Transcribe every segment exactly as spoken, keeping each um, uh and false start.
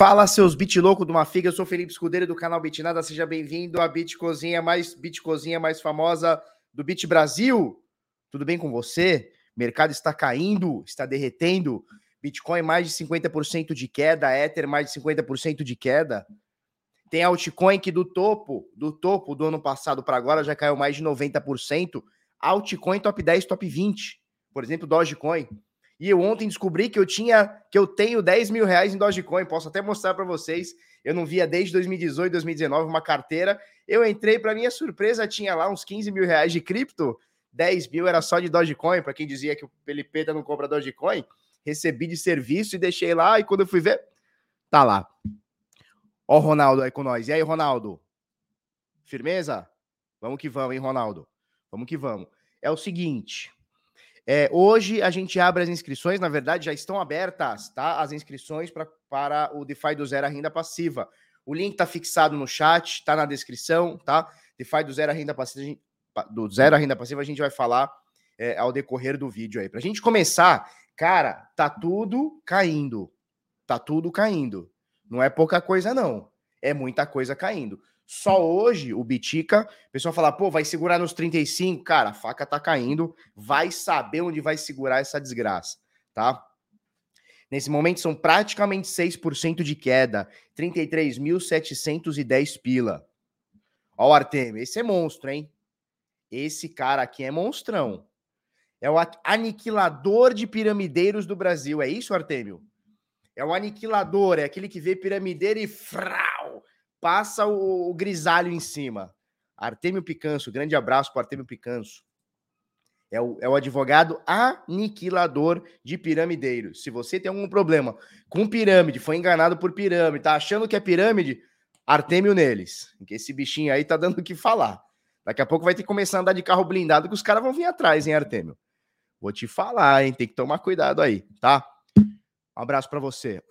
Fala, seus bit louco de uma figa, eu sou Felipe Escudeiro do canal Bitnada, seja bem-vindo à Bit Cozinha mais, Bit Cozinha mais famosa do Bit Brasil. Tudo bem com você? O mercado está caindo, está derretendo, Bitcoin mais de cinquenta por cento de queda, Ether mais de cinquenta por cento de queda. Tem altcoin que do topo, do topo do ano passado para agora já caiu mais de noventa por cento. Altcoin top dez, top vinte. Por exemplo, Dogecoin. E eu ontem descobri que eu tinha, que eu tenho dez mil reais em Dogecoin. Posso até mostrar para vocês. Eu não via desde dois mil e dezoito, dois mil e dezenove uma carteira. Eu entrei, para minha surpresa, tinha lá uns quinze mil reais de cripto. dez mil era só de Dogecoin. Para quem dizia que o Felipeta não compra Dogecoin, recebi de serviço e deixei lá. E quando eu fui ver, tá lá. Ó o Ronaldo aí com nós. E aí, Ronaldo? Firmeza? Vamos que vamos, hein, Ronaldo? Vamos que vamos. É o seguinte... É, hoje a gente abre as inscrições, na verdade já estão abertas, tá? As inscrições pra, para o DeFi do Zero a Renda Passiva. O link tá fixado no chat, tá na descrição, tá? DeFi do Zero a Renda Passiva, do Zero a Renda Passiva a gente vai falar é, ao decorrer do vídeo aí. Pra gente começar, cara, tá tudo caindo. Tá tudo caindo. Não é pouca coisa, não. É muita coisa caindo. Só hoje, o Bitica, o pessoal fala, pô, vai segurar nos trinta e cinco? Cara, a faca tá caindo, vai saber onde vai segurar essa desgraça, tá? Nesse momento são praticamente seis por cento de queda, trinta e três mil setecentos e dez pila. Ó o Artemio, esse é monstro, hein? Esse cara aqui é monstrão. É o aniquilador de piramideiros do Brasil, é isso, Artemio? É o aniquilador, é aquele que vê piramideiro e frau, passa o, o grisalho em cima. Artemio Picanso, grande abraço para Artemio Picanso. É o, é o advogado aniquilador de piramideiros. Se você tem algum problema com pirâmide, foi enganado por pirâmide, tá achando que é pirâmide, Artemio neles. Porque esse bichinho aí tá dando o que falar. Daqui a pouco vai ter que começar a andar de carro blindado que os caras vão vir atrás, hein, Artemio? Vou te falar, hein? Tem que tomar cuidado aí, tá? Um abraço para você.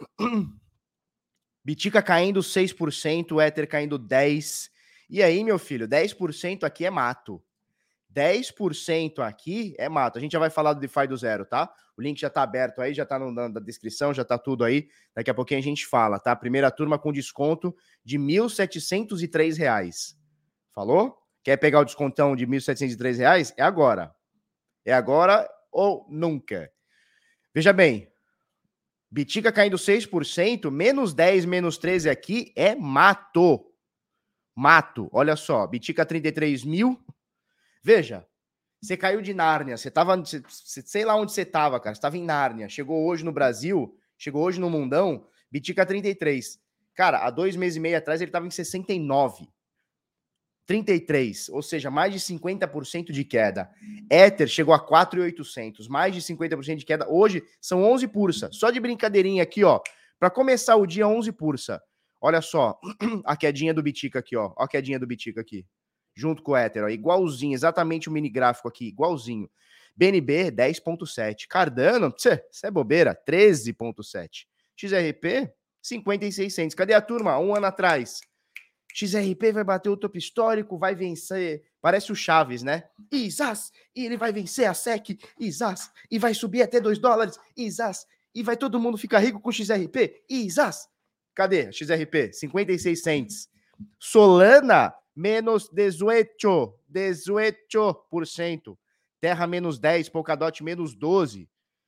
Bitica caindo seis por cento, Ether caindo dez por cento. E aí, meu filho, dez por cento aqui é mato. dez por cento aqui é mato. A gente já vai falar do DeFi do Zero, tá? O link já tá aberto aí, já tá no, na descrição, já tá tudo aí. Daqui a pouquinho a gente fala, tá? Primeira turma com desconto de mil setecentos e três reais. Falou? Quer pegar o descontão de mil setecentos e três reais? É agora. É agora ou nunca. Veja bem, Bitica caindo seis por cento, menos dez, menos treze aqui é mato. Mato. Olha só, Bitica trinta e três mil. Veja, você caiu de Nárnia, você tava, você, sei lá onde você tava, cara, você tava em Nárnia, chegou hoje no Brasil, chegou hoje no mundão, Bitica trinta e três. Cara, há dois meses e meio atrás ele tava em sessenta e nove. trinta e três, ou seja, mais de cinquenta por cento de queda. Ether chegou a quatro mil e oitocentos, mais de cinquenta por cento de queda. Hoje são onze pursa. Só de brincadeirinha aqui, ó. Para começar o dia, onze pursa. Olha só, a quedinha do Bitica aqui, ó. Ó a quedinha do Bitica aqui. Junto com o Ether, ó. Igualzinho, exatamente o mini gráfico aqui, igualzinho. B N B, dez ponto sete. Cardano, isso é bobeira, treze ponto sete. X R P, cinquenta e seis centos. Cadê a turma? Um ano atrás. X R P vai bater o topo histórico, vai vencer, parece o Chaves, né? Isas, e ele vai vencer a S E C, Isas, e vai subir até dois dólares, Isas, e vai todo mundo ficar rico com X R P, Isas. Cadê X R P? cinquenta e seis cents. Solana, menos dezoito, dezoito por cento. Terra, menos dez, Polkadot, menos doze.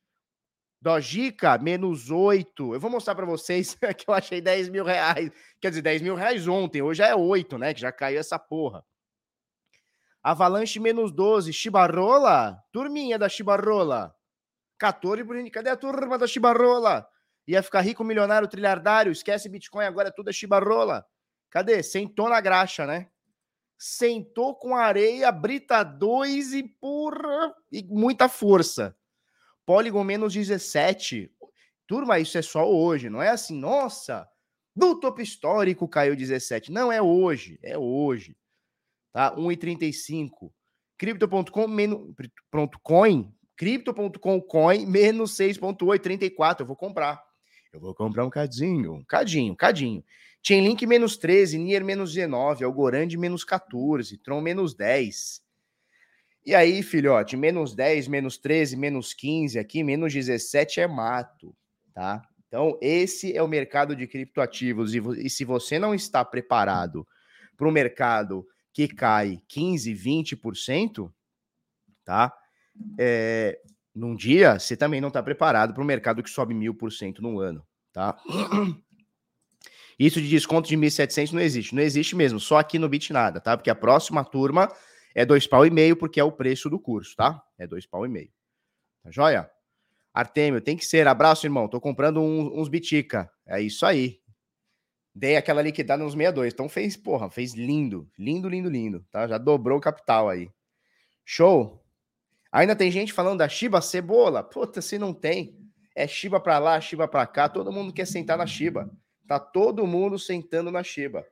Dojica, menos oito. Eu vou mostrar para vocês que eu achei dez mil reais. Quer dizer, dez mil reais ontem. Hoje é oito, né? Que já caiu essa porra. Avalanche, menos doze. Chibarola. Turminha da Chibarola. quatorze por cento. Cadê a turma da Chibarola? Ia ficar rico, milionário, trilhardário. Esquece Bitcoin, agora é tudo a Chibarola. Cadê? Sentou na graxa, né? Sentou com areia, brita dois e porra. E muita força. Polygon menos dezessete. Turma, isso é só hoje, não é assim, nossa, do topo histórico caiu dezessete. Não, é hoje, é hoje. Tá? um e trinta e cinco. Crypto ponto com menos... Pronto, coin. Crypto ponto com coin menos seis ponto oito, trinta e quatro. Eu vou comprar. Eu vou comprar um cadinho, um cadinho, um cadinho. Chainlink menos treze, Nier menos dezenove, Algorand menos quatorze, Tron menos dez. E aí, filhote, menos dez, menos treze, menos quinze aqui, menos dezessete é mato, tá? Então, esse é o mercado de criptoativos. E, e se você não está preparado para um mercado que cai quinze, vinte por cento, tá? É, num dia, você também não está preparado para um mercado que sobe mil por cento no ano, tá? Isso de desconto de mil e setecentos não existe. Não existe mesmo, só aqui no Bitnada, tá? Porque a próxima turma é dois pau e meio, porque é o preço do curso, tá? É dois pau e meio. Tá joia? Artêmio, tem que ser. Abraço, irmão. Tô comprando uns, uns Bitica. É isso aí. Dei aquela liquidada nos sessenta e dois. Então fez, porra, fez lindo. Lindo, lindo, lindo. Tá? Já dobrou o capital aí. Show. Ainda tem gente falando da Shiba Cebola. Puta, se não tem. É Shiba pra lá, Shiba pra cá. Todo mundo quer sentar na Shiba. Tá todo mundo sentando na Shiba.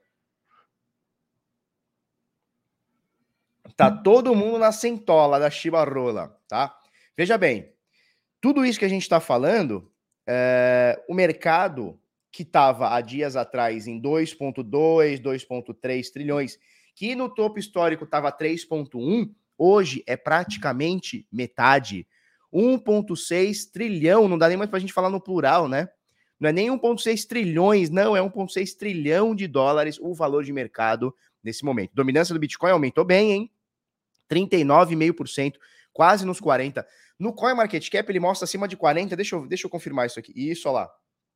Tá todo mundo na sentola da Shiba Rola, tá? Veja bem, tudo isso que a gente tá falando, é, o mercado que estava há dias atrás em dois vírgula dois, dois vírgula três trilhões, que no topo histórico estava três vírgula um, hoje é praticamente metade. um vírgula seis trilhão, não dá nem mais pra gente falar no plural, né? Não é nem um vírgula seis trilhões, não, é um vírgula seis trilhão de dólares o valor de mercado nesse momento. Dominância do Bitcoin aumentou bem, hein? trinta e nove vírgula cinco por cento, quase nos quarenta por cento. No CoinMarketCap ele mostra acima de quarenta, deixa eu, deixa eu confirmar isso aqui. Isso, olha lá.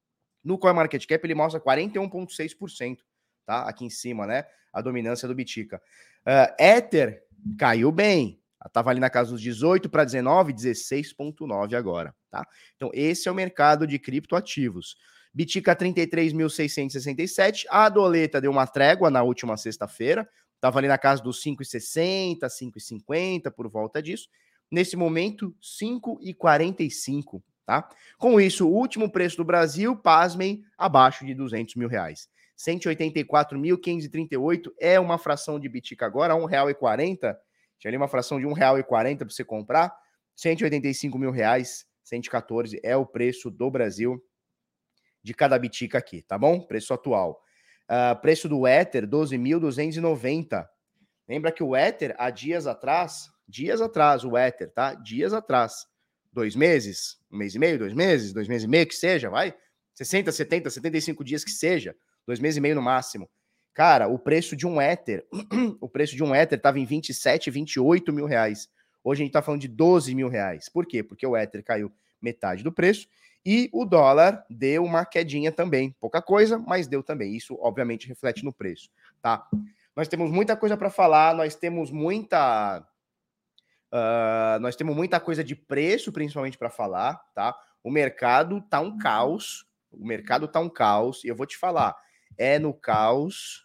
No CoinMarketCap ele mostra quarenta e um vírgula seis por cento, tá? Aqui em cima, né? A dominância do Bitica. Uh, Ether caiu bem. Tava ali na casa dos dezoito para dezenove, dezesseis vírgula nove agora, tá? Então esse é o mercado de criptoativos. Bitica trinta e três mil seiscentos e sessenta e sete, a doleta deu uma trégua na última sexta-feira, tava ali na casa dos cinco e sessenta, cinco e cinquenta, por volta disso. Nesse momento, cinco e quarenta e cinco, tá? Com isso, o último preço do Brasil, pasmem, abaixo de duzentos mil reais. cento e oitenta e quatro mil quinhentos e trinta e oito é uma fração de Bitica agora, um real e quarenta. Tinha ali uma fração de um real e quarenta para você comprar. cento e oitenta e cinco mil reais, cento e quatorze é o preço do Brasil de cada Bitica aqui, tá bom? Preço atual. Uh, preço do Ether, doze mil duzentos e noventa. Lembra que o Ether, há dias atrás, dias atrás, o Ether, tá? Dias atrás. Dois meses, um mês e meio, dois meses, dois meses e meio, que seja, vai. sessenta, setenta, setenta e cinco dias que seja. Dois meses e meio no máximo. Cara, o preço de um Ether, o preço de um Ether estava em vinte e sete, vinte e oito mil reais. Hoje a gente tá falando de doze mil reais. Por quê? Porque o Ether caiu metade do preço e o dólar deu uma quedinha também. Pouca coisa, mas deu também. Isso, obviamente, reflete no preço, tá? Nós temos muita coisa para falar, nós temos muita... Uh, nós temos muita coisa de preço, principalmente, para falar, tá? O mercado tá um caos, o mercado tá um caos, e eu vou te falar, é no caos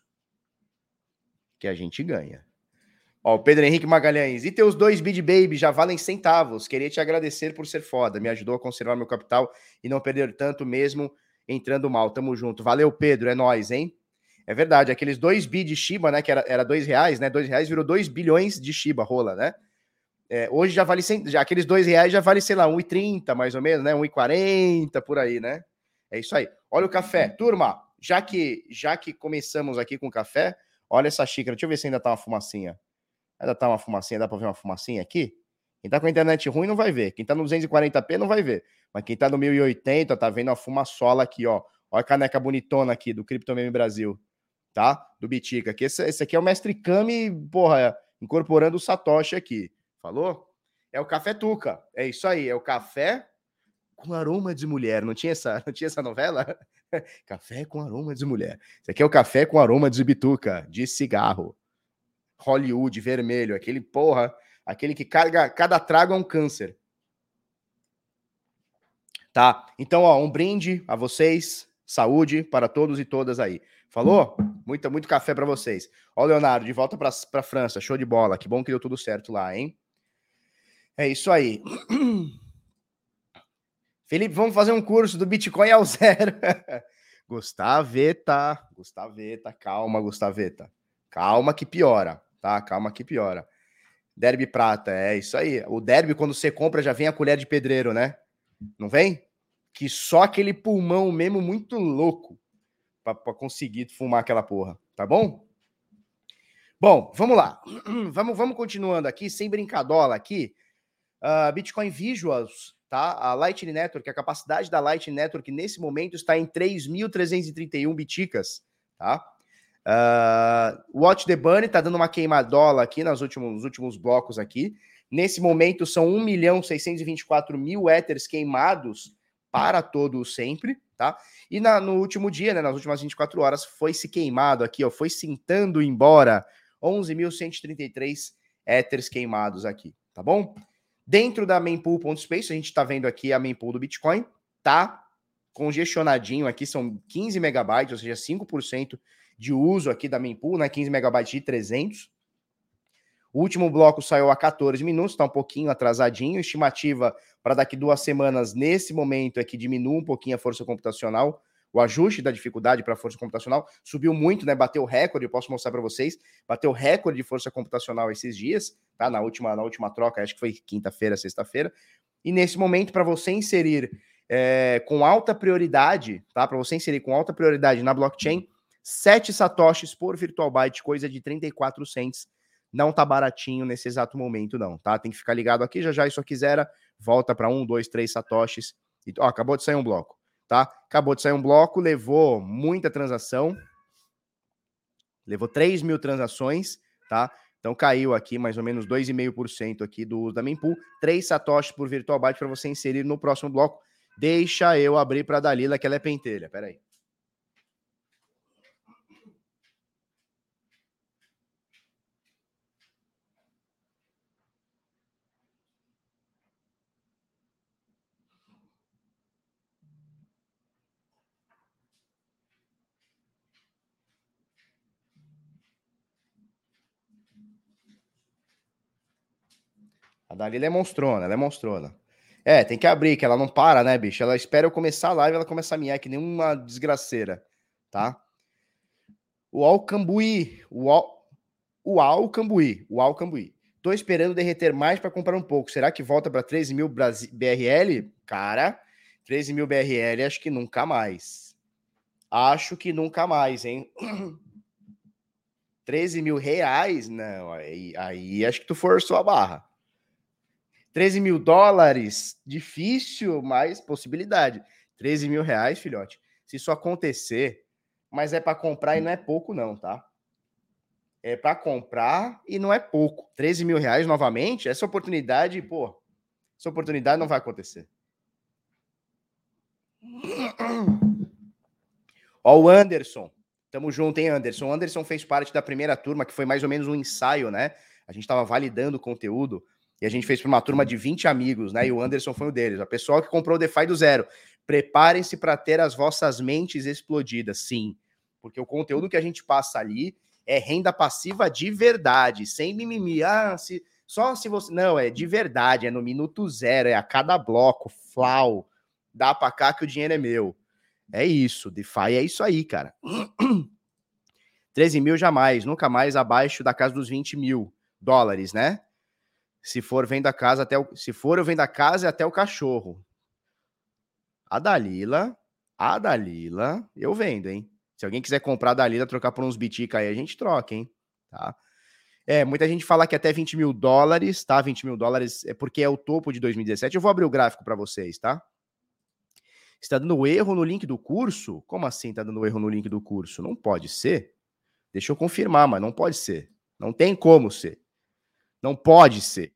que a gente ganha. Ó, o Pedro Henrique Magalhães, e teus dois Bid Baby já valem centavos, queria te agradecer por ser foda, me ajudou a conservar meu capital e não perder tanto mesmo entrando mal, tamo junto. Valeu, Pedro, é nóis, hein? É verdade, aqueles dois bi de Shiba, né, que era, era dois reais, né, dois reais virou dois bilhões de Shiba, rola, né? É, hoje já vale, cem, já, aqueles dois reais já vale, sei lá, um e trinta mais ou menos, né, um e quarenta por aí, né? É isso aí. Olha o café. Turma, já que, já que começamos aqui com café, olha essa xícara, deixa eu ver se ainda tá uma fumacinha. Ainda tá uma fumacinha, dá pra ver uma fumacinha aqui? Quem tá com a internet ruim não vai ver, quem tá no duzentos e quarenta p não vai ver, mas quem tá no mil e oitenta tá vendo a fumaçola aqui, ó. Olha a caneca bonitona aqui do Crypto Meme Brasil. Tá? Do Bitica. Que esse, esse aqui é o Mestre Kami, porra, incorporando o Satoshi aqui. Falou? É o Café Tuca. É isso aí, é o café com aroma de mulher. Não tinha essa, não tinha essa novela? Café com aroma de mulher. Esse aqui é o café com aroma de bituca, de cigarro. Hollywood, vermelho, aquele porra, aquele que carga, cada trago é um câncer. Tá? Então, ó, um brinde a vocês, saúde para todos e todas aí. Falou? Muito, muito café para vocês. Ó, Leonardo, de volta para a França. Show de bola. Que bom que deu tudo certo lá, hein? É isso aí. Felipe, vamos fazer um curso do Bitcoin ao zero. Gustaveta, Gustaveta, calma, Gustaveta. Calma que piora, tá? Calma que piora. Derby prata, é isso aí. O derby, quando você compra, já vem a colher de pedreiro, né? Não vem? Que só aquele pulmão mesmo muito louco para conseguir fumar aquela porra, tá bom? Bom, vamos lá. Vamos, vamos continuando aqui, sem brincadola aqui. Uh, Bitcoin Visuals tá? A Lightning Network, a capacidade da Lightning Network nesse momento está em três mil trezentos e trinta e um biticas, tá? Uh, Watch the Bunny tá dando uma queimadola aqui nos últimos, nos últimos blocos aqui. Nesse momento são um milhão seiscentos e vinte e quatro mil Ethers queimados para todo o sempre, tá? E na, no último dia, né, nas últimas vinte e quatro horas, foi se queimado aqui, ó, foi sentando embora onze mil cento e trinta e três Ethers queimados aqui, tá bom? Dentro da mempool.space, a gente tá vendo aqui a mempool do Bitcoin, tá congestionadinho aqui, são quinze megabytes, ou seja, cinco por cento de uso aqui da mempool, né, quinze megabytes de trezentos. O último bloco saiu a quatorze minutos, está um pouquinho atrasadinho. Estimativa para daqui duas semanas, nesse momento, é que diminua um pouquinho a força computacional. O ajuste da dificuldade para a força computacional subiu muito, né? Bateu recorde, eu posso mostrar para vocês. Bateu recorde de força computacional esses dias, tá? Na última, na última troca, acho que foi quinta-feira, sexta-feira. E nesse momento, para você inserir é, com alta prioridade, tá? Para você inserir com alta prioridade na blockchain, sete satoshis por virtual byte, coisa de trinta e quatro cents. Não tá baratinho nesse exato momento, não, tá? Tem que ficar ligado aqui, já já isso aqui zera, volta para um, dois, três satoshis. E, ó, acabou de sair um bloco, tá? Acabou de sair um bloco, levou muita transação, levou três mil transações, tá? Então caiu aqui mais ou menos dois vírgula cinco por cento aqui do uso da mempool, três satoshis por virtual byte para você inserir no próximo bloco. Deixa eu abrir para a Dalila, que ela é pentelha, pera aí. A Dalila é monstrona, ela é monstrona. É, tem que abrir, que ela não para, né, bicho? Ela espera eu começar a live, ela começa a miar que nem uma desgraceira, tá? O Alcambuí, o, Al, o Alcambuí, o Alcambuí. Tô esperando derreter mais para comprar um pouco. Será que volta para treze mil B R L? Cara, treze mil B R L, acho que nunca mais. Acho que nunca mais, hein? treze mil reais? Não, aí, aí acho que tu forçou a barra. treze mil dólares, difícil, mas possibilidade. treze mil reais, filhote. Se isso acontecer, mas é para comprar e não é pouco, não, tá? É para comprar e não é pouco. treze mil reais novamente, essa oportunidade, pô, essa oportunidade não vai acontecer. Ó, o Anderson. Tamo junto, hein, Anderson? O Anderson fez parte da primeira turma, que foi mais ou menos um ensaio, né? A gente tava validando o conteúdo. E a gente fez para uma turma de vinte amigos, né? E o Anderson foi um deles. A pessoa que comprou o DeFi do zero. Preparem-se para ter as vossas mentes explodidas, sim. Porque o conteúdo que a gente passa ali é renda passiva de verdade, sem mimimi. Ah, se, só se você... Não, é de verdade, é no minuto zero, é a cada bloco, flau. Dá para cá que o dinheiro é meu. É isso, DeFi é isso aí, cara. treze mil jamais, nunca mais abaixo da casa dos vinte mil dólares, né? Se for, vem da casa até o... Se for, eu vendo a casa e até o cachorro. A Dalila, a Dalila, eu vendo, hein? Se alguém quiser comprar a Dalila, trocar por uns bitica aí, a gente troca, hein? Tá? É, muita gente fala que até vinte mil dólares, tá? vinte mil dólares é porque é o topo de dois mil e dezessete. Eu vou abrir o gráfico para vocês, tá? Está dando erro no link do curso? Como assim está dando erro no link do curso? Não pode ser. Deixa eu confirmar, mas não pode ser. Não tem como ser. Não pode ser.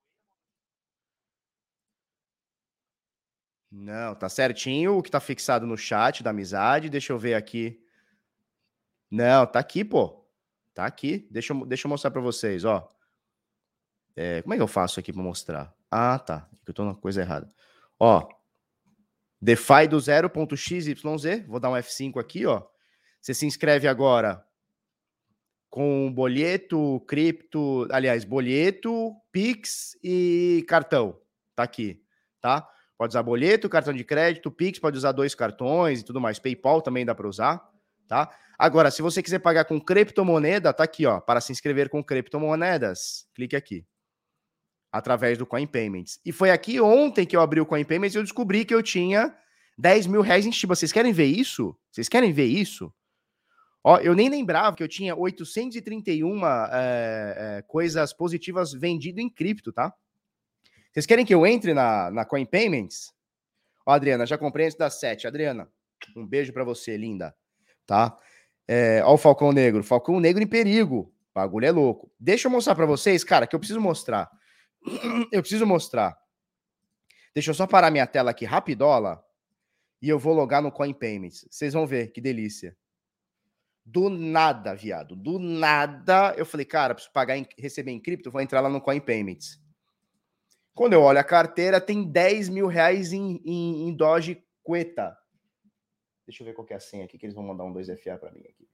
Não, tá certinho o que tá fixado no chat da amizade. Deixa eu ver aqui. Não, tá aqui, pô. Tá aqui. Deixa eu, deixa eu mostrar pra vocês, ó. É, como é que eu faço aqui pra mostrar? Ah, tá. Eu tô na coisa errada. Ó. DeFi do zero ponto x y z. Vou dar um F cinco aqui, ó. Você se inscreve agora com boleto, cripto, aliás, boleto, Pix e cartão. Tá aqui, tá? Pode usar boleto, cartão de crédito, Pix, pode usar dois cartões e tudo mais. PayPal também dá para usar, tá? Agora, se você quiser pagar com criptomoneda, tá aqui, ó, para se inscrever com criptomoedas, clique aqui. Através do Coin Payments. E foi aqui ontem que eu abri o Coin Payments e eu descobri que eu tinha dez mil reais em Shiba. Vocês querem ver isso? Vocês querem ver isso? Ó, eu nem lembrava que eu tinha oitocentos e trinta e um é, é, coisas positivas vendido em cripto, tá? Vocês querem que eu entre na, na Coin Payments? Ó, Adriana, já comprei antes das sete. Adriana, um beijo pra você, linda. Tá? É, ó o Falcão Negro. Falcão Negro em perigo. O bagulho é louco. Deixa eu mostrar pra vocês, cara, que eu preciso mostrar. Eu preciso mostrar. Deixa eu só parar minha tela aqui rapidola e eu vou logar no Coin Payments. Vocês vão ver, que delícia. Do nada, viado. Do nada, eu falei, cara, preciso pagar, em, receber em cripto, vou entrar lá no Coin Payments. Quando eu olho a carteira, tem dez mil reais em, em, em Doge Queta. Deixa eu ver qual que é a senha aqui, que eles vão mandar um dois F A para mim aqui.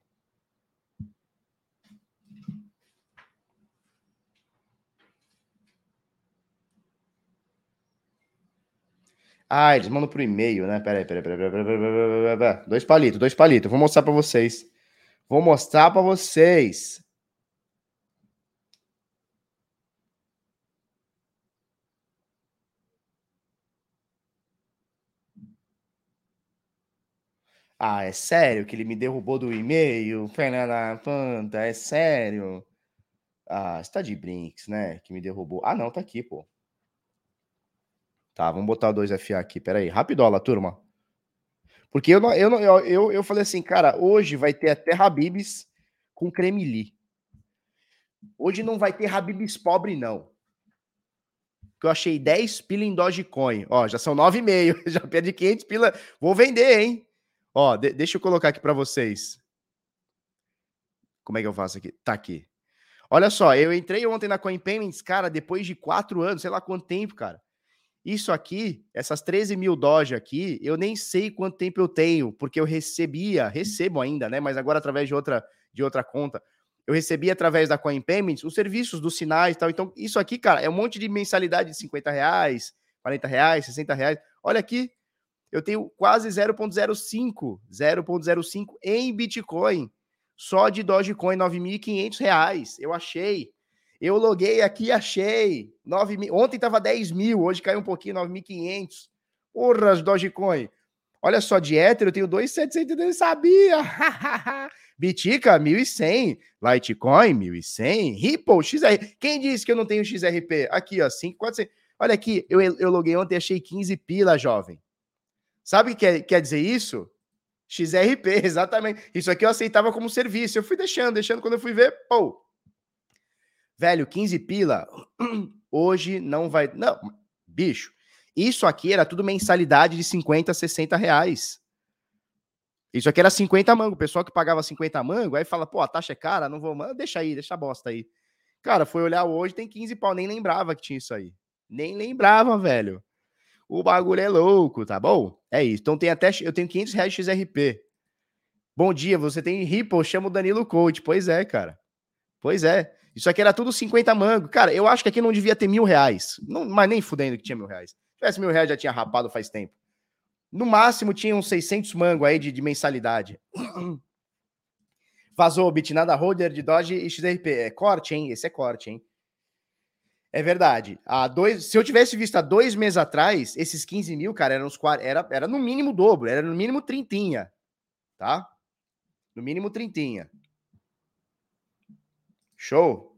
Ah, eles mandam pro e-mail, né? Peraí, peraí, peraí, peraí, peraí, peraí, peraí. Dois palitos, dois palitos. Vou mostrar para vocês. Vou mostrar para vocês. Ah, é sério que ele me derrubou do e-mail? Fernanda Panta, é sério? Ah, você tá de brinks, né? Que me derrubou. Ah, não, tá aqui, pô. Tá, vamos botar o dois F A aqui, peraí. Rapidola, turma. Porque eu, não, eu, não, eu, eu, eu falei assim, cara, hoje vai ter até Habibs com creme-li. Hoje não vai ter Habibs pobre, não. Que eu achei dez pila em Dogecoin. Ó, já são nove e meio. Já perdi quinhentos pila. Vou vender, hein? Ó, de, deixa eu colocar aqui para vocês. Como é que eu faço aqui? Tá aqui. Olha só, eu entrei ontem na Coin Payments, cara, depois de quatro anos, sei lá quanto tempo, cara. Isso aqui, essas treze mil Doge aqui, eu nem sei quanto tempo eu tenho, porque eu recebia, recebo ainda, né? Mas agora através de outra, de outra conta. Eu recebi através da Coin Payments os serviços dos sinais e tal. Então, isso aqui, cara, é um monte de mensalidade de cinquenta reais, quarenta reais, sessenta reais. Olha aqui, eu tenho quase zero vírgula zero cinco, zero vírgula zero cinco em Bitcoin. Só de Dogecoin, nove mil e quinhentos reais. Eu achei. Eu loguei aqui e achei. nove mil. Ontem estava dez mil, hoje caiu um pouquinho, nove mil e quinhentos. Porra, Dogecoin. Olha só, de Ether eu tenho dois mil e setecentos, eu sabia. Bitica, mil e cem. Litecoin, mil e cem. Ripple, X R. Quem disse que eu não tenho X R P? Aqui, ó, cinco mil e quatrocentos. Olha aqui, eu, eu loguei ontem e achei quinze pila, jovem. Sabe o que quer, quer dizer isso? X R P, exatamente. Isso aqui eu aceitava como serviço. Eu fui deixando, deixando. Quando eu fui ver, pô. Velho, quinze pila, hoje não vai... Não, bicho, isso aqui era tudo mensalidade de cinquenta, sessenta reais. Isso aqui era cinquenta mango. O pessoal que pagava cinquenta mango, aí fala, pô, a taxa é cara, não vou... Deixa aí, deixa a bosta aí. Cara, foi olhar hoje, tem quinze pau. Nem lembrava que tinha isso aí. Nem lembrava, velho. O bagulho é louco, tá bom? É isso. Então tem até... Eu tenho quinhentos reais de X R P. Bom dia, você tem Ripple, chama o Danilo Coach. Pois é, cara. Pois é. Isso aqui era tudo cinquenta mango. Cara, eu acho que aqui não devia ter mil reais. Não, mas nem fudendo que tinha mil reais. Se tivesse mil reais, já tinha rapado faz tempo. No máximo, tinha uns seiscentos mango aí de, de mensalidade. Vazou, Bitnada Holder de Doge e X R P. É corte, hein? Esse é corte, hein? É verdade. Há dois, se eu tivesse visto há dois meses atrás, esses quinze mil, cara, eram uns, era, era no mínimo o dobro. Era no mínimo trintinha. Tá? No mínimo trintinha. Show?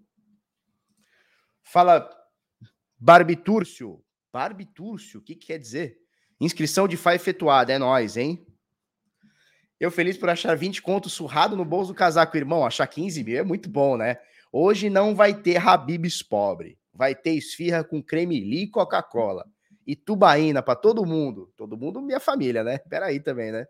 Fala, Barbitúrcio. Barbitúrcio, o que, que quer dizer? Inscrição de F A efetuada, é nóis, hein? Eu feliz por achar vinte contos surrado no bolso do casaco, irmão. Achar quinze mil é muito bom, né? Hoje não vai ter Habibs pobre. Vai ter esfirra com creme-li e Coca-Cola. E tubaína pra todo mundo. Todo mundo, minha família, né? Peraí também, né?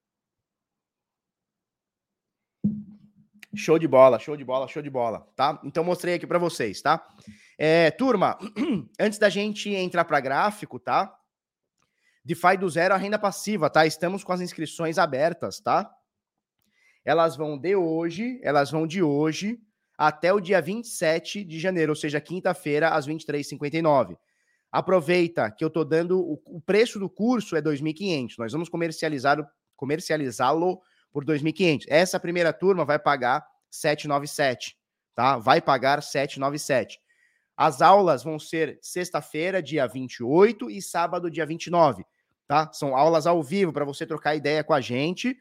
Show de bola, show de bola, show de bola, tá? Então mostrei aqui para vocês, tá? É, turma, antes da gente entrar para gráfico, tá? DeFi do zero a renda passiva, tá? Estamos com as inscrições abertas, tá? Elas vão de hoje, elas vão de hoje até o dia vinte e sete de janeiro, ou seja, quinta-feira, às vinte e três e cinquenta e nove. Aproveita que eu tô dando, o, o preço do curso é dois mil e quinhentos. Nós vamos comercializar, comercializá-lo por dois mil e quinhentos. Essa primeira turma vai pagar setecentos e noventa e sete, tá? Vai pagar setecentos e noventa e sete. As aulas vão ser sexta-feira, dia vinte e oito, e sábado, dia vinte e nove, tá? São aulas ao vivo para você trocar ideia com a gente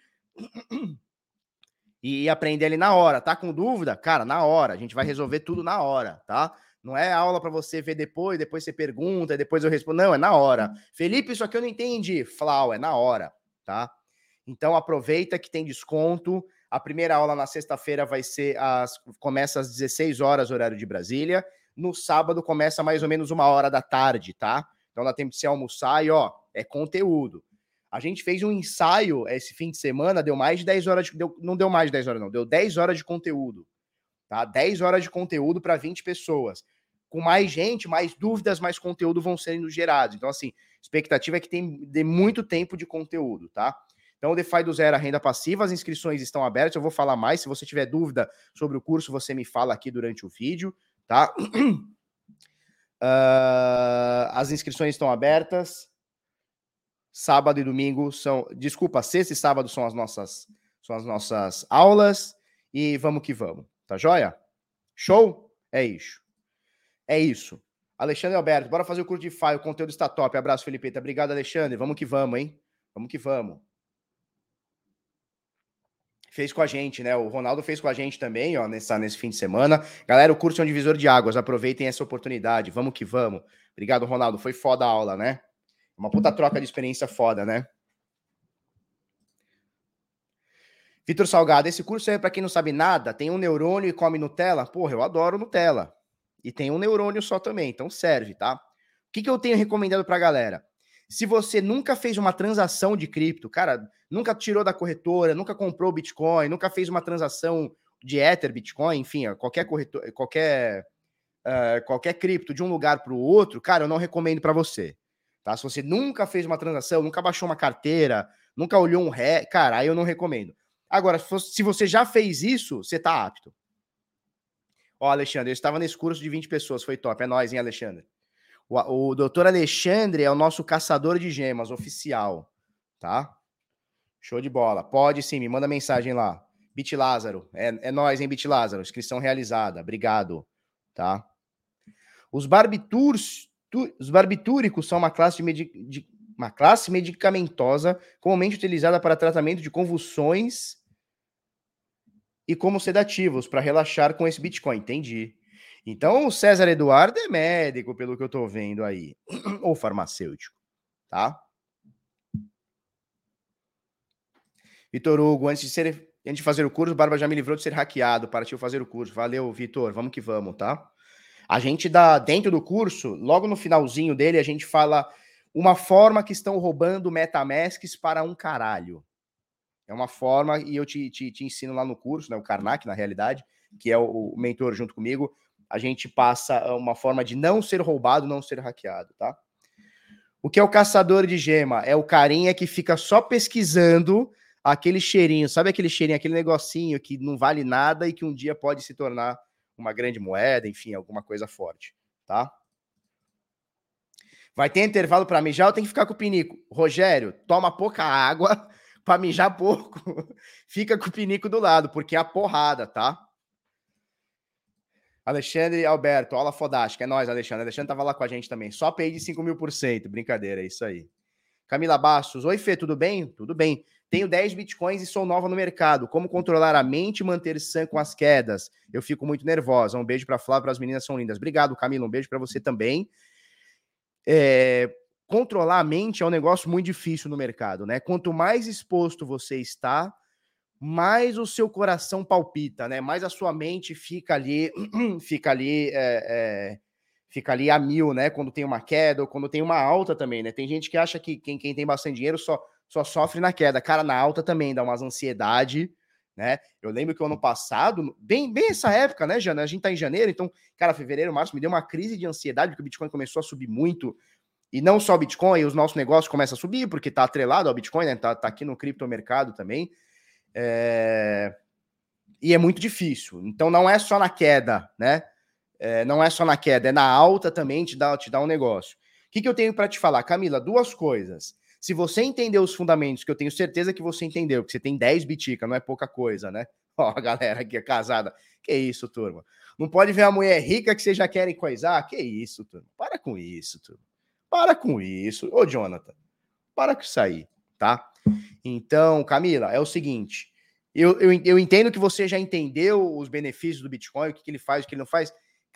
e aprender ali na hora. Tá com dúvida? Cara, na hora. A gente vai resolver tudo na hora, tá? Não é aula para você ver depois, depois você pergunta, depois eu respondo. Não, é na hora. Felipe, isso aqui eu não entendi. Flau, é na hora, tá? Então aproveita que tem desconto. A primeira aula na sexta-feira vai ser às começa às dezesseis horas, horário de Brasília. No sábado começa mais ou menos uma hora da tarde, tá? Então dá tempo de você almoçar e, ó, é conteúdo. A gente fez um ensaio esse fim de semana, deu mais de dez horas de, deu, não deu mais de dez horas não, deu dez horas de conteúdo, tá? dez horas de conteúdo para vinte pessoas. Com mais gente, mais dúvidas, mais conteúdo vão sendo gerados. Então, assim, expectativa é que tem de muito tempo de conteúdo, tá? Então, o DeFi do Zero, a renda passiva, as inscrições estão abertas, eu vou falar mais. Se você tiver dúvida sobre o curso, você me fala aqui durante o vídeo, tá? Uh, as inscrições estão abertas. Sábado e domingo são... Desculpa, sexta e sábado são as nossas, são as nossas aulas. E vamos que vamos, tá joia? Show? É isso. É isso. Alexandre Alberto, bora fazer o curso de F I, o conteúdo está top. Abraço, Felipeta. Obrigado, Alexandre. Vamos que vamos, hein? Vamos que vamos. Fez com a gente, né? O Ronaldo fez com a gente também, ó, nessa, nesse fim de semana. Galera, o curso é um divisor de águas. Aproveitem essa oportunidade. Vamos que vamos. Obrigado, Ronaldo. Foi foda a aula, né? Uma puta troca de experiência foda, né? Vitor Salgado, esse curso é para quem não sabe nada, tem um neurônio e come Nutella? Porra, eu adoro Nutella. E tem um neurônio só também, então serve, tá? O que, que eu tenho recomendado pra galera? Se você nunca fez uma transação de cripto, cara, nunca tirou da corretora, nunca comprou Bitcoin, nunca fez uma transação de Ether, Bitcoin, enfim, qualquer corretor, qualquer, uh, qualquer cripto de um lugar para o outro, cara, eu não recomendo para você, tá? Se você nunca fez uma transação, nunca baixou uma carteira, nunca olhou um ré, cara, aí eu não recomendo. Agora, se você já fez isso, você tá apto. Ó, Alexandre, eu estava nesse curso de vinte pessoas, foi top, é nóis, hein, Alexandre? O, o doutor Alexandre é o nosso caçador de gemas oficial, tá? Show de bola. Pode sim, me manda mensagem lá. Bit Lázaro, é, é nóis, hein, Bit Lázaro? Inscrição realizada, obrigado, tá? Os barbitúricos, os barbitúricos são uma classe de, medi, de uma classe medicamentosa comumente utilizada para tratamento de convulsões e como sedativos para relaxar com esse Bitcoin. Entendi. Então, o César Eduardo é médico, pelo que eu tô vendo aí, ou farmacêutico, tá? Vitor Hugo, antes de, ser, antes de fazer o curso, o Barba já me livrou de ser hackeado, partiu fazer o curso. Valeu, Vitor, vamos que vamos, tá? A gente dá, dentro do curso, logo no finalzinho dele, a gente fala uma forma que estão roubando MetaMasks para um caralho. É uma forma, e eu te, te, te ensino lá no curso, né, o Karnak, na realidade, que é o, o mentor junto comigo, a gente passa uma forma de não ser roubado, não ser hackeado, tá? O que é o caçador de gema? É o carinha que fica só pesquisando aquele cheirinho, sabe aquele cheirinho, aquele negocinho que não vale nada e que um dia pode se tornar uma grande moeda, enfim, alguma coisa forte, tá? Vai ter intervalo para mijar ou tem que ficar com o pinico? Rogério, toma pouca água para mijar pouco. Fica com o pinico do lado, porque é a porrada, tá? Alexandre Alberto, aula fodástica. É nóis, Alexandre. Alexandre tava lá com a gente também. Só P I de cinco mil por cento. Brincadeira, é isso aí. Camila Bastos. Oi, Fê, tudo bem? Tudo bem. Tenho dez bitcoins e sou nova no mercado. Como controlar a mente e manter sã com as quedas? Eu fico muito nervosa. Um beijo para Flávia, as meninas são lindas. Obrigado, Camila. Um beijo para você também. É... Controlar a mente é um negócio muito difícil no mercado, né? Quanto mais exposto você está, mais o seu coração palpita, né? Mais a sua mente fica ali, fica ali, é, é, fica ali a mil, né? Quando tem uma queda ou quando tem uma alta também, né? Tem gente que acha que quem, quem tem bastante dinheiro só, só sofre na queda. Cara, na alta também dá umas ansiedade, né? Eu lembro que o ano passado, bem, bem essa época, né, Jana? A gente tá em janeiro, então, cara, fevereiro, março, me deu uma crise de ansiedade, porque o Bitcoin começou a subir muito. E não só o Bitcoin, os nossos negócios começam a subir, porque tá atrelado ao Bitcoin, né? Tá, tá aqui no criptomercado também. É... E é muito difícil. Então não é só na queda, né? É, não é só na queda, é na alta também te dá, te dá um negócio. O que, que eu tenho para te falar? Camila, duas coisas. Se você entender os fundamentos, que eu tenho certeza que você entendeu, que você tem dez bitica, não é pouca coisa, né? Ó, a galera aqui é casada. Que isso, turma? Não pode ver a mulher rica que vocês já querem coisar? Que isso, turma? Para com isso, turma. Para com isso. Ô, Jonathan, para com isso aí, tá? Então, Camila, é o seguinte, eu, eu, eu entendo que você já entendeu os benefícios do Bitcoin, o que, que ele faz, o que ele não faz.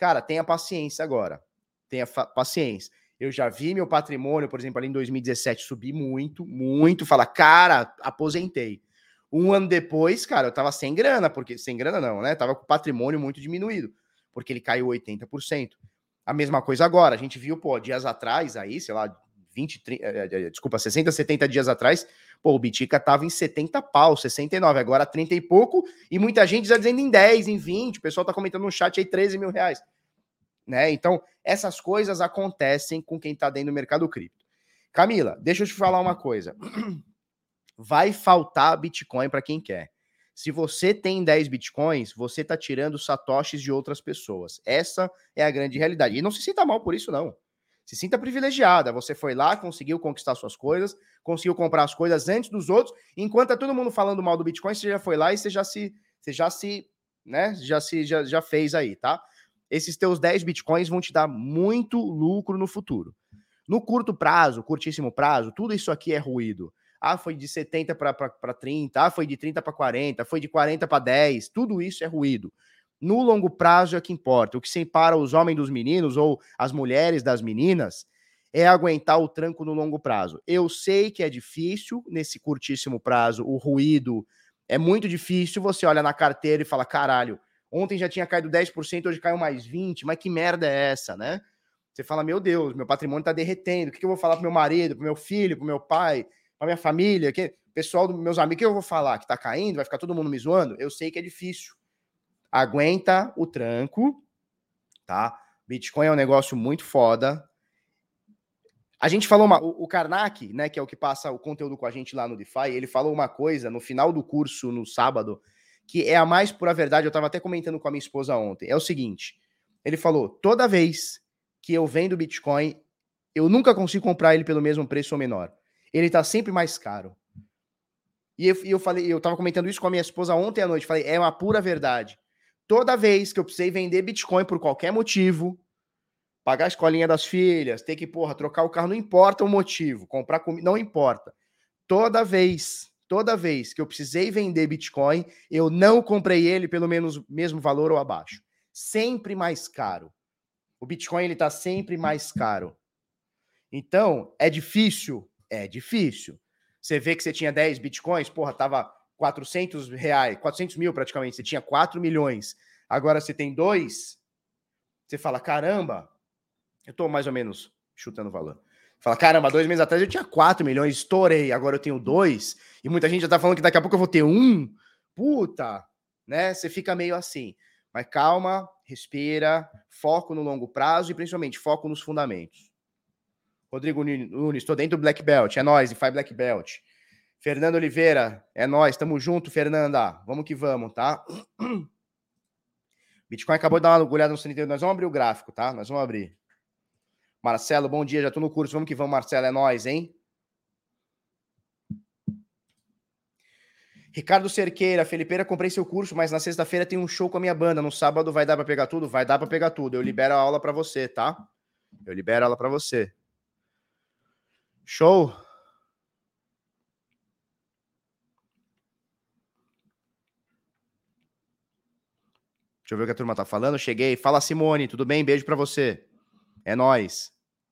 Cara, tenha paciência agora. Tenha paciência. Eu já vi meu patrimônio, por exemplo, ali em dois mil e dezessete subir muito, muito. Falar, cara, aposentei. Um ano depois, cara, eu tava sem grana, porque sem grana não, né? Tava com o patrimônio muito diminuído, porque ele caiu oitenta por cento. A mesma coisa agora. A gente viu, pô, dias atrás aí, sei lá, vinte, trinta, desculpa, sessenta, setenta dias atrás, pô, o Bitica tava em setenta pau, sessenta e nove, agora trinta e pouco, e muita gente já dizendo em dez, em vinte, o pessoal tá comentando no chat aí treze mil reais, né? Então, essas coisas acontecem com quem tá dentro do mercado cripto. Camila, deixa eu te falar uma coisa. Vai faltar Bitcoin para quem quer. Se você tem dez Bitcoins, você tá tirando satoshis de outras pessoas. Essa é a grande realidade. E não se sinta mal por isso, não. Se sinta privilegiada. Você foi lá, conseguiu conquistar suas coisas, conseguiu comprar as coisas antes dos outros. Enquanto tá todo mundo falando mal do Bitcoin, você já foi lá e você já se, você já se, né, já se já, já fez aí, tá? Esses teus dez Bitcoins vão te dar muito lucro no futuro. No curto prazo, curtíssimo prazo, tudo isso aqui é ruído. Ah, foi de setenta para trinta, ah, foi de trinta para quarenta, foi de quarenta para dez, tudo isso é ruído. No longo prazo é o que importa. O que separa os homens dos meninos ou as mulheres das meninas é aguentar o tranco no longo prazo. Eu sei que é difícil nesse curtíssimo prazo, o ruído é muito difícil. Você olha na carteira e fala, caralho, ontem já tinha caído dez por cento, hoje caiu mais vinte por cento, mas que merda é essa, né? Você fala, meu Deus, meu patrimônio tá derretendo, o que eu vou falar pro meu marido, pro meu filho, pro meu pai, pra minha família, que pessoal dos meus amigos, o que eu vou falar? Que tá caindo, vai ficar todo mundo me zoando? Eu sei que é difícil. Aguenta o tranco, tá? Bitcoin é um negócio muito foda. A gente falou uma... O Karnak, né, que é o que passa o conteúdo com a gente lá no DeFi, ele falou uma coisa no final do curso, no sábado, que é a mais pura verdade, eu tava até comentando com a minha esposa ontem. É o seguinte, ele falou, toda vez que eu vendo Bitcoin, eu nunca consigo comprar ele pelo mesmo preço ou menor. Ele tá sempre mais caro. E eu, e eu falei, eu tava comentando isso com a minha esposa ontem à noite, falei, é uma pura verdade. Toda vez que eu precisei vender Bitcoin por qualquer motivo, pagar a escolinha das filhas, ter que, porra, trocar o carro, não importa o motivo, comprar comida, não importa. Toda vez, toda vez que eu precisei vender Bitcoin, eu não comprei ele pelo menos mesmo valor ou abaixo. Sempre mais caro. O Bitcoin, ele tá sempre mais caro. Então, é difícil? É difícil. Você vê que você tinha dez Bitcoins, porra, tava quatrocentos reais, quatrocentos mil praticamente, você tinha quatro milhões. Agora você tem dois, você fala, caramba, eu tô mais ou menos chutando o valor. Fala, caramba, dois meses atrás eu tinha quatro milhões, estourei, agora eu tenho dois, e muita gente já tá falando que daqui a pouco eu vou ter um. Puta, né? Você fica meio assim. Mas calma, respira, foco no longo prazo e principalmente foco nos fundamentos. Rodrigo Nunes, estou dentro do Black Belt, é nóis, e faz Black Belt. Fernando Oliveira, é nóis, tamo junto, Fernanda. Vamos que vamos, tá? Bitcoin acabou de dar uma olhada no trinta e oito, nós vamos abrir o gráfico, tá? Nós vamos abrir. Marcelo, bom dia, já tô no curso, vamos que vamos, Marcelo, é nóis, hein? Ricardo Cerqueira, Felipeira, comprei seu curso, mas na sexta-feira tem um show com a minha banda, no sábado vai dar pra pegar tudo? Vai dar pra pegar tudo, eu libero a aula pra você, tá? Eu libero a aula pra você. Show? Deixa eu ver o que a turma tá falando. Cheguei. Fala, Simone, tudo bem? Beijo pra você. É nóis.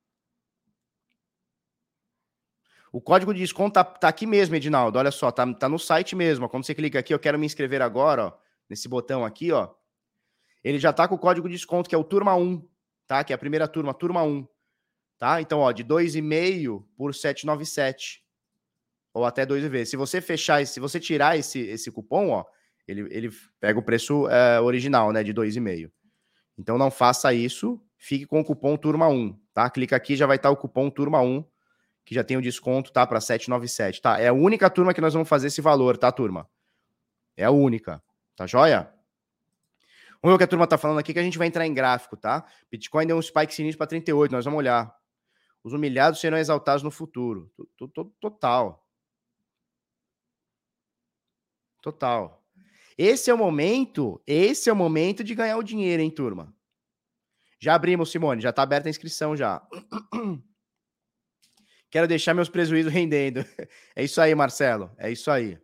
O código de desconto tá, tá aqui mesmo, Edinaldo. Olha só, tá, tá no site mesmo. Quando você clica aqui, eu quero me inscrever agora, ó, nesse botão aqui, ó. Ele já tá com o código de desconto, que é o turma um, tá? Que é a primeira turma, turma um. Tá? Então, ó, de dois e meio por setecentos e noventa e sete. Ou até dois vezes. Se você fechar, se você tirar esse, esse cupom, ó, ele, ele pega o preço é, original, né, de dois e meio. Então não faça isso, fique com o cupom turma um, tá? Clica aqui, já vai estar o cupom turma um, que já tem o desconto, tá, para setecentos e noventa e sete, tá? É a única turma que nós vamos fazer esse valor, tá, turma? É a única. Tá joia? Vamos ver o que a turma tá falando aqui, que a gente vai entrar em gráfico, tá? Bitcoin deu um spike sinistro para trinta e oito, nós vamos olhar. Os humilhados serão exaltados no futuro. Total. Total. Esse é o momento, esse é o momento de ganhar o dinheiro, hein, turma? Já abrimos, Simone, já tá aberta a inscrição já. Quero deixar meus prejuízos rendendo. É isso aí, Marcelo, é isso aí.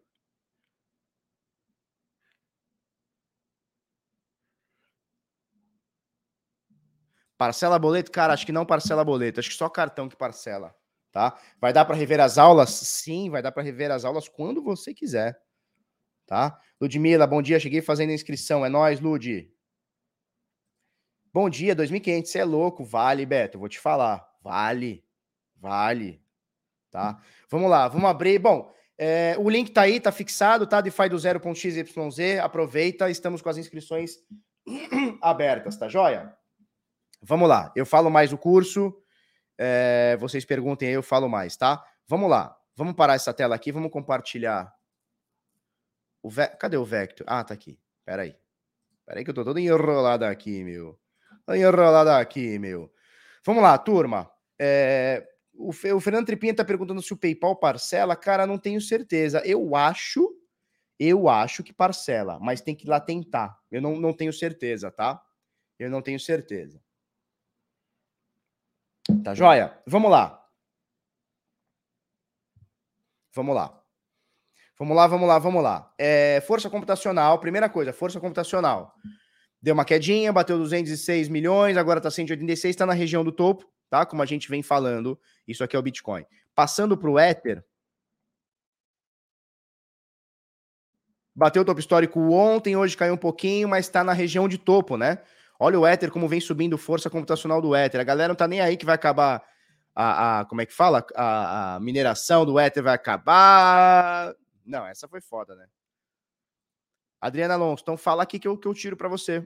Parcela boleto? Cara, acho que não parcela boleto. Acho que só cartão que parcela, tá? Vai dar para rever as aulas? Sim, vai dar para rever as aulas quando você quiser, tá? Ludmila, bom dia. Cheguei fazendo inscrição. É nóis, Lud. Bom dia, dois mil e quinhentos. Você é louco. Vale, Beto. Vou te falar. Vale. Vale. Tá? Vamos lá, vamos abrir. Bom, é, o link tá aí, tá fixado, tá? DeFi do zero ponto x y z. Aproveita, estamos com as inscrições abertas, tá joia? Vamos lá, eu falo mais do curso. É, vocês perguntem aí, eu falo mais, tá? Vamos lá, vamos parar essa tela aqui, vamos compartilhar. O ve... Cadê o Vector? Ah, tá aqui. Pera aí. Pera aí que eu tô todo enrolado aqui, meu. Tô enrolado aqui, meu. Vamos lá, turma. É... O, Fe... o Fernando Tripinha tá perguntando se o PayPal parcela. Cara, não tenho certeza. Eu acho, eu acho que parcela, mas tem que ir lá tentar. Eu não, não tenho certeza, tá? Eu não tenho certeza. Tá joia? Vamos lá. Vamos lá. Vamos lá, vamos lá, vamos lá. É, força computacional, primeira coisa, força computacional. Deu uma quedinha, bateu duzentos e seis milhões, agora tá cento e oitenta e seis, tá na região do topo, tá? Como a gente vem falando, isso aqui é o Bitcoin. Passando pro Ether, bateu o topo histórico ontem, hoje caiu um pouquinho, mas tá na região de topo, né? Olha o Ether como vem subindo força computacional do Ether. A galera não tá nem aí que vai acabar a, a como é que fala? A, a mineração do Ether vai acabar. Não, essa foi foda, né? Adriana Alonso, então fala aqui que eu, que eu tiro para você.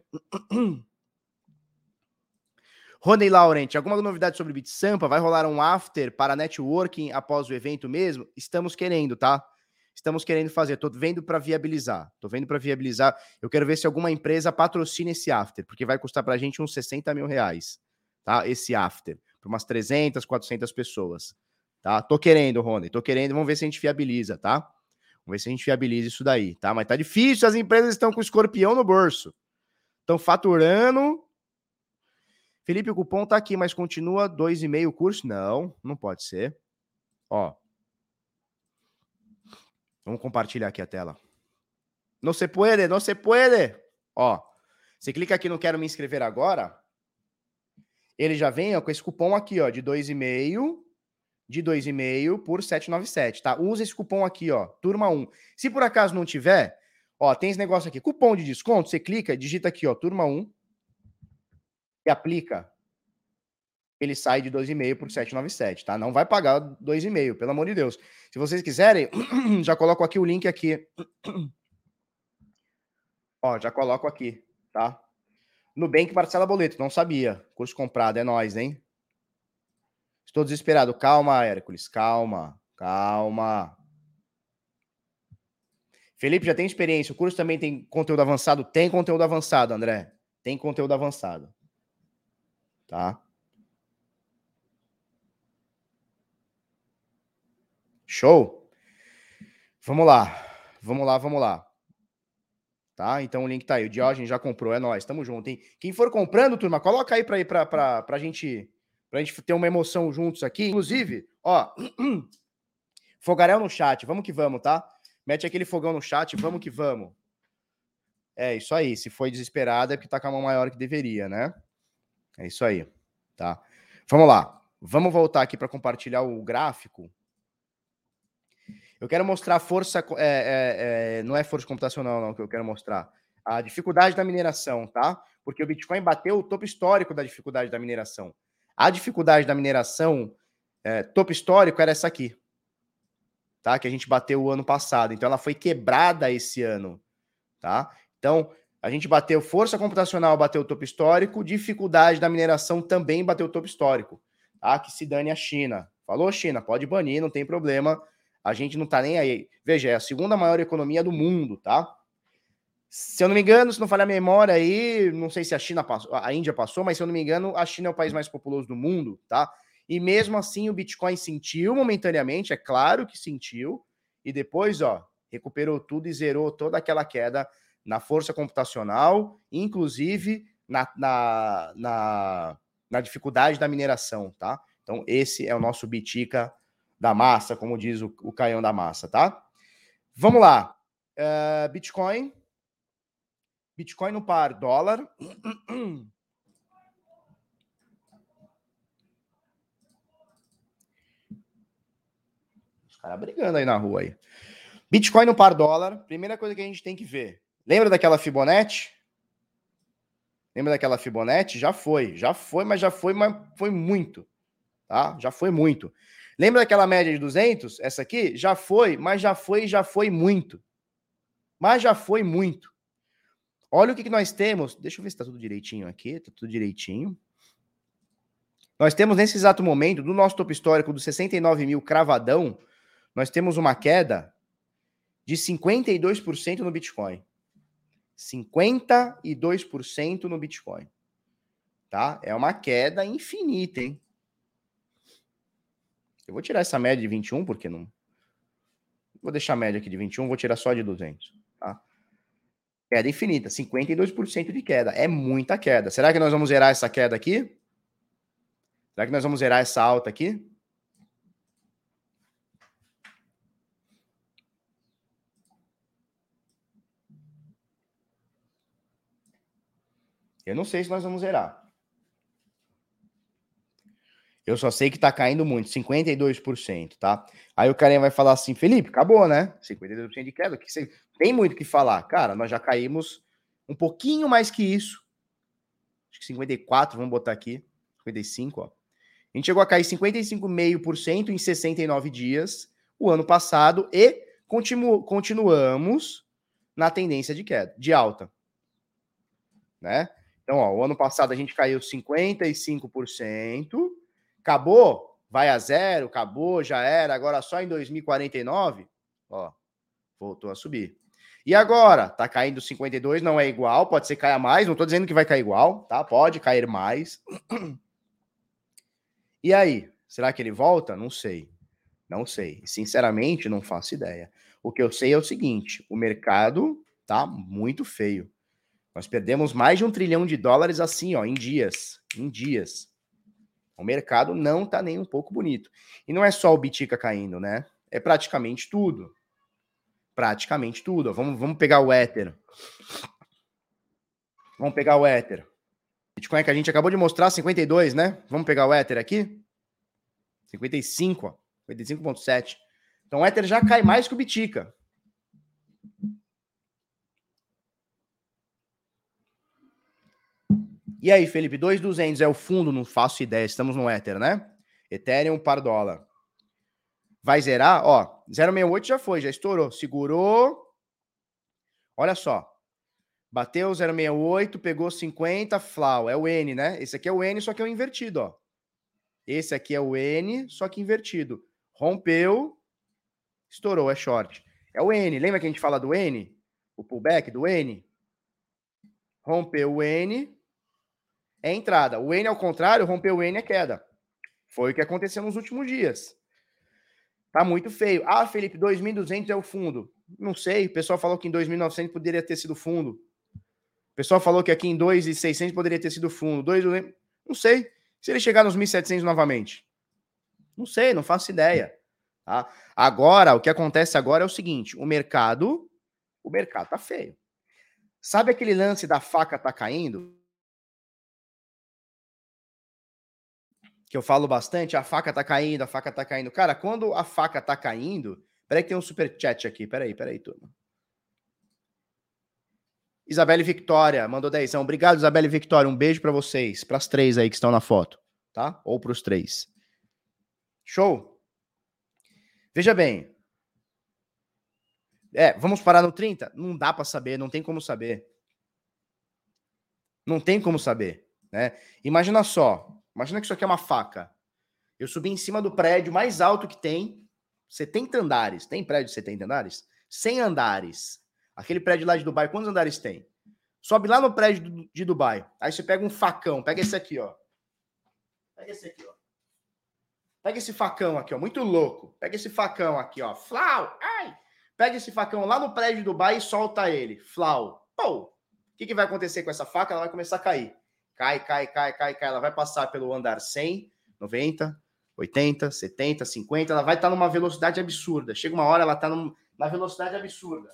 Rony Laurent, alguma novidade sobre BitSampa? Vai rolar um after para networking após o evento mesmo? Estamos querendo, tá? Estamos querendo fazer. Tô vendo para viabilizar. Tô vendo para viabilizar. Eu quero ver se alguma empresa patrocina esse after, porque vai custar pra gente uns sessenta mil reais, tá? Esse after. Para umas trezentas, quatrocentas pessoas, tá? Tô querendo, Rony. Tô querendo. Vamos ver se a gente viabiliza, tá? Vamos ver se a gente viabiliza isso daí, tá? Mas tá difícil, as empresas estão com o escorpião no bolso. Estão faturando. Felipe, o cupom tá aqui, mas continua dois vírgula cinco o curso? Não, não pode ser. Ó. Vamos compartilhar aqui a tela. Não se puede, não se puede. Ó. Você clica aqui no Quero Me Inscrever Agora. Ele já vem ó, com esse cupom aqui, ó, de dois vírgula cinco, de dois vírgula cinco por setecentos e noventa e sete, tá? Usa esse cupom aqui, ó, turma um. Se por acaso não tiver, ó, tem esse negócio aqui, cupom de desconto, você clica, digita aqui, ó, turma um, e aplica. Ele sai de dois vírgula cinco por setecentos e noventa e sete, tá? Não vai pagar dois vírgula cinco, pelo amor de Deus. Se vocês quiserem, já coloco aqui o link aqui. Ó, já coloco aqui, tá? Nubank parcela boleto, não sabia. Curso comprado, é nóis, hein? Estou desesperado. Calma, Hércules, calma, calma. Felipe já tem experiência. O curso também tem conteúdo avançado? Tem conteúdo avançado, André. Tem conteúdo avançado. Tá? Show? Vamos lá. Vamos lá, vamos lá. Tá? Então o link tá aí. O Diógenes já comprou, é nóis. Tamo junto, hein? Quem for comprando, turma, coloca aí pra, ir pra, pra, pra, gente, pra gente ter uma emoção juntos aqui. Inclusive, ó, fogaréu no chat. Vamos que vamos, tá? Mete aquele fogão no chat, vamos que vamos. É isso aí. Se foi desesperado é porque tá com a mão maior que deveria, né? É isso aí, tá? Vamos lá. Vamos voltar aqui para compartilhar o gráfico. Eu quero mostrar a força... É, é, é, não é força computacional, não, que eu quero mostrar. A dificuldade da mineração, tá? Porque o Bitcoin bateu o topo histórico da dificuldade da mineração. A dificuldade da mineração, é, topo histórico, era essa aqui. Tá? Que a gente bateu o ano passado. Então, ela foi quebrada esse ano. Tá? Então, a gente bateu força computacional, bateu o topo histórico, dificuldade da mineração também bateu o topo histórico. Tá? Que se dane a China. Falou, China, pode banir, não tem problema. A gente não tá nem aí. Veja, é a segunda maior economia do mundo, tá? Se eu não me engano, se não falhar a memória aí, não sei se a China passou, a Índia passou, mas se eu não me engano, a China é o país mais populoso do mundo, tá? E mesmo assim o Bitcoin sentiu momentaneamente, é claro que sentiu, e depois, ó, recuperou tudo e zerou toda aquela queda na força computacional, inclusive na, na, na, na dificuldade da mineração, tá? Então esse é o nosso Bitica da massa, como diz o, o Caião da massa, tá? Vamos lá. Uh, Bitcoin. Bitcoin no par, dólar. Cara brigando aí na rua aí. Bitcoin no par dólar, primeira coisa que a gente tem que ver. Lembra daquela Fibonacci? Lembra daquela Fibonacci? Já foi, já foi, mas já foi, mas foi muito, tá? Já foi muito. Lembra daquela média de duzentos? Essa aqui? Já foi, mas já foi, já foi muito. Mas já foi muito. Olha o que, que nós temos. Deixa eu ver se tá tudo direitinho aqui. Tá tudo direitinho. Nós temos nesse exato momento, do nosso topo histórico dos sessenta e nove mil cravadão, nós temos uma queda de cinquenta e dois por cento no Bitcoin. cinquenta e dois por cento no Bitcoin. Tá? É uma queda infinita, hein? Eu vou tirar essa média de vinte e um, porque não... Vou deixar a média aqui de vinte e um, vou tirar só de duzentos, tá? Queda infinita, cinquenta e dois por cento de queda. É muita queda. Será que nós vamos zerar essa queda aqui? Será que nós vamos zerar essa alta aqui? Eu não sei se nós vamos zerar. Eu só sei que tá caindo muito, cinquenta e dois por cento, tá? Aí o carinha vai falar assim, Felipe, acabou, né? cinquenta e dois por cento de queda, que você tem muito o que falar. Cara, nós já caímos um pouquinho mais que isso. Acho que cinquenta e quatro, vamos botar aqui. cinquenta e cinco, ó. A gente chegou a cair cinquenta e cinco vírgula cinco por cento em sessenta e nove dias o ano passado e continu continuamos na tendência de queda, de alta, né? Então, ó, o ano passado a gente caiu cinquenta e cinco por cento, acabou, vai a zero, acabou, já era, agora só em dois mil e quarenta e nove, ó, voltou a subir. E agora, tá caindo cinquenta e dois, não é igual, pode ser que caia mais, não tô dizendo que vai cair igual, tá? Pode cair mais. E aí, será que ele volta? Não sei. Não sei. Sinceramente, não faço ideia. O que eu sei é o seguinte, o mercado tá muito feio. Nós perdemos mais de um trilhão de dólares assim, ó, em dias. Em dias. O mercado não tá nem um pouco bonito. E não é só o Bitica caindo, né? É praticamente tudo. Praticamente tudo. Ó. Vamos, vamos pegar o Ether. Vamos pegar o Ether. Bitcoin que a gente acabou de mostrar, cinquenta e dois, né? Vamos pegar o Ether aqui? cinquenta e cinco, ó. cinquenta e cinco vírgula sete. Então o Ether já cai mais que o Bitica. E aí, Felipe, dois mil e duzentos é o fundo? Não faço ideia, estamos no Ether, né? Ethereum par dólar. Vai zerar? Ó, zero vírgula sessenta e oito já foi, já estourou. Segurou. Olha só. Bateu zero vírgula sessenta e oito, pegou cinquenta, flau. É o N, né? Esse aqui é o N, só que é o invertido, ó. Esse aqui é o N, só que invertido. Rompeu, estourou, é short. É o N. Lembra que a gente fala do N? O pullback do N? Rompeu o N, é entrada. O N, ao contrário, rompeu o N, é queda. Foi o que aconteceu nos últimos dias. Tá muito feio. Ah, Felipe, dois mil e duzentos é o fundo. Não sei. O pessoal falou que em dois mil e novecentos poderia ter sido fundo. O pessoal falou que aqui em dois mil e seiscentos poderia ter sido fundo. dois, não sei. Se ele chegar nos mil e setecentos novamente. Não sei, não faço ideia. Tá? Agora, o que acontece agora é o seguinte. O mercado, o mercado tá feio. Sabe aquele lance da faca tá caindo? Que eu falo bastante, a faca tá caindo, a faca tá caindo. Cara, quando a faca tá caindo... Peraí que tem um superchat aqui. Peraí, peraí, turma. Isabelle Victória mandou dezão. Obrigado, Isabelle Victória. Um beijo pra vocês. Pras três aí que estão na foto. Tá? Ou pros três. Show? Veja bem. É, vamos parar no trinta? Não dá pra saber, não tem como saber. Não tem como saber, né? Imagina só. Imagina que isso aqui é uma faca. Eu subi em cima do prédio mais alto que tem, setenta andares. Tem prédio de setenta andares? cem andares. Aquele prédio lá de Dubai, quantos andares tem? Sobe lá no prédio de Dubai. Aí você pega um facão. Pega esse aqui, ó. Pega esse aqui, ó. Pega esse facão aqui, ó. Muito louco. Pega esse facão aqui, ó. Flau! Ai! Pega esse facão lá no prédio de Dubai e solta ele. Flau! Pô! O que, que vai acontecer com essa faca? Ela vai começar a cair. Cai, cai, cai, cai, cai. Ela vai passar pelo andar cem, noventa, oitenta, setenta, cinquenta. Ela vai estar numa velocidade absurda. Chega uma hora, ela está num, na velocidade absurda.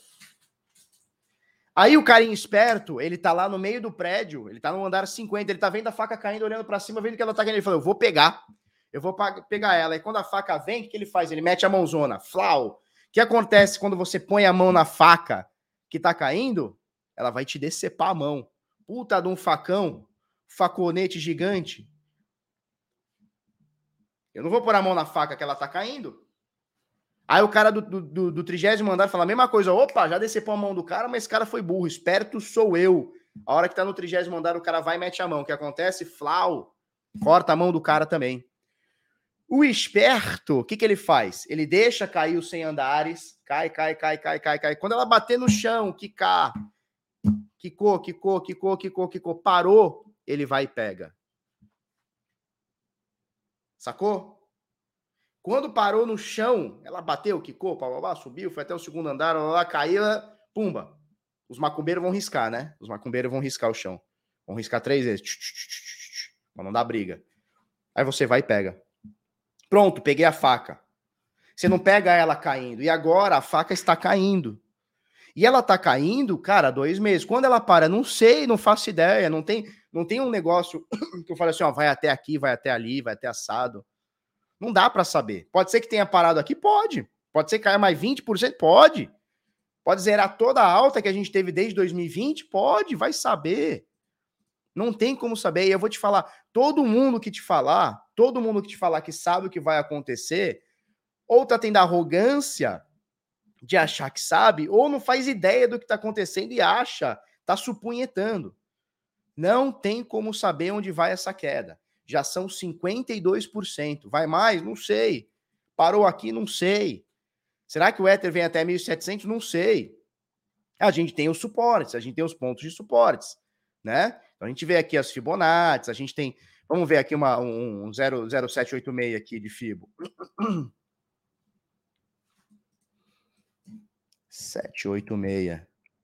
Aí o carinha esperto, ele tá lá no meio do prédio, ele tá no andar cinquenta, ele tá vendo a faca caindo, olhando para cima, vendo que ela tá caindo. Ele falou, eu vou pegar. eu vou pegar ela. E quando a faca vem, o que, que ele faz? Ele mete a mãozona, flau. O que acontece quando você põe a mão na faca que tá caindo? Ela vai te decepar a mão. Puta de um facão, faconete gigante. Eu não vou pôr a mão na faca que ela tá caindo. Aí o cara do, do, do trigésimo andar fala a mesma coisa. Opa, já decepou a mão do cara, mas esse cara foi burro. Esperto sou eu. A hora que tá no trigésimo andar, o cara vai e mete a mão. O que acontece? Flau. Corta a mão do cara também. O esperto, o que, que ele faz? Ele deixa cair os cem andares. Cai, cai, cai, cai, cai, cai. Quando ela bater no chão, quicar. Quicou, quicou, quicou, quicou, quicou. Parou, ele vai e pega. Sacou? Quando parou no chão, ela bateu, quicou, pá, pá, pá, subiu, foi até o segundo andar, ela caiu, pumba. Os macumbeiros vão riscar, né? Os macumbeiros vão riscar o chão. Vão riscar três vezes. Pra não dar briga. Aí você vai e pega. Pronto, peguei a faca. Você não pega ela caindo. E agora a faca está caindo. E ela tá caindo, cara, dois meses. Quando ela para, não sei, não faço ideia. Não tem, não tem um negócio que eu falo assim, ó, vai até aqui, vai até ali, vai até assado. Não dá para saber. Pode ser que tenha parado aqui? Pode. Pode ser que caia mais vinte por cento? Pode. Pode zerar toda a alta que a gente teve desde dois mil e vinte? Pode, vai saber. Não tem como saber. E eu vou te falar, todo mundo que te falar, todo mundo que te falar que sabe o que vai acontecer, ou tá tendo arrogância de achar que sabe, ou não faz ideia do que tá acontecendo e acha, tá supunhetando. Não tem como saber onde vai essa queda. Já são cinquenta e dois por cento. Vai mais? Não sei. Parou aqui? Não sei. Será que o Ether vem até mil e setecentos? Não sei. A gente tem os suportes, a gente tem os pontos de suportes, né? Então a gente vê aqui as Fibonacci, a gente tem... Vamos ver aqui uma, um zero vírgula sete oito seis aqui de Fibo. sete oito seis.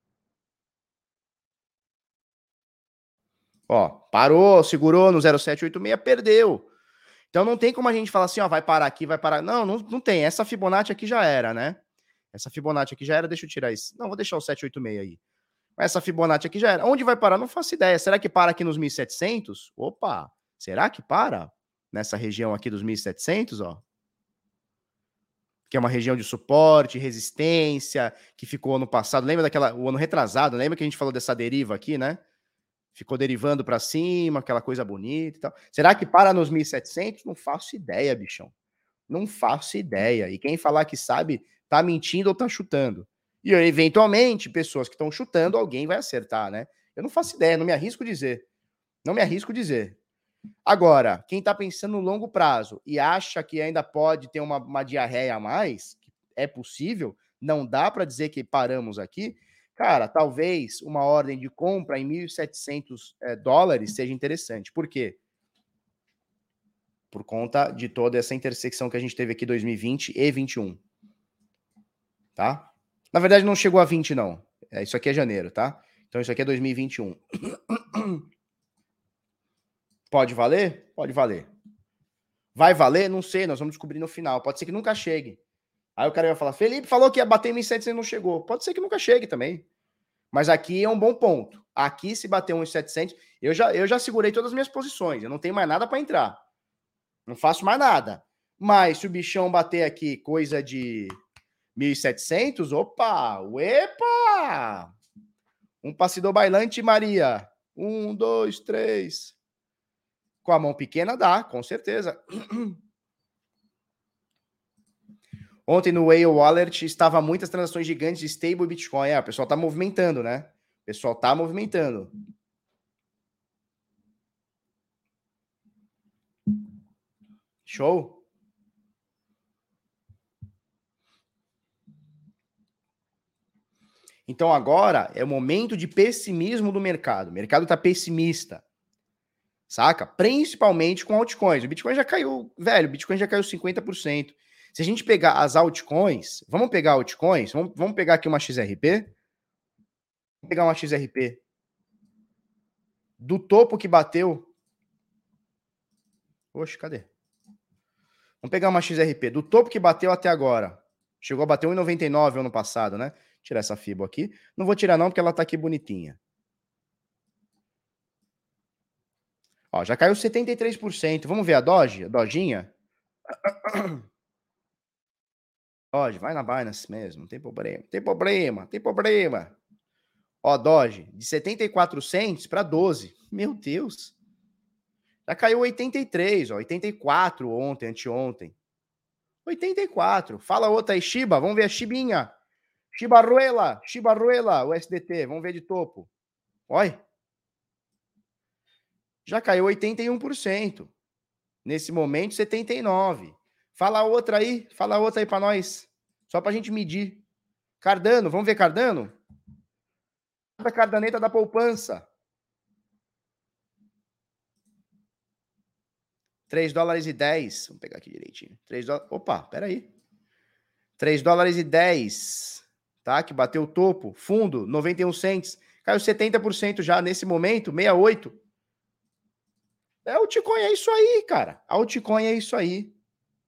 Ó, parou, segurou no zero sete oito seis, perdeu. Então não tem como a gente falar assim, ó, vai parar aqui, vai parar. Não, não, não tem. Essa Fibonacci aqui já era, né? Essa Fibonacci aqui já era, deixa eu tirar isso. Não, vou deixar o sete oito seis aí. Essa Fibonacci aqui já era. Onde vai parar? Não faço ideia. Será que para aqui nos mil e setecentos? Opa, será que para? Nessa região aqui dos mil e setecentos, ó. Que é uma região de suporte, resistência, que ficou ano passado. Lembra daquela, o ano retrasado, lembra que a gente falou dessa deriva aqui, né? Ficou derivando para cima, aquela coisa bonita e tal. Será que para nos mil e setecentos? Não faço ideia, bichão. Não faço ideia. E quem falar que sabe, tá mentindo ou tá chutando. E, eventualmente, pessoas que estão chutando, alguém vai acertar, né? Eu não faço ideia, não me arrisco dizer. Não me arrisco dizer. Agora, quem tá pensando no longo prazo e acha que ainda pode ter uma, uma diarreia a mais, é possível, não dá para dizer que paramos aqui, cara, talvez uma ordem de compra em mil e setecentos é, dólares seja interessante. Por quê? Por conta de toda essa intersecção que a gente teve aqui dois mil e vinte e vinte e um. Tá? Na verdade, não chegou a vinte, não. É, isso aqui é janeiro, tá? Então, isso aqui é dois mil e vinte e um. Pode valer? Pode valer. Vai valer? Não sei, nós vamos descobrir no final. Pode ser que nunca chegue. Aí o cara vai falar, Felipe falou que ia bater em mil e setecentos e não chegou. Pode ser que nunca chegue também. Mas aqui é um bom ponto. Aqui, se bater mil e setecentos, eu já, eu já segurei todas as minhas posições. Eu não tenho mais nada para entrar. Não faço mais nada. Mas se o bichão bater aqui coisa de mil e setecentos, opa, uepa! Um passidor bailante, Maria. Um, dois, três. Com a mão pequena dá, com certeza. Ontem no Whale Wallet estava muitas transações gigantes de stable Bitcoin. É, o pessoal tá movimentando, né? O pessoal tá movimentando. Show? Então agora é o momento de pessimismo do mercado. O mercado tá pessimista. Saca? Principalmente com altcoins. O Bitcoin já caiu, velho, o Bitcoin já caiu cinquenta por cento. Se a gente pegar as altcoins, vamos pegar altcoins, vamos, vamos pegar aqui uma X R P. Vamos pegar uma X R P. Do topo que bateu. Oxe, cadê? Vamos pegar uma X R P. Do topo que bateu até agora. Chegou a bater um vírgula noventa e nove ano passado, né? Tirar essa Fibo aqui. Não vou tirar não, porque ela tá aqui bonitinha. Ó, já caiu setenta e três por cento. Vamos ver a Doge? A Dojinha? Doge, vai na Binance mesmo, não tem problema. Tem problema, tem problema. Ó, Doge, de setenta e quatro cents para doze. Meu Deus. Já caiu oitenta e três, ó, oitenta e quatro ontem, anteontem. oitenta e quatro. Fala outra aí, Shiba, vamos ver a Shibinha. Shibaruela, Shibaruela, o S D T, vamos ver de topo. Olha. Já caiu oitenta e um por cento. Nesse momento, setenta e nove por cento. Fala outra aí, fala outra aí para nós. Só pra gente medir. Cardano, vamos ver Cardano? A cardaneta da poupança. três dólares e dez. Vamos pegar aqui direitinho. três dólares. Opa, peraí. três dólares e dez. Tá? Que bateu o topo. Fundo, noventa e um cents. Caiu setenta por cento já nesse momento, sessenta e oito. É, altcoin é isso aí, cara. Altcoin é isso aí.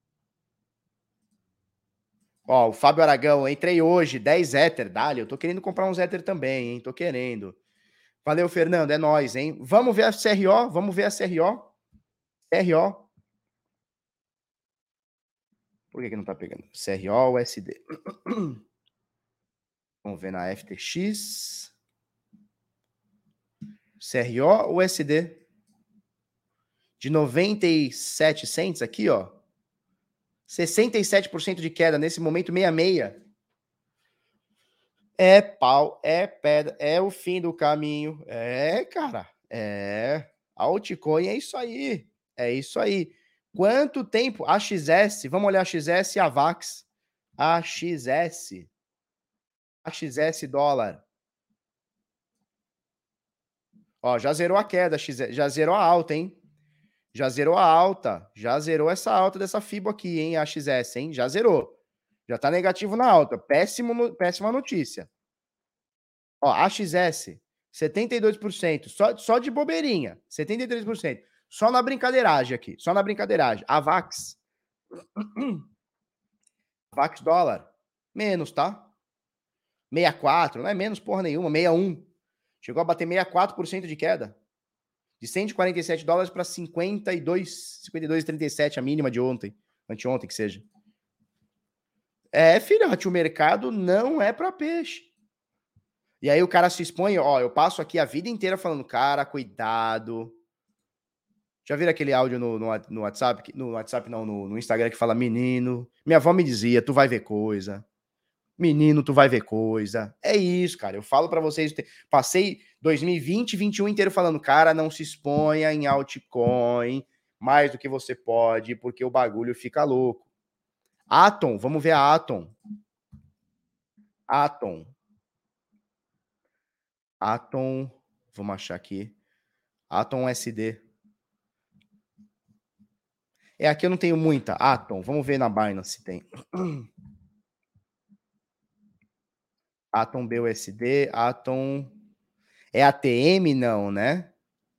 Ó, o Fábio Aragão, entrei hoje, dez Ether, dali. Eu tô querendo comprar uns Ether também, hein? Tô querendo. Valeu, Fernando, é nóis, hein? Vamos ver a C R O, vamos ver a C R O. C R O. Por que que não tá pegando? C R O, U S D. Vamos ver na F T X. C R O, U S D. De noventa e sete cents aqui, ó. sessenta e sete por cento de queda nesse momento, sessenta e seis. É pau, é pedra, é o fim do caminho. É, cara, é. Altcoin é isso aí. É isso aí. Quanto tempo? A X S, vamos olhar a X S e a VAX. A X S. A X S dólar. Ó, já zerou a queda, já zerou a alta, hein? Já zerou a alta. Já zerou essa alta dessa Fibo aqui, hein? A X S, hein? Já zerou. Já tá negativo na alta. Péssimo, péssima notícia. Ó, A X S, setenta e dois por cento. Só, só de bobeirinha. setenta e três por cento. Só na brincadeiragem aqui. Só na brincadeiragem. A VAX. VAX dólar. Menos, tá? sessenta e quatro. Não é menos porra nenhuma. sessenta e um. Chegou a bater sessenta e quatro por cento de queda. De cento e quarenta e sete dólares para cinquenta e dois, cinquenta e dois e trinta e sete, a mínima de ontem. Anteontem que seja. É, filhote, o mercado não é para peixe. E aí o cara se expõe, ó, eu passo aqui a vida inteira falando, cara, cuidado. Já viram aquele áudio no, no, no WhatsApp? No WhatsApp não, no, no Instagram que fala, menino, minha avó me dizia, tu vai ver coisa. Menino, tu vai ver coisa. É isso, cara. Eu falo para vocês, passei dois mil e vinte, vinte e um inteiro falando, cara, não se exponha em altcoin mais do que você pode, porque o bagulho fica louco. Atom, vamos ver a Atom. Atom. Atom, vamos achar aqui. Atom S D. É, aqui eu não tenho muita. Atom, vamos ver na Binance se tem. Atom B U S D, Atom... É A T M? Não, né?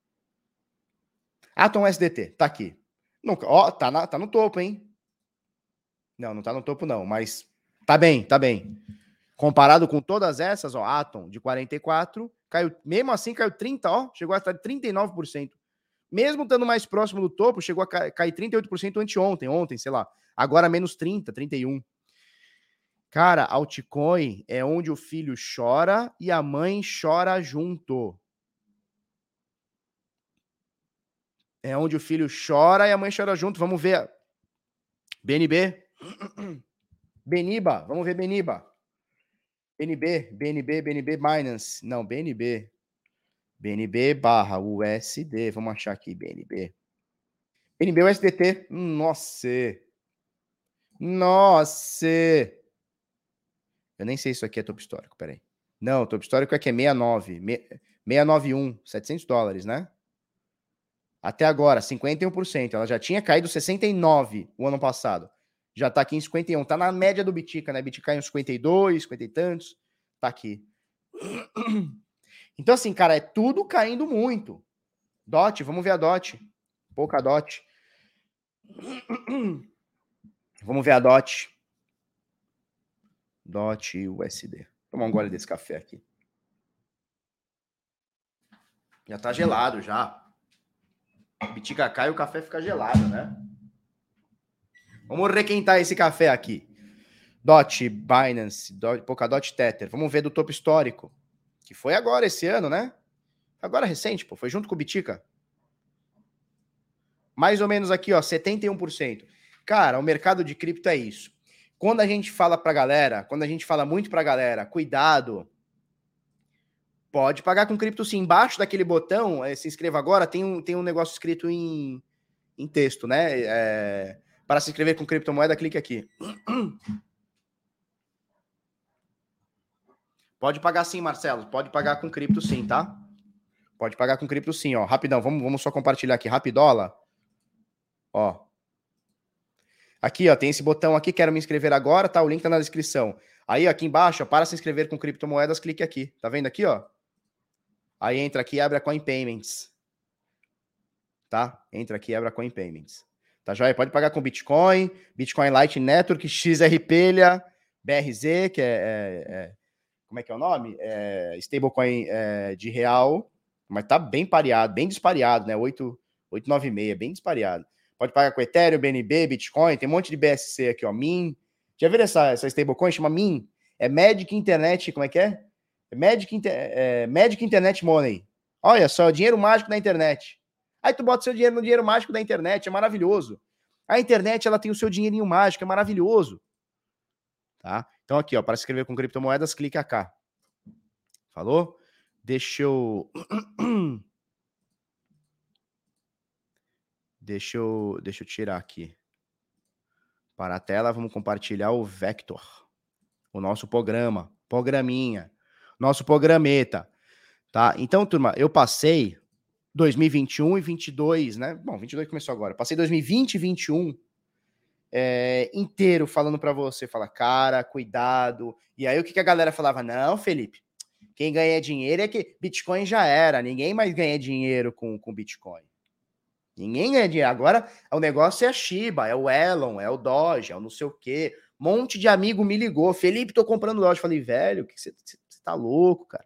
Atom S D T, tá aqui. Nunca, ó, tá, na, tá no topo, hein? Não, não tá no topo não, mas tá bem, tá bem. Comparado com todas essas, ó, Atom de quarenta e quatro, caiu, mesmo assim caiu trinta, ó, chegou a estar trinta e nove por cento. Mesmo estando mais próximo do topo, chegou a cair trinta e oito por cento anteontem, ontem, sei lá. Agora menos trinta, trinta e um. Cara, altcoin é onde o filho chora e a mãe chora junto. É onde o filho chora e a mãe chora junto. Vamos ver. B N B. Beniba. Vamos ver Beniba. B N B, B N B, B N B Binance. Não, B N B. B N B barra U S D. Vamos achar aqui, B N B. B N B U S D T. Nossa. Nossa. Eu nem sei se isso aqui é topo histórico, peraí. Não, topo histórico é que é sessenta e nove. seiscentos e noventa e um. setecentos dólares, né? Até agora, cinquenta e um por cento. Ela já tinha caído sessenta e nove o ano passado. Já tá aqui em cinquenta e um. Tá na média do Bitica, né? Bitica caiu em cinquenta e dois, cinquenta e tantos. Tá aqui. Então, assim, cara, é tudo caindo muito. Dot, vamos ver a Dot. Pouca Dot. Vamos ver a Dot. Dot U S D. Vou tomar um gole desse café aqui. Já tá gelado, já. Bitica cai e o café fica gelado, né? Vamos requentar esse café aqui. Dot, Binance, Dot, Polkadot, Tether. Vamos ver do topo histórico. Que foi agora, esse ano, né? Agora recente, pô. Foi junto com o Bitica. Mais ou menos aqui, ó, setenta e um por cento. Cara, o mercado de cripto é isso. Quando a gente fala pra galera, quando a gente fala muito pra galera, cuidado, pode pagar com cripto sim. Embaixo daquele botão, é, se inscreva agora, tem um, tem um negócio escrito em, em texto, né? É, para se inscrever com criptomoeda, clique aqui. Pode pagar sim, Marcelo. Pode pagar com cripto sim, tá? Pode pagar com cripto sim, ó. Rapidão, vamos, vamos só compartilhar aqui. Rapidola. Ó. Aqui, ó, tem esse botão aqui, quero me inscrever agora, tá? O link tá na descrição. Aí, ó, aqui embaixo, ó, para se inscrever com criptomoedas, clique aqui. Tá vendo aqui, ó? Aí entra aqui e abre a Coin Payments. Tá? Entra aqui e abre a Coin Payments. Tá joia? Pode pagar com Bitcoin, Bitcoin Lightning Network, X R P, B R Z, que é, é, é... Como é que é o nome? É, stablecoin é, de real, mas tá bem pareado, bem dispareado, né? oito, oito nove seis, bem dispareado. Pode pagar com Ethereum, B N B, Bitcoin, tem um monte de B S C aqui, ó, M I N. Já viram essa, essa stablecoin? Chama M I N. É Magic Internet, como é que é? É Magic, Inter, é Magic Internet Money. Olha só, dinheiro mágico da internet. Aí tu bota seu dinheiro no dinheiro mágico da internet, é maravilhoso. A internet, ela tem o seu dinheirinho mágico, é maravilhoso. Tá? Então aqui, ó, para se inscrever com criptomoedas, clique cá. Falou? Deixa eu... Deixa eu, deixa eu tirar aqui. Para a tela, vamos compartilhar o Vector. O nosso programa. Programinha. Nosso programeta. Tá? Então, turma, eu passei dois mil e vinte e um e vinte e dois, né? Bom, vinte e dois começou agora. Passei dois mil e vinte e vinte e um é, inteiro falando para você. Fala, cara, cuidado. E aí, o que, que a galera falava? Não, Felipe, quem ganha dinheiro é que Bitcoin já era. Ninguém mais ganha dinheiro com, com Bitcoin. Ninguém ganha dinheiro. Agora, o negócio é a Shiba, é o Elon, é o Doge, é o não sei o quê. Um monte de amigo me ligou. Felipe, tô comprando Doge. Falei, velho, que você tá louco, cara.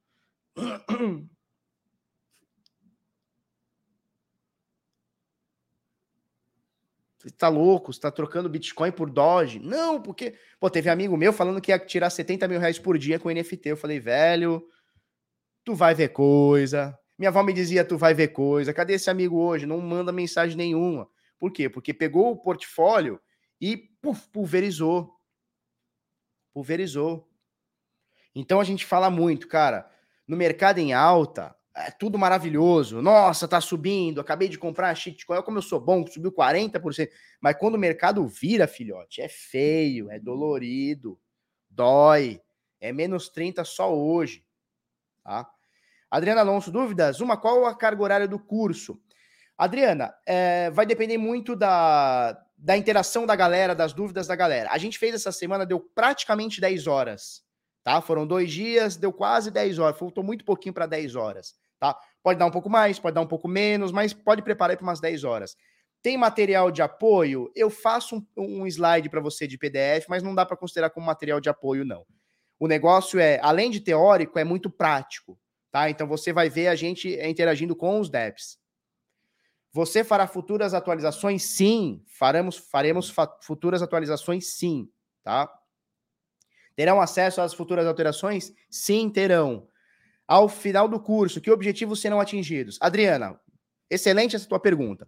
Você tá louco? Você tá trocando Bitcoin por Doge? Não, porque... Pô, teve amigo meu falando que ia tirar setenta mil reais por dia com N F T. Eu falei, velho, tu vai ver coisa. Minha avó me dizia, tu vai ver coisa. Cadê esse amigo hoje? Não manda mensagem nenhuma. Por quê? Porque pegou o portfólio e puf, pulverizou. Pulverizou. Então a gente fala muito, cara, no mercado em alta, é tudo maravilhoso. Nossa, tá subindo, acabei de comprar a shitcoin, olha como eu sou bom, subiu quarenta por cento. Mas quando o mercado vira, filhote, é feio, é dolorido, dói. É menos trinta só hoje, tá? Adriana Alonso, dúvidas? Uma, qual a carga horária do curso? Adriana, é, vai depender muito da, da interação da galera, das dúvidas da galera. A gente fez essa semana, deu praticamente dez horas, tá? Foram dois dias, deu quase dez horas, faltou muito pouquinho para dez horas, tá? Pode dar um pouco mais, pode dar um pouco menos, mas pode preparar para umas dez horas. Tem material de apoio? Eu faço um, um slide para você de P D F, mas não dá para considerar como material de apoio, não. O negócio é, além de teórico, é muito prático. Tá? Então você vai ver a gente interagindo com os dApps. Você fará futuras atualizações? Sim. Faremos, faremos fa- futuras atualizações? Sim. Tá? Terão acesso às futuras alterações? Sim, terão. Ao final do curso, que objetivos serão atingidos? Adriana, excelente essa tua pergunta.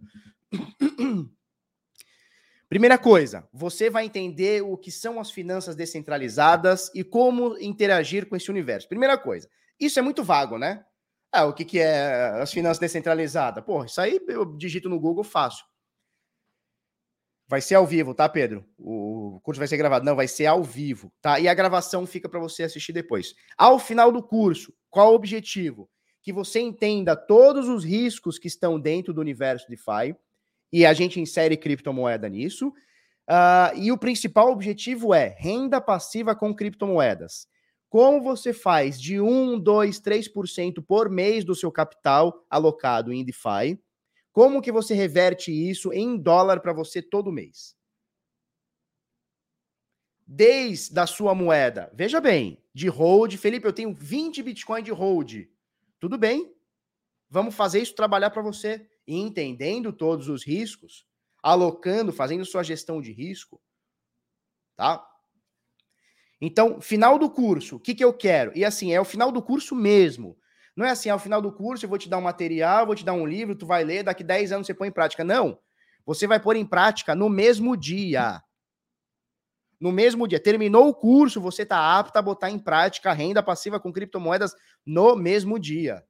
Primeira coisa, você vai entender o que são as finanças descentralizadas e como interagir com esse universo. Primeira coisa, isso é muito vago, né? Ah, o que, que é as finanças descentralizadas? Pô, isso aí eu digito no Google fácil. Vai ser ao vivo, tá, Pedro? O curso vai ser gravado. Não, vai ser ao vivo, tá? E a gravação fica para você assistir depois. Ao final do curso, qual o objetivo? Que você entenda todos os riscos que estão dentro do universo DeFi, e a gente insere criptomoeda nisso. Uh, e o principal objetivo é renda passiva com criptomoedas. Como você faz de um, dois, três por cento por mês do seu capital alocado em DeFi? Como que você reverte isso em dólar para você todo mês? Desde a sua moeda, veja bem, de hold, Felipe, eu tenho vinte Bitcoin de hold. Tudo bem, vamos fazer isso trabalhar para você. E entendendo todos os riscos, alocando, fazendo sua gestão de risco, tá? Então, final do curso, o que, que eu quero? E assim, é o final do curso mesmo. Não é assim, ao final do curso eu vou te dar um material, vou te dar um livro, tu vai ler, daqui dez anos você põe em prática. Não. Você vai pôr em prática no mesmo dia. No mesmo dia. Terminou o curso, você está apto a botar em prática a renda passiva com criptomoedas no mesmo dia.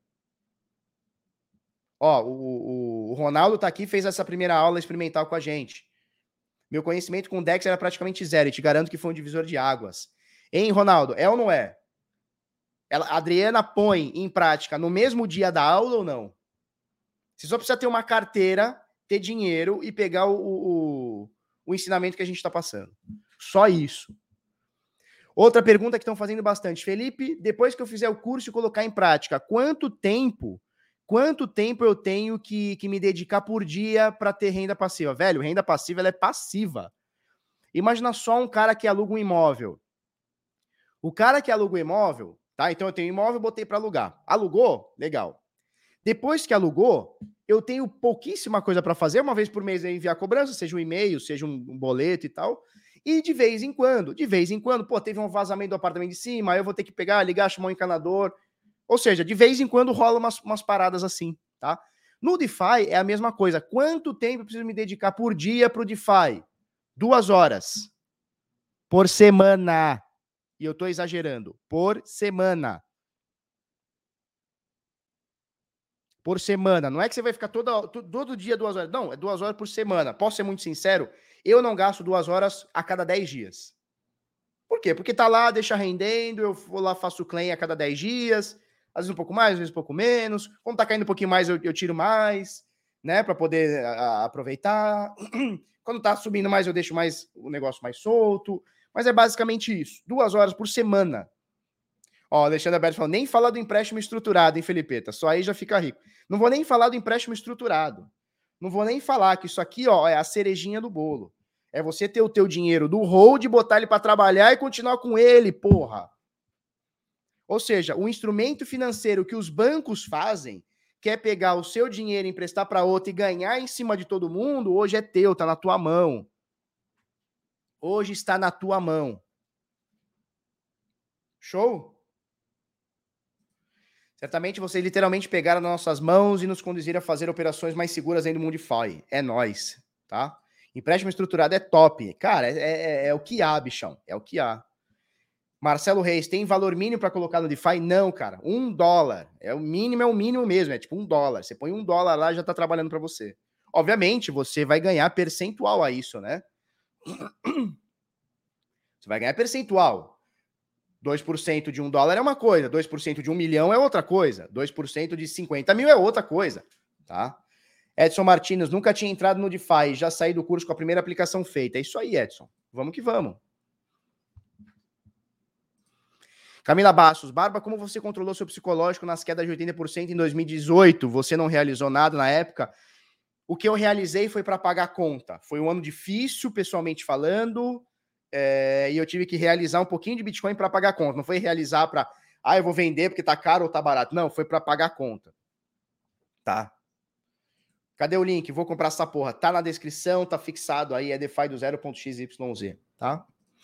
Ó, o, o, o Ronaldo tá aqui, fez essa primeira aula experimental com a gente. Meu conhecimento com o Dex era praticamente zero, e te garanto que foi um divisor de águas. Hein, Ronaldo? É ou não é? Ela, a Adriana põe em prática no mesmo dia da aula ou não? Você só precisa ter uma carteira, ter dinheiro e pegar o, o, o ensinamento que a gente está passando. Só isso. Outra pergunta que estão fazendo bastante. Felipe, depois que eu fizer o curso e colocar em prática, quanto tempo, quanto tempo eu tenho que, que me dedicar por dia para ter renda passiva? Velho, renda passiva ela é passiva. Imagina só um cara que aluga um imóvel. O cara que aluga um imóvel, tá? Então eu tenho um imóvel, botei para alugar. Alugou? Legal. Depois que alugou, eu tenho pouquíssima coisa para fazer. Uma vez por mês eu enviar cobrança, seja um e-mail, seja um, um boleto e tal. E de vez em quando, de vez em quando, pô, teve um vazamento do apartamento de cima, aí eu vou ter que pegar, ligar, chamar um encanador. Ou seja, de vez em quando rola umas, umas paradas assim, tá? No DeFi é a mesma coisa. Quanto tempo eu preciso me dedicar por dia pro DeFi? Duas horas. Por semana. E eu tô exagerando. Por semana. Por semana. Não é que você vai ficar toda, todo dia duas horas. Não, é duas horas por semana. Posso ser muito sincero? Eu não gasto duas horas a cada dez dias. Por quê? Porque tá lá, deixa rendendo, eu vou lá, faço o claim a cada dez dias, às vezes um pouco mais, às vezes um pouco menos. Quando tá caindo um pouquinho mais, eu, eu tiro mais, né, para poder a, a, aproveitar. Quando tá subindo mais, eu deixo mais o negócio mais solto. Mas é basicamente isso. Duas horas por semana. Ó, Alexandre Alberto falou, nem falar do empréstimo estruturado, hein, Felipeta? Só aí já fica rico. Não vou nem falar do empréstimo estruturado. Não vou nem falar que isso aqui, ó, é a cerejinha do bolo. É você ter o teu dinheiro do hold, botar ele para trabalhar e continuar com ele, porra. Ou seja, o instrumento financeiro que os bancos fazem, que é pegar o seu dinheiro, emprestar para outro e ganhar em cima de todo mundo, hoje é teu, tá na tua mão. Hoje está na tua mão. Show? Certamente vocês literalmente pegaram nas nossas mãos e nos conduziram a fazer operações mais seguras dentro do mundo DeFi. É nóis, tá? Empréstimo estruturado é top. Cara, é, é, é o que há, bichão. É o que há. Marcelo Reis, tem valor mínimo para colocar no DeFi? Não, cara. Um dólar. É o mínimo, é o mínimo mesmo. É tipo um dólar. Você põe um dólar lá e já tá trabalhando para você. Obviamente, você vai ganhar percentual a isso, né? Você vai ganhar percentual. dois por cento de um dólar é uma coisa, dois por cento de um milhão é outra coisa, dois por cento de cinquenta mil é outra coisa, tá? Edson Martins, nunca tinha entrado no DeFi, já saí do curso com a primeira aplicação feita. É isso aí, Edson. Vamos que vamos. Camila Bastos, Barba, como você controlou seu psicológico nas quedas de oitenta por cento em dois mil e dezoito? Você não realizou nada na época? O que eu realizei foi para pagar a conta. Foi um ano difícil, pessoalmente falando, é, e eu tive que realizar um pouquinho de Bitcoin para pagar a conta. Não foi realizar para, ah, eu vou vender porque tá caro ou tá barato. Não, foi para pagar a conta. Tá? Cadê o link? Vou comprar essa porra. Tá na descrição, tá fixado aí, é DeFi do zero ponto x y z, tá?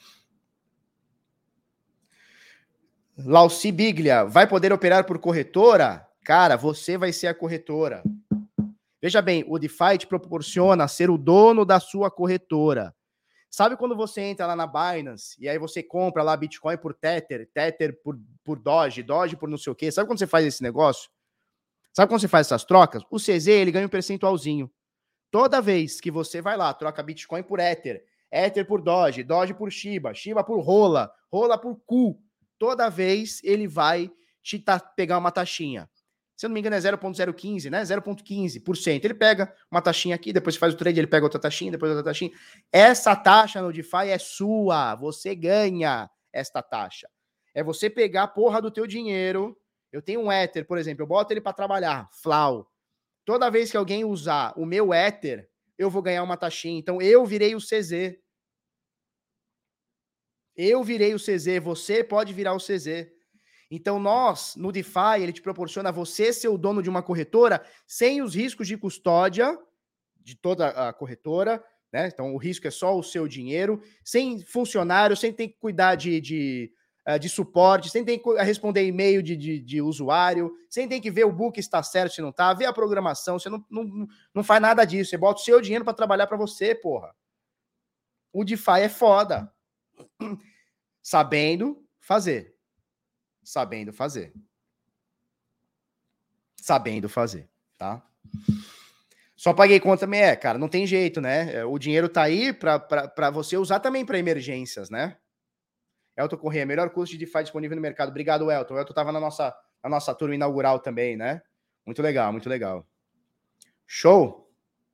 Lauci Biglia, vai poder operar por corretora? Cara, você vai ser a corretora. Veja bem, o DeFi te proporciona ser o dono da sua corretora. Sabe quando você entra lá na Binance e aí você compra lá Bitcoin por Tether, Tether por, por Doge, Doge por não sei o quê? Sabe quando você faz esse negócio? Sabe quando você faz essas trocas? O C Z, ele ganha um percentualzinho. Toda vez que você vai lá, troca Bitcoin por Ether, Ether por Doge, Doge por Shiba, Shiba por Rola, Rola por Cu, toda vez ele vai te ta- pegar uma taxinha. Se eu não me engano é zero ponto zero quinze, né? zero ponto quinze por cento. Ele pega uma taxinha aqui, depois você faz o trade, ele pega outra taxinha, depois outra taxinha. Essa taxa no DeFi é sua, você ganha esta taxa. É você pegar a porra do teu dinheiro. Eu tenho um Ether, por exemplo, eu boto ele para trabalhar, Flau. Toda vez que alguém usar o meu Ether, eu vou ganhar uma taxinha. Então eu virei o C Z. Eu virei o C Z, você pode virar o C Z. Então nós, no DeFi, ele te proporciona você ser o dono de uma corretora sem os riscos de custódia de toda a corretora, né? Então o risco é só o seu dinheiro, sem funcionário, sem ter que cuidar de, de, de suporte, sem ter que responder e-mail de, de, de usuário, sem ter que ver o book está certo se não tá, ver a programação, você não, não, não faz nada disso, você bota o seu dinheiro para trabalhar para você, porra. O DeFi é foda. Sabendo fazer. Sabendo fazer. Sabendo fazer, tá? Só paguei conta também, é, cara, não tem jeito, né? O dinheiro tá aí para você usar também para emergências, né? Elton Corrêa, melhor curso de DeFi disponível no mercado. Obrigado, Elton. O Elton tava na nossa, na nossa turma inaugural também, né? Muito legal, muito legal. Show?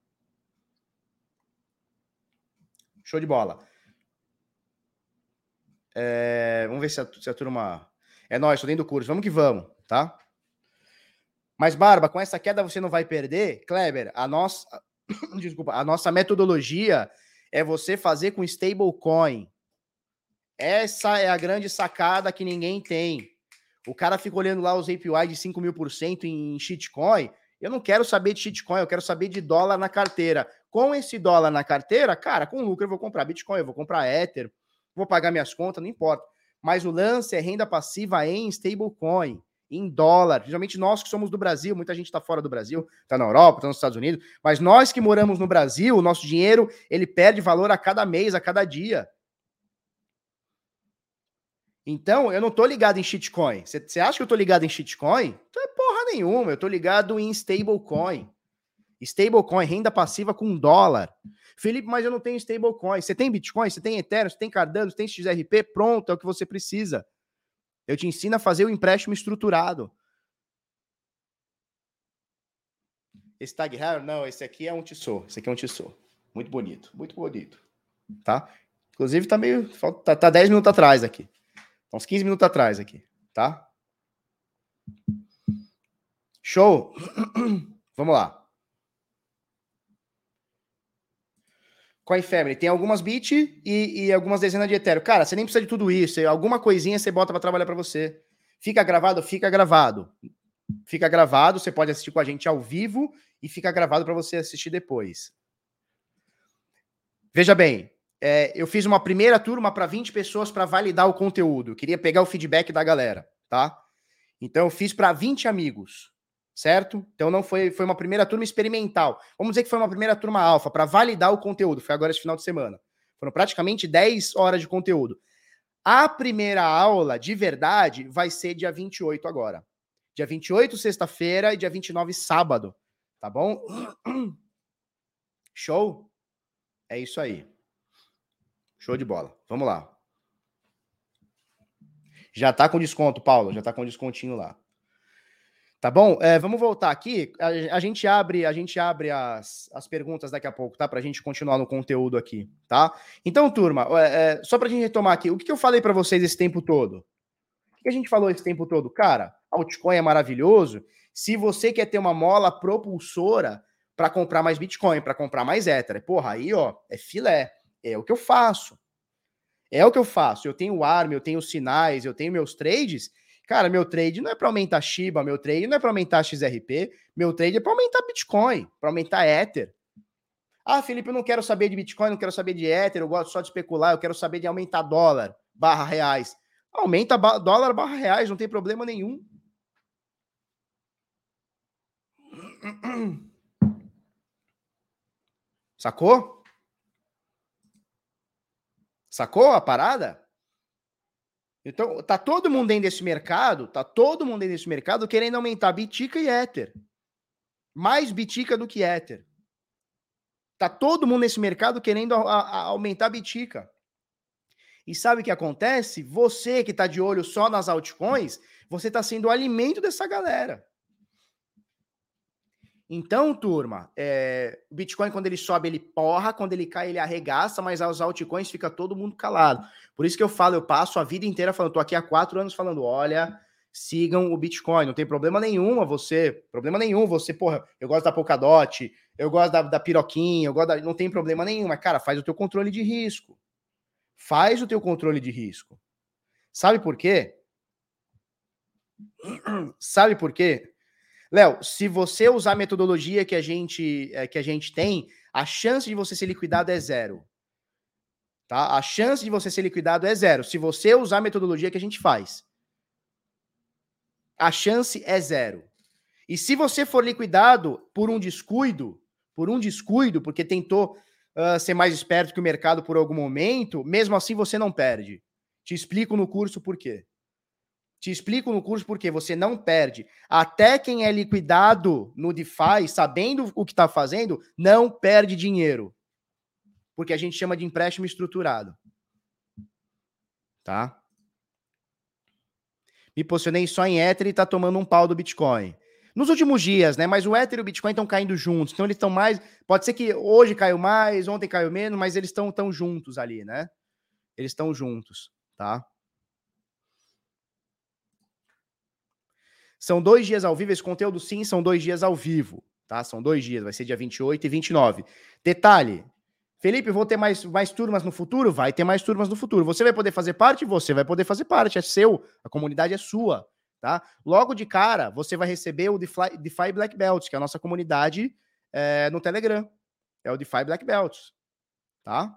Show de bola. É, vamos ver se a, se a turma... É nóis, tô dentro do curso. Vamos que vamos, tá? Mas, Barba, com essa queda você não vai perder? Kleber, a nossa... Desculpa, a nossa metodologia é você fazer com stablecoin. Essa é a grande sacada que ninguém tem. O cara fica olhando lá os A P I de cinco mil por cento em shitcoin. Eu não quero saber de shitcoin, eu quero saber de dólar na carteira. Com esse dólar na carteira, cara, com lucro eu vou comprar Bitcoin, eu vou comprar Ether, vou pagar minhas contas, não importa. Mas o lance é renda passiva em stablecoin, em dólar. Principalmente nós que somos do Brasil, muita gente está fora do Brasil, está na Europa, está nos Estados Unidos, mas nós que moramos no Brasil, o nosso dinheiro, ele perde valor a cada mês, a cada dia. Então, eu não tô ligado em shitcoin. Você acha que eu tô ligado em shitcoin? Não é porra nenhuma, eu tô ligado em stablecoin. Stablecoin, renda passiva com dólar. Felipe, mas eu não tenho stablecoin. Você tem Bitcoin, você tem Ethereum, você tem Cardano, você tem X R P? Pronto, é o que você precisa. Eu te ensino a fazer o empréstimo estruturado. Esse Tag Heuer? Não, esse aqui é um Tissot. Esse aqui é um Tissot. Muito bonito, muito bonito. Tá? Inclusive tá meio... Tá, tá dez minutos atrás aqui. Uns quinze minutos atrás aqui, tá? Show? Vamos lá. Coin Family, tem algumas bit e, e algumas dezenas de Ethereum. Cara, você nem precisa de tudo isso. Alguma coisinha você bota para trabalhar para você. Fica gravado? Fica gravado. Fica gravado, você pode assistir com a gente ao vivo e fica gravado para você assistir depois. Veja bem, é, eu fiz uma primeira turma para vinte pessoas para validar o conteúdo. Eu queria pegar o feedback da galera, tá? Então eu fiz para vinte amigos, certo? Então não foi, foi uma primeira turma experimental. Vamos dizer que foi uma primeira turma alfa para validar o conteúdo. Foi agora esse final de semana. Foram praticamente dez horas de conteúdo. A primeira aula, de verdade, vai ser dia vinte e oito agora. Dia vinte e oito, sexta-feira, e dia vinte e nove, sábado. Tá bom? Show? É isso aí. Show de bola. Vamos lá. Já tá com desconto, Paulo. Já tá com descontinho lá. Tá bom? É, vamos voltar aqui. A, a gente abre, a gente abre as, as perguntas daqui a pouco, tá? Pra gente continuar no conteúdo aqui, tá? Então, turma, é, é, só pra gente retomar aqui, o que, que eu falei pra vocês esse tempo todo? O que a gente falou esse tempo todo? Cara, altcoin é maravilhoso se você quer ter uma mola propulsora para comprar mais Bitcoin, para comprar mais Ether. Porra, aí, ó, é filé. É o que eu faço. É o que eu faço. Eu tenho ARM, eu tenho sinais, eu tenho meus trades. Cara, meu trade não é para aumentar Shiba, meu trade não é para aumentar X R P, meu trade é para aumentar Bitcoin, para aumentar Ether. Ah, Felipe, eu não quero saber de Bitcoin, não quero saber de Ether, eu gosto só de especular, eu quero saber de aumentar dólar, barra reais. Aumenta dólar barra reais, não tem problema nenhum. Sacou? Sacou a parada? Então, tá todo mundo dentro desse mercado, tá todo mundo dentro desse mercado querendo aumentar Bitica e Ether. Mais Bitica do que Ether. Tá todo mundo nesse mercado querendo a, a, aumentar Bitica. E sabe o que acontece? Você que tá de olho só nas altcoins, você tá sendo o alimento dessa galera. Então, turma, é, o Bitcoin, quando ele sobe, ele porra, quando ele cai, ele arregaça, mas aos altcoins fica todo mundo calado. Por isso que eu falo, eu passo a vida inteira falando, tô aqui há quatro anos falando, olha, sigam o Bitcoin, não tem problema nenhum você, problema nenhum você, porra, eu gosto da Polkadot, eu gosto da, da Piroquinha, eu gosto da, não tem problema nenhum, mas, cara, faz o teu controle de risco. Faz o teu controle de risco. Sabe por quê? Sabe por quê? Léo, se você usar a metodologia que a gente, é, que a gente tem, A chance de você ser liquidado é zero. Tá? A chance de você ser liquidado é zero. Se você usar a metodologia que a gente faz. A chance é zero. E se você for liquidado por um descuido, por um descuido, porque tentou uh, ser mais esperto que o mercado por algum momento, mesmo assim você não perde. Te explico no curso por quê. Te explico no curso por quê. Você não perde. Até quem é liquidado no DeFi, sabendo o que está fazendo, não perde dinheiro. Porque a gente chama de empréstimo estruturado. Tá? Me posicionei só em Ether e tá tomando um pau do Bitcoin. Nos últimos dias, né? Mas o Ether e o Bitcoin estão caindo juntos. Então eles estão mais. Pode ser que hoje caiu mais, ontem caiu menos, mas eles estão tão juntos ali, né? Eles estão juntos, tá? São dois dias ao vivo. Esse conteúdo, sim, são dois dias ao vivo, tá? São dois dias. Vai ser dia vinte e oito e vinte e nove. Detalhe. Felipe, vou ter mais, mais turmas no futuro? Vai ter mais turmas no futuro. Você vai poder fazer parte? Você vai poder fazer parte. É seu. A comunidade é sua. Tá? Logo de cara, você vai receber o DeFi, DeFi Black Belts, que é a nossa comunidade é, no Telegram. É o DeFi Black Belts. Tá?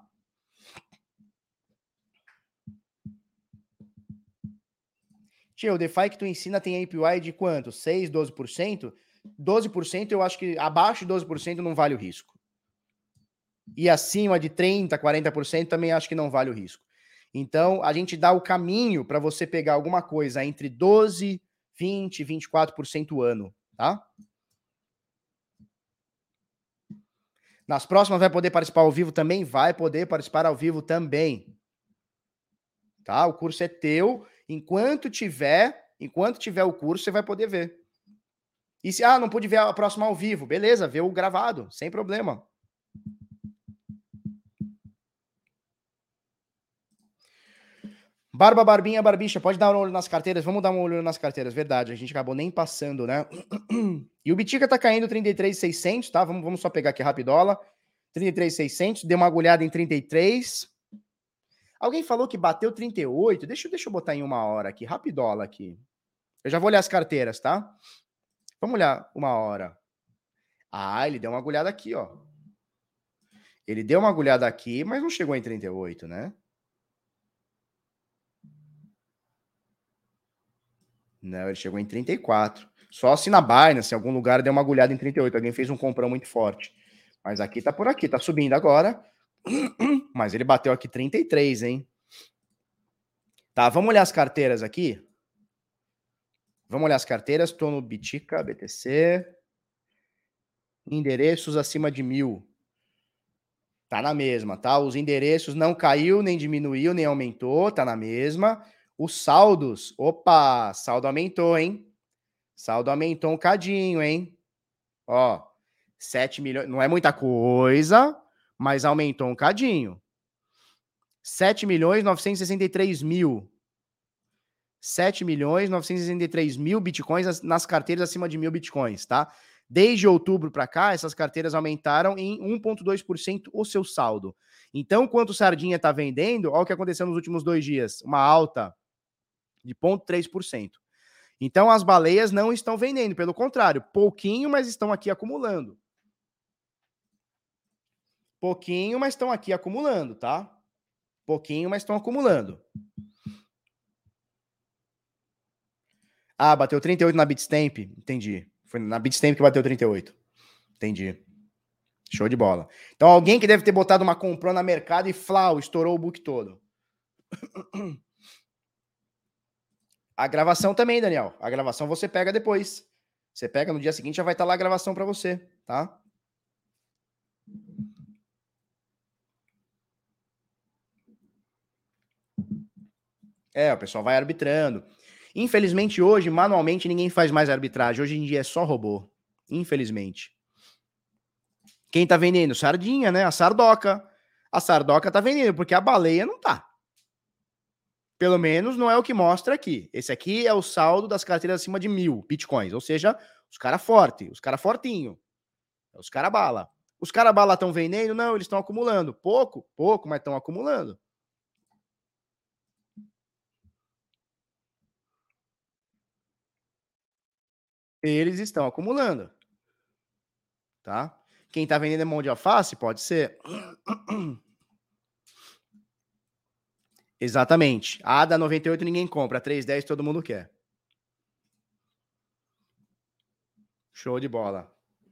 Tia, o DeFi que tu ensina tem A P Y de quanto? seis, doze por cento? doze por cento eu acho que abaixo de doze por cento não vale o risco. E acima de trinta, quarenta por cento também acho que não vale o risco. Então, a gente dá o caminho para você pegar alguma coisa entre doze, vinte, vinte e quatro por cento ano, tá? Nas próximas vai poder participar ao vivo também? Vai poder participar ao vivo também. Tá? O curso é teu. Enquanto tiver, enquanto tiver o curso, você vai poder ver. E se, ah, não pude ver a próxima ao vivo, beleza, vê o gravado, sem problema. Barba, Barbinha, Barbicha, pode dar um olho nas carteiras? Vamos dar um olho nas carteiras, verdade, a gente acabou nem passando, né? E o Bitica tá caindo trinta e três mil e seiscentos, tá? Vamos, vamos só pegar aqui rapidola. trinta e três mil e seiscentos, deu uma agulhada em trinta e três. Alguém falou que bateu trinta e oito, deixa, deixa eu botar em uma hora aqui, rapidola aqui. Eu já vou olhar as carteiras, tá? Vamos olhar uma hora. Ah, ele deu uma agulhada aqui, ó. Ele deu uma agulhada aqui, mas não chegou em trinta e oito, né? Não, ele chegou em trinta e quatro. Só se na Binance, em algum lugar, deu uma agulhada em trinta e oito. Alguém fez um comprão muito forte. Mas aqui tá por aqui, tá subindo agora. Mas ele bateu aqui trinta e três, hein? Tá, vamos olhar as carteiras aqui. Vamos olhar as carteiras. Tô no Bitica, B T C. Endereços acima de mil. Tá na mesma, tá? Os endereços não caiu, nem diminuiu, nem aumentou. Tá na mesma. Os saldos. Opa, saldo aumentou, hein? Saldo aumentou um cadinho, hein? Ó, sete milhões, não é muita coisa, mas aumentou um cadinho. sete milhões novecentos e sessenta e três mil. sete milhões novecentos e sessenta e três mil bitcoins nas carteiras acima de mil bitcoins, tá? Desde outubro para cá, essas carteiras aumentaram em um vírgula dois por cento o seu saldo. Então, quanto Sardinha está vendendo, olha o que aconteceu nos últimos dois dias, uma alta de zero vírgula três por cento. Então, as baleias não estão vendendo, pelo contrário, pouquinho, mas estão aqui acumulando. Pouquinho, mas estão aqui acumulando, tá? Pouquinho, mas estão acumulando. Ah, bateu trinta e oito na Bitstamp. Entendi. Foi na Bitstamp que bateu trinta e oito. Entendi. Show de bola. Então, alguém que deve ter botado uma comprona no mercado e flau, estourou o book todo. A gravação também, Daniel. A gravação você pega depois. Você pega no dia seguinte, já vai estar lá a gravação para você, tá? É, o pessoal vai arbitrando. Infelizmente, hoje, manualmente, ninguém faz mais arbitragem. Hoje em dia é só robô. Infelizmente. Quem tá vendendo? Sardinha, né? A sardoca. A sardoca tá vendendo, porque a baleia não tá. Pelo menos não é o que mostra aqui. Esse aqui é o saldo das carteiras acima de mil bitcoins. Ou seja, os caras fortes, os caras fortinho. Os caras bala. Os caras bala estão vendendo? Não, eles estão acumulando. Pouco, pouco, mas estão acumulando. Eles estão acumulando. Tá? Quem tá vendendo é mão de alface? Pode ser. Exatamente. A A D A noventa e oito ninguém compra, a trezentos e dez todo mundo quer. Show de bola.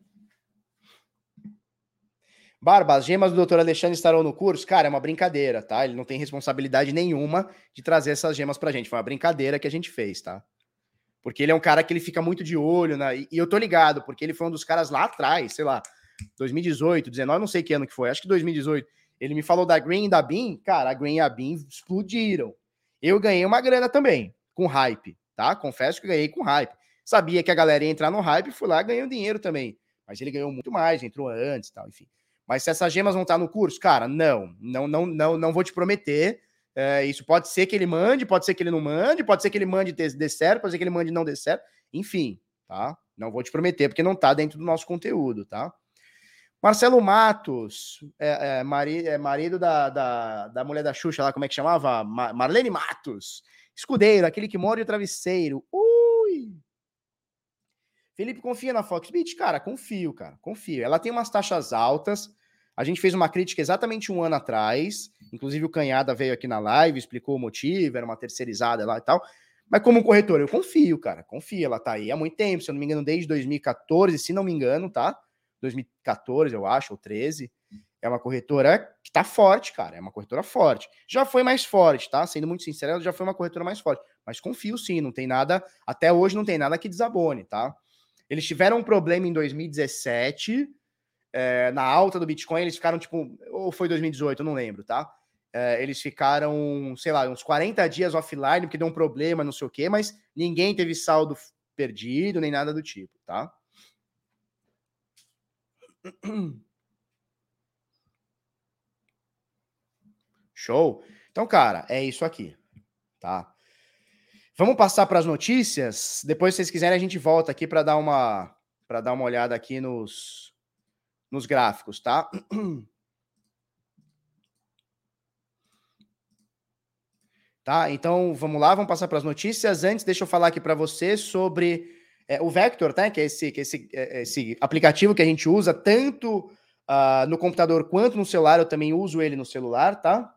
Barba, as gemas do doutor Alexandre estarão no curso? Cara, é uma brincadeira, tá? Ele não tem responsabilidade nenhuma de trazer essas gemas pra gente. Foi uma brincadeira que a gente fez, tá? Porque ele é um cara que ele fica muito de olho, né? E eu tô ligado, porque ele foi um dos caras lá atrás, sei lá, dois mil e dezoito, dezenove, não sei que ano que foi, acho que dois mil e dezoito. Ele me falou da Green e da Beam, cara, a Green e a Beam explodiram. Eu ganhei uma grana também, com hype, tá? Confesso que ganhei com hype. Sabia que a galera ia entrar no hype, fui lá e ganhei um dinheiro também. Mas ele ganhou muito mais, entrou antes e tal, enfim. Mas se essas gemas vão estar no curso, cara, não, não, não, não, não vou te prometer. É, isso pode ser que ele mande, pode ser que ele não mande, pode ser que ele mande e dê certo, pode ser que ele mande e não dê certo. Enfim, tá? Não vou te prometer, porque não tá dentro do nosso conteúdo, tá? Marcelo Matos, é, é, marido, é marido da, da, da mulher da Xuxa lá, como é que chamava? Mar Marlene Matos. Escudeiro, aquele que mora o travesseiro. Ui! Felipe, confia na Foxbit? Cara, confio, cara, confio. Ela tem umas taxas altas. A gente fez uma crítica exatamente um ano atrás. Inclusive o Canhada veio aqui na live, explicou o motivo, era uma terceirizada lá e tal. Mas como corretor, eu confio, cara, confio. Ela tá aí há muito tempo, se eu não me engano, desde dois mil e quatorze, se não me engano, tá? dois mil e quatorze, eu acho, ou treze. É uma corretora que tá forte, cara. É uma corretora forte. Já foi mais forte, tá? Sendo muito sincero, ela já foi uma corretora mais forte. Mas confio sim, não tem nada... Até hoje não tem nada que desabone, tá? Eles tiveram um problema em dois mil e dezessete, é, na alta do Bitcoin, eles ficaram, tipo... Ou foi dois mil e dezoito, eu não lembro, tá? É, eles ficaram, sei lá, uns quarenta dias offline, porque deu um problema, não sei o quê, mas ninguém teve saldo perdido, nem nada do tipo, tá? Show? Então, cara, é isso aqui, tá? Vamos passar para as notícias? Depois, se vocês quiserem, a gente volta aqui para dar uma para dar uma olhada aqui nos, nos gráficos, tá? Tá, então vamos lá, vamos passar para as notícias. Antes, deixa eu falar aqui para você sobre é, o Vector, tá? Que é esse, que é esse, é, esse aplicativo que a gente usa tanto uh, no computador quanto no celular. Eu também uso ele no celular, tá?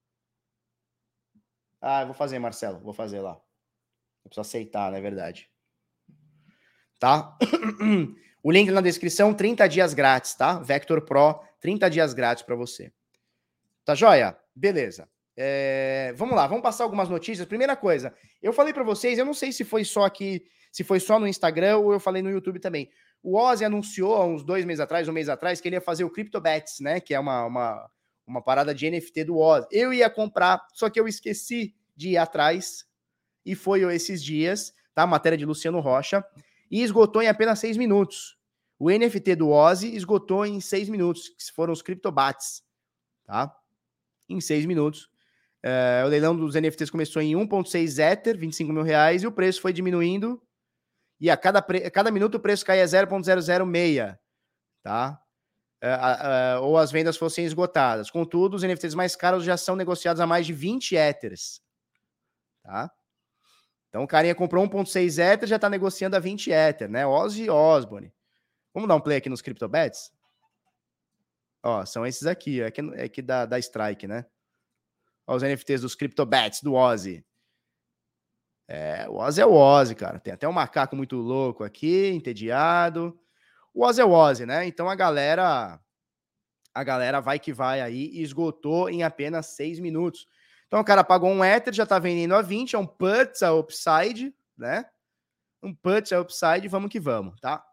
Ah, eu vou fazer, Marcelo, vou fazer lá. Eu preciso aceitar, não é verdade. Tá? O link na descrição, trinta dias grátis, tá? Vector Pro, trinta dias grátis para você. Tá joia? Beleza. É, vamos lá, vamos passar algumas notícias. Primeira coisa, eu falei para vocês, eu não sei se foi só aqui, se foi só no Instagram ou eu falei no YouTube também. O Ozzy anunciou há uns dois meses atrás, um mês atrás, que ele ia fazer o CryptoBats, né? Que é uma, uma, uma parada de N F T do Ozzy. Eu ia comprar, só que eu esqueci de ir atrás. E foi esses dias, tá? Matéria de Luciano Rocha. E esgotou em apenas seis minutos. O N F T do Ozzy esgotou em seis minutos, que foram os CryptoBats, tá? Em seis minutos. É, o leilão dos N F Ts começou em um vírgula seis Ether, vinte e cinco mil reais, e o preço foi diminuindo. E a cada, pre... a cada minuto o preço caía zero vírgula zero zero seis, tá? É, é, ou as vendas fossem esgotadas. Contudo, os N F Ts mais caros já são negociados a mais de vinte Ethers, tá? Então o carinha comprou um vírgula seis Ether e já tá negociando a vinte Ether, né? Ozzy Osbourne. Vamos dar um play aqui nos CryptoBats? Ó, são esses aqui, é que, é que da, da Strike, né? Ó, os N F Ts dos CryptoBats, do Ozzy. É, o Ozzy é o Ozzy, cara. Tem até um macaco muito louco aqui, entediado. O Ozzy é o Ozzy, né? Então a galera, a galera vai que vai aí e esgotou em apenas seis minutos. Então o cara pagou um Ether, já tá vendendo a vinte, é um put a upside, né? Um put a upside, vamos que vamos, tá?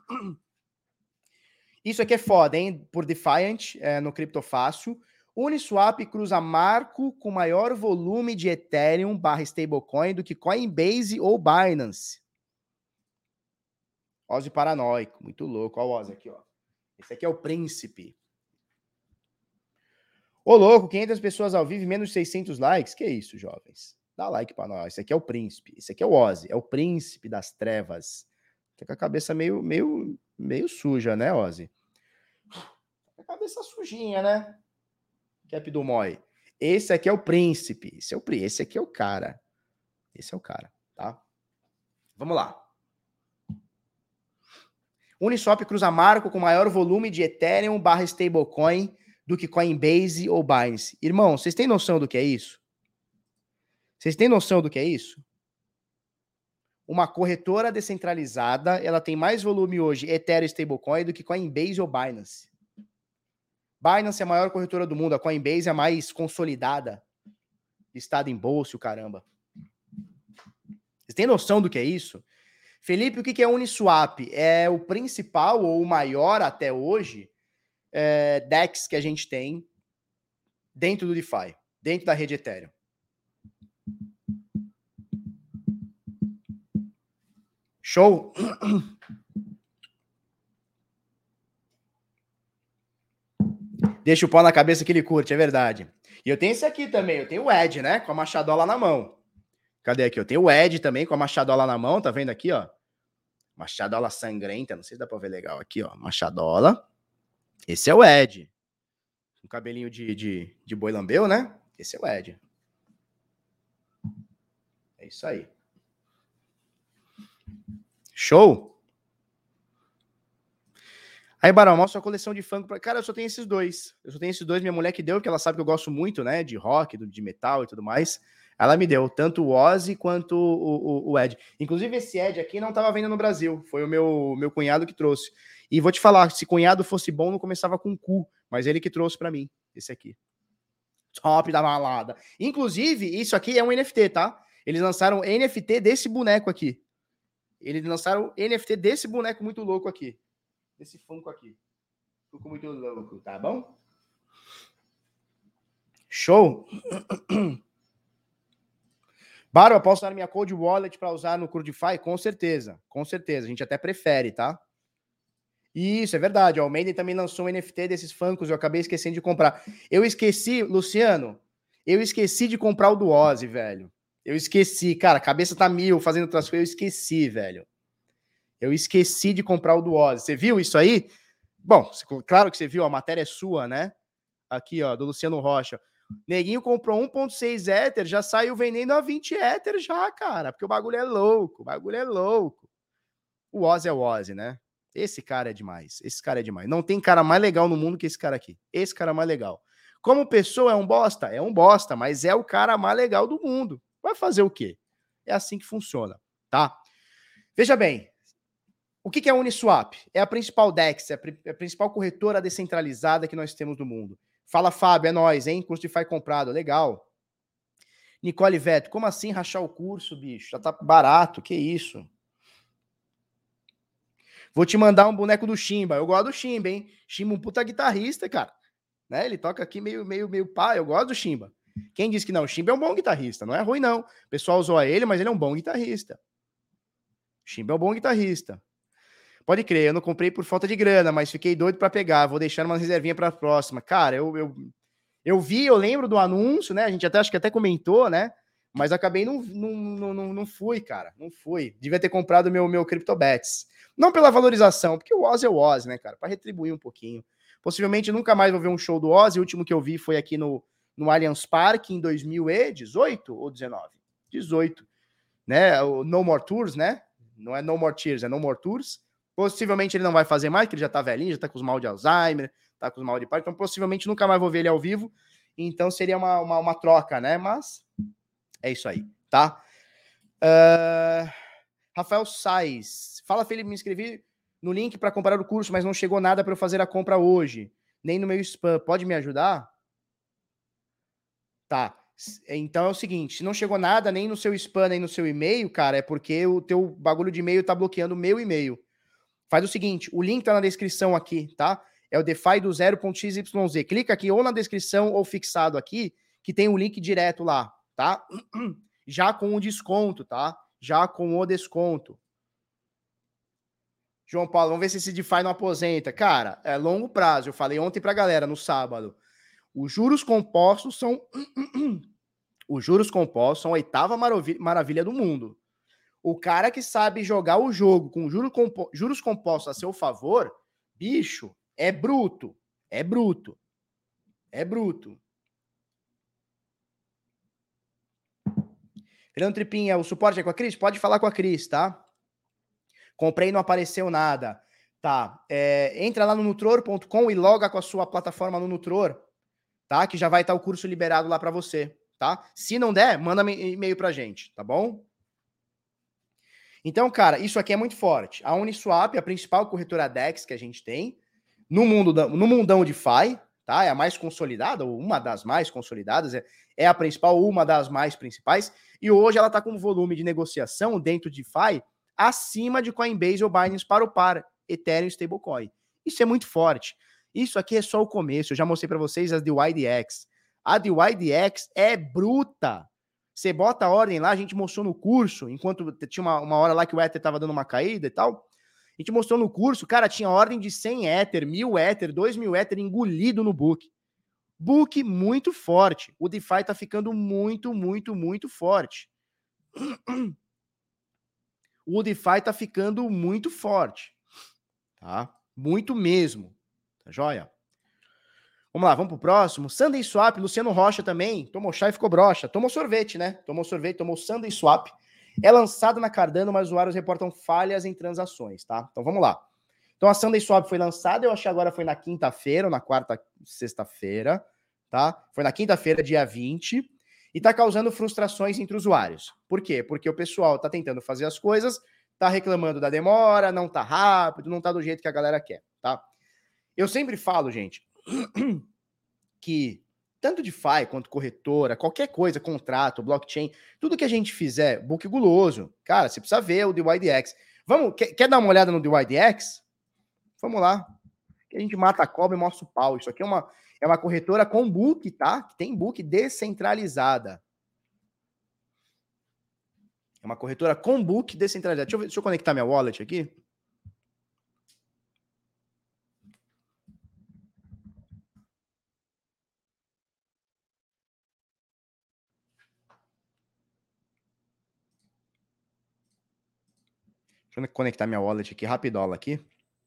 Isso aqui é foda, hein? Por Defiant, é, no Criptofácil. Uniswap cruza marco com maior volume de Ethereum barra stablecoin do que Coinbase ou Binance. Ozzy paranoico, muito louco. Olha o Ozzy aqui, ó. Esse aqui é o príncipe. Ô, louco, quinhentas pessoas ao vivo e menos de seiscentos likes. Que isso, jovens? Dá like pra nós. Esse aqui é o príncipe. Esse aqui é o Ozzy. É o príncipe das trevas. Tá com a cabeça meio, meio, meio suja, né, Ozzy? A cabeça sujinha, né? Cap do Moi. Esse aqui é o príncipe. Esse, é o, esse aqui é o cara. Esse é o cara, tá? Vamos lá. Uniswap cruza marco com maior volume de Ethereum barra stablecoin do que Coinbase ou Binance. Irmão, vocês têm noção do que é isso? Vocês têm noção do que é isso? Uma corretora descentralizada, ela tem mais volume hoje Ethereum stablecoin do que Coinbase ou Binance. Binance é a maior corretora do mundo, a Coinbase é a mais consolidada, listada em bolsa, o caramba. Vocês têm noção do que é isso? Felipe, o que é Uniswap? É o principal ou o maior até hoje é, D E X que a gente tem dentro do DeFi, dentro da rede Ethereum. Show? Deixa o pau na cabeça que ele curte, é verdade. E eu tenho esse aqui também, eu tenho o Ed, né? Com a machadola na mão. Cadê aqui? Eu tenho o Ed também com a machadola na mão, tá vendo aqui, ó? Machadola sangrenta, não sei se dá pra ver legal. Aqui, ó, machadola. Esse é o Ed. Um cabelinho de, de, de boi lambeu, né? Esse é o Ed. É isso aí. Show? Aí, Barão, mostra a coleção de funk. Pra... Cara, eu só tenho esses dois. Eu só tenho esses dois. Minha mulher que deu, porque ela sabe que eu gosto muito, né? De rock, de metal e tudo mais. Ela me deu tanto o Ozzy quanto o, o, o Ed. Inclusive, esse Ed aqui não estava vendo no Brasil. Foi o meu, meu cunhado que trouxe. E vou te falar, se cunhado fosse bom, não começava com cu. Mas ele que trouxe para mim, esse aqui. Top da malada. Inclusive, isso aqui é um N F T, tá? Eles lançaram N F T desse boneco aqui. Eles lançaram N F T desse boneco muito louco aqui. Desse Funko aqui. Funko muito louco, tá bom? Show? Baro, eu posso usar minha Cold Wallet para usar no Crudify? Com certeza, com certeza. A gente até prefere, tá? Isso, é verdade. Ó, o Menden também lançou um N F T desses Funkos, eu acabei esquecendo de comprar. Eu esqueci, Luciano, eu esqueci de comprar o do Ozzy, velho. Eu esqueci, cara, a cabeça tá mil fazendo outras coisas, eu esqueci, velho. Eu esqueci de comprar o do Ozzy. Você viu isso aí? Bom, claro que você viu, a matéria é sua, né? Aqui, ó, do Luciano Rocha. Neguinho comprou um ponto seis Ether, já saiu vendendo a vinte Ether já, cara. Porque o bagulho é louco, o bagulho é louco. O Ozzy é o Ozzy, né? Esse cara é demais, esse cara é demais. Não tem cara mais legal no mundo que esse cara aqui. Esse cara é mais legal. Como pessoa é um bosta? É um bosta, mas é o cara mais legal do mundo. Vai fazer o quê? É assim que funciona, tá? Veja bem, o que é a Uniswap? É a principal D E X, é a principal corretora descentralizada que nós temos no mundo. Fala, Fábio, é nóis, hein? Curso de F I comprado, legal. Nicole Veto, como assim rachar o curso, bicho? Já tá barato, que isso? Vou te mandar um boneco do Chimba. Eu gosto do Chimba, hein? Chimba, um puta guitarrista, cara. Né? Ele toca aqui meio, meio, meio pá. Eu gosto do Chimba. Quem disse que não? O Chimba é um bom guitarrista. Não é ruim, não. O pessoal zoa ele, mas ele é um bom guitarrista. O Chimba é um bom guitarrista. Pode crer, eu não comprei por falta de grana, mas fiquei doido para pegar. Vou deixar uma reservinha para a próxima. Cara, eu, eu, eu vi, eu lembro do anúncio, né? A gente até acho que até comentou, né? Mas acabei não, não, não, não fui, cara. Não fui. Devia ter comprado meu, meu CryptoBets. Não pela valorização, porque o Ozzy é o Ozzy, né, cara? Para retribuir um pouquinho. Possivelmente nunca mais vou ver um show do Ozzy. O último que eu vi foi aqui no, no Allianz Parque em dois mil e dezoito ou dezenove? dezoito. Né? O No More Tours, né? Não é No More Tears, é No More Tours. Possivelmente ele não vai fazer mais, porque ele já tá velhinho, já tá com os mal de Alzheimer, tá com os mal de Parkinson, então possivelmente nunca mais vou ver ele ao vivo. Então seria uma, uma, uma troca, né? Mas é isso aí, tá? Uh... Rafael Sais. Fala, Felipe, me inscrevi no link para comprar o curso, mas não chegou nada para eu fazer a compra hoje. Nem no meu spam. Pode me ajudar? Tá. Então é o seguinte, se não chegou nada nem no seu spam, nem no seu e-mail, cara, é porque o teu bagulho de e-mail tá bloqueando o meu e-mail. Faz o seguinte, o link tá na descrição aqui, tá? É o DeFi do zero ponto x y z. Clica aqui ou na descrição ou fixado aqui, que tem um link direto lá, tá? Já com o desconto, tá? Já com o desconto. João Paulo, vamos ver se esse DeFi não aposenta. Cara, é longo prazo. Eu falei ontem pra galera, no sábado. Os juros compostos são... Os juros compostos são a oitava maravilha do mundo. O cara que sabe jogar o jogo com juros, compo- juros compostos a seu favor, bicho, é bruto. É bruto. É bruto. Fernando Tripinha, o suporte é com a Cris? Pode falar com a Cris, tá? Comprei e não apareceu nada. Tá, é, entra lá no nutror ponto com e loga com a sua plataforma no Nutror, tá? Que já vai estar o curso liberado lá para você, tá? Se não der, manda e-mail pra gente, tá bom? Então, cara, isso aqui é muito forte. A Uniswap é a principal corretora DEX que a gente tem no mundo da, no mundão DeFi, tá? É a mais consolidada, ou uma das mais consolidadas, é, é a principal, uma das mais principais, e hoje ela está com um volume de negociação dentro de DeFi acima de Coinbase ou Binance para o par, Ethereum e Stablecoin. Isso é muito forte. Isso aqui é só o começo. Eu já mostrei para vocês as D Y D X. A D Y D X é bruta. Você bota a ordem lá, a gente mostrou no curso, enquanto tinha uma, uma hora lá que o Ether tava dando uma caída e tal. A gente mostrou no curso, cara, tinha ordem de cem Ether, mil Ether, dois mil Ether engolido no book. Book muito forte. O DeFi tá ficando muito, muito, muito forte. O DeFi tá ficando muito forte. Tá? Muito mesmo. Tá joia? Vamos lá, vamos pro próximo. Sunday Swap, Luciano Rocha também. Tomou chá e ficou broxa. Tomou sorvete, né? Tomou sorvete, tomou Sunday Swap. É lançado na Cardano, mas usuários reportam falhas em transações, tá? Então vamos lá. Então a Sunday Swap foi lançada, eu achei agora foi na quinta-feira, ou na quarta, sexta-feira, tá? Foi na quinta-feira, dia vinte, e tá causando frustrações entre usuários. Por quê? Porque o pessoal tá tentando fazer as coisas, tá reclamando da demora, não tá rápido, não tá do jeito que a galera quer, tá? Eu sempre falo, gente, que tanto DeFi quanto corretora, qualquer coisa, contrato, blockchain, tudo que a gente fizer, book guloso, cara, você precisa ver o D Y D X. Vamos, quer, quer dar uma olhada no D Y D X? Vamos lá. Que a gente mata a cobra e mostra o pau. Isso aqui é uma, é uma corretora com book, tá? Que tem book descentralizada. É uma corretora com book descentralizada. Deixa eu, ver, deixa eu conectar minha wallet aqui. Deixa eu conectar minha wallet aqui, rapidola aqui.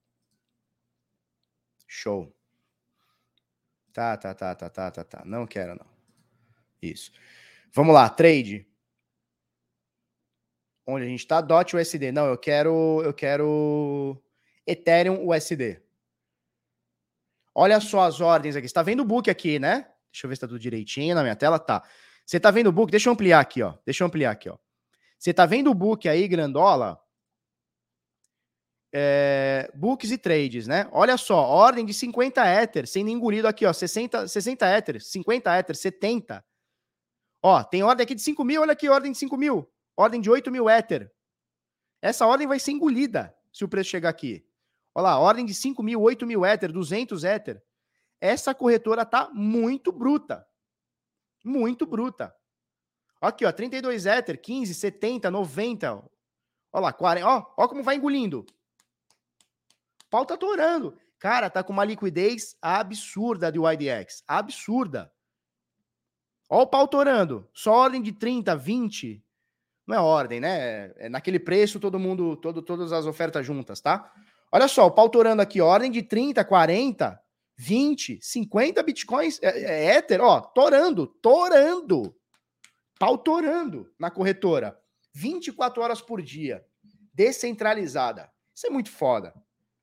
Show. Tá, tá, tá, tá, tá, tá, tá. Não quero, não. Isso. Vamos lá, trade. Onde a gente tá? D O T U S D. Não, eu quero, eu quero Ethereum U S D. Olha só as ordens aqui. Você tá vendo o book aqui, né? Deixa eu ver se tá tudo direitinho na minha tela. Tá. Você tá vendo o book? Deixa eu ampliar aqui, ó. Deixa eu ampliar aqui, ó. Você tá vendo o book aí, grandola? É, books e trades, né? Olha só, ordem de cinquenta Ether, sendo engolido aqui, ó, sessenta, sessenta Ether, cinquenta Ether, setenta. Ó, tem ordem aqui de cinco mil, olha aqui, ordem de cinco mil. Ordem de oito mil Ether. Essa ordem vai ser engolida se o preço chegar aqui. Olha lá, ordem de cinco mil, oito mil Ether, duzentos Ether. Essa corretora tá muito bruta. Muito bruta. Aqui, ó, trinta e dois Ether, quinze, setenta, noventa. Olha lá, quarenta. Ó, ó como vai engolindo. O pau tá atorando. Cara, tá com uma liquidez absurda de Y D X. Absurda. Ó o pau torando. Só ordem de trinta, vinte. Não é ordem, né? É naquele preço, todo mundo, todo, todas as ofertas juntas, tá? Olha só, o pau torando aqui, ordem de trinta, quarenta, vinte, cinquenta bitcoins, é, é Ether, ó, torando, torando. Pau torando na corretora. vinte e quatro horas por dia. Descentralizada. Isso é muito foda.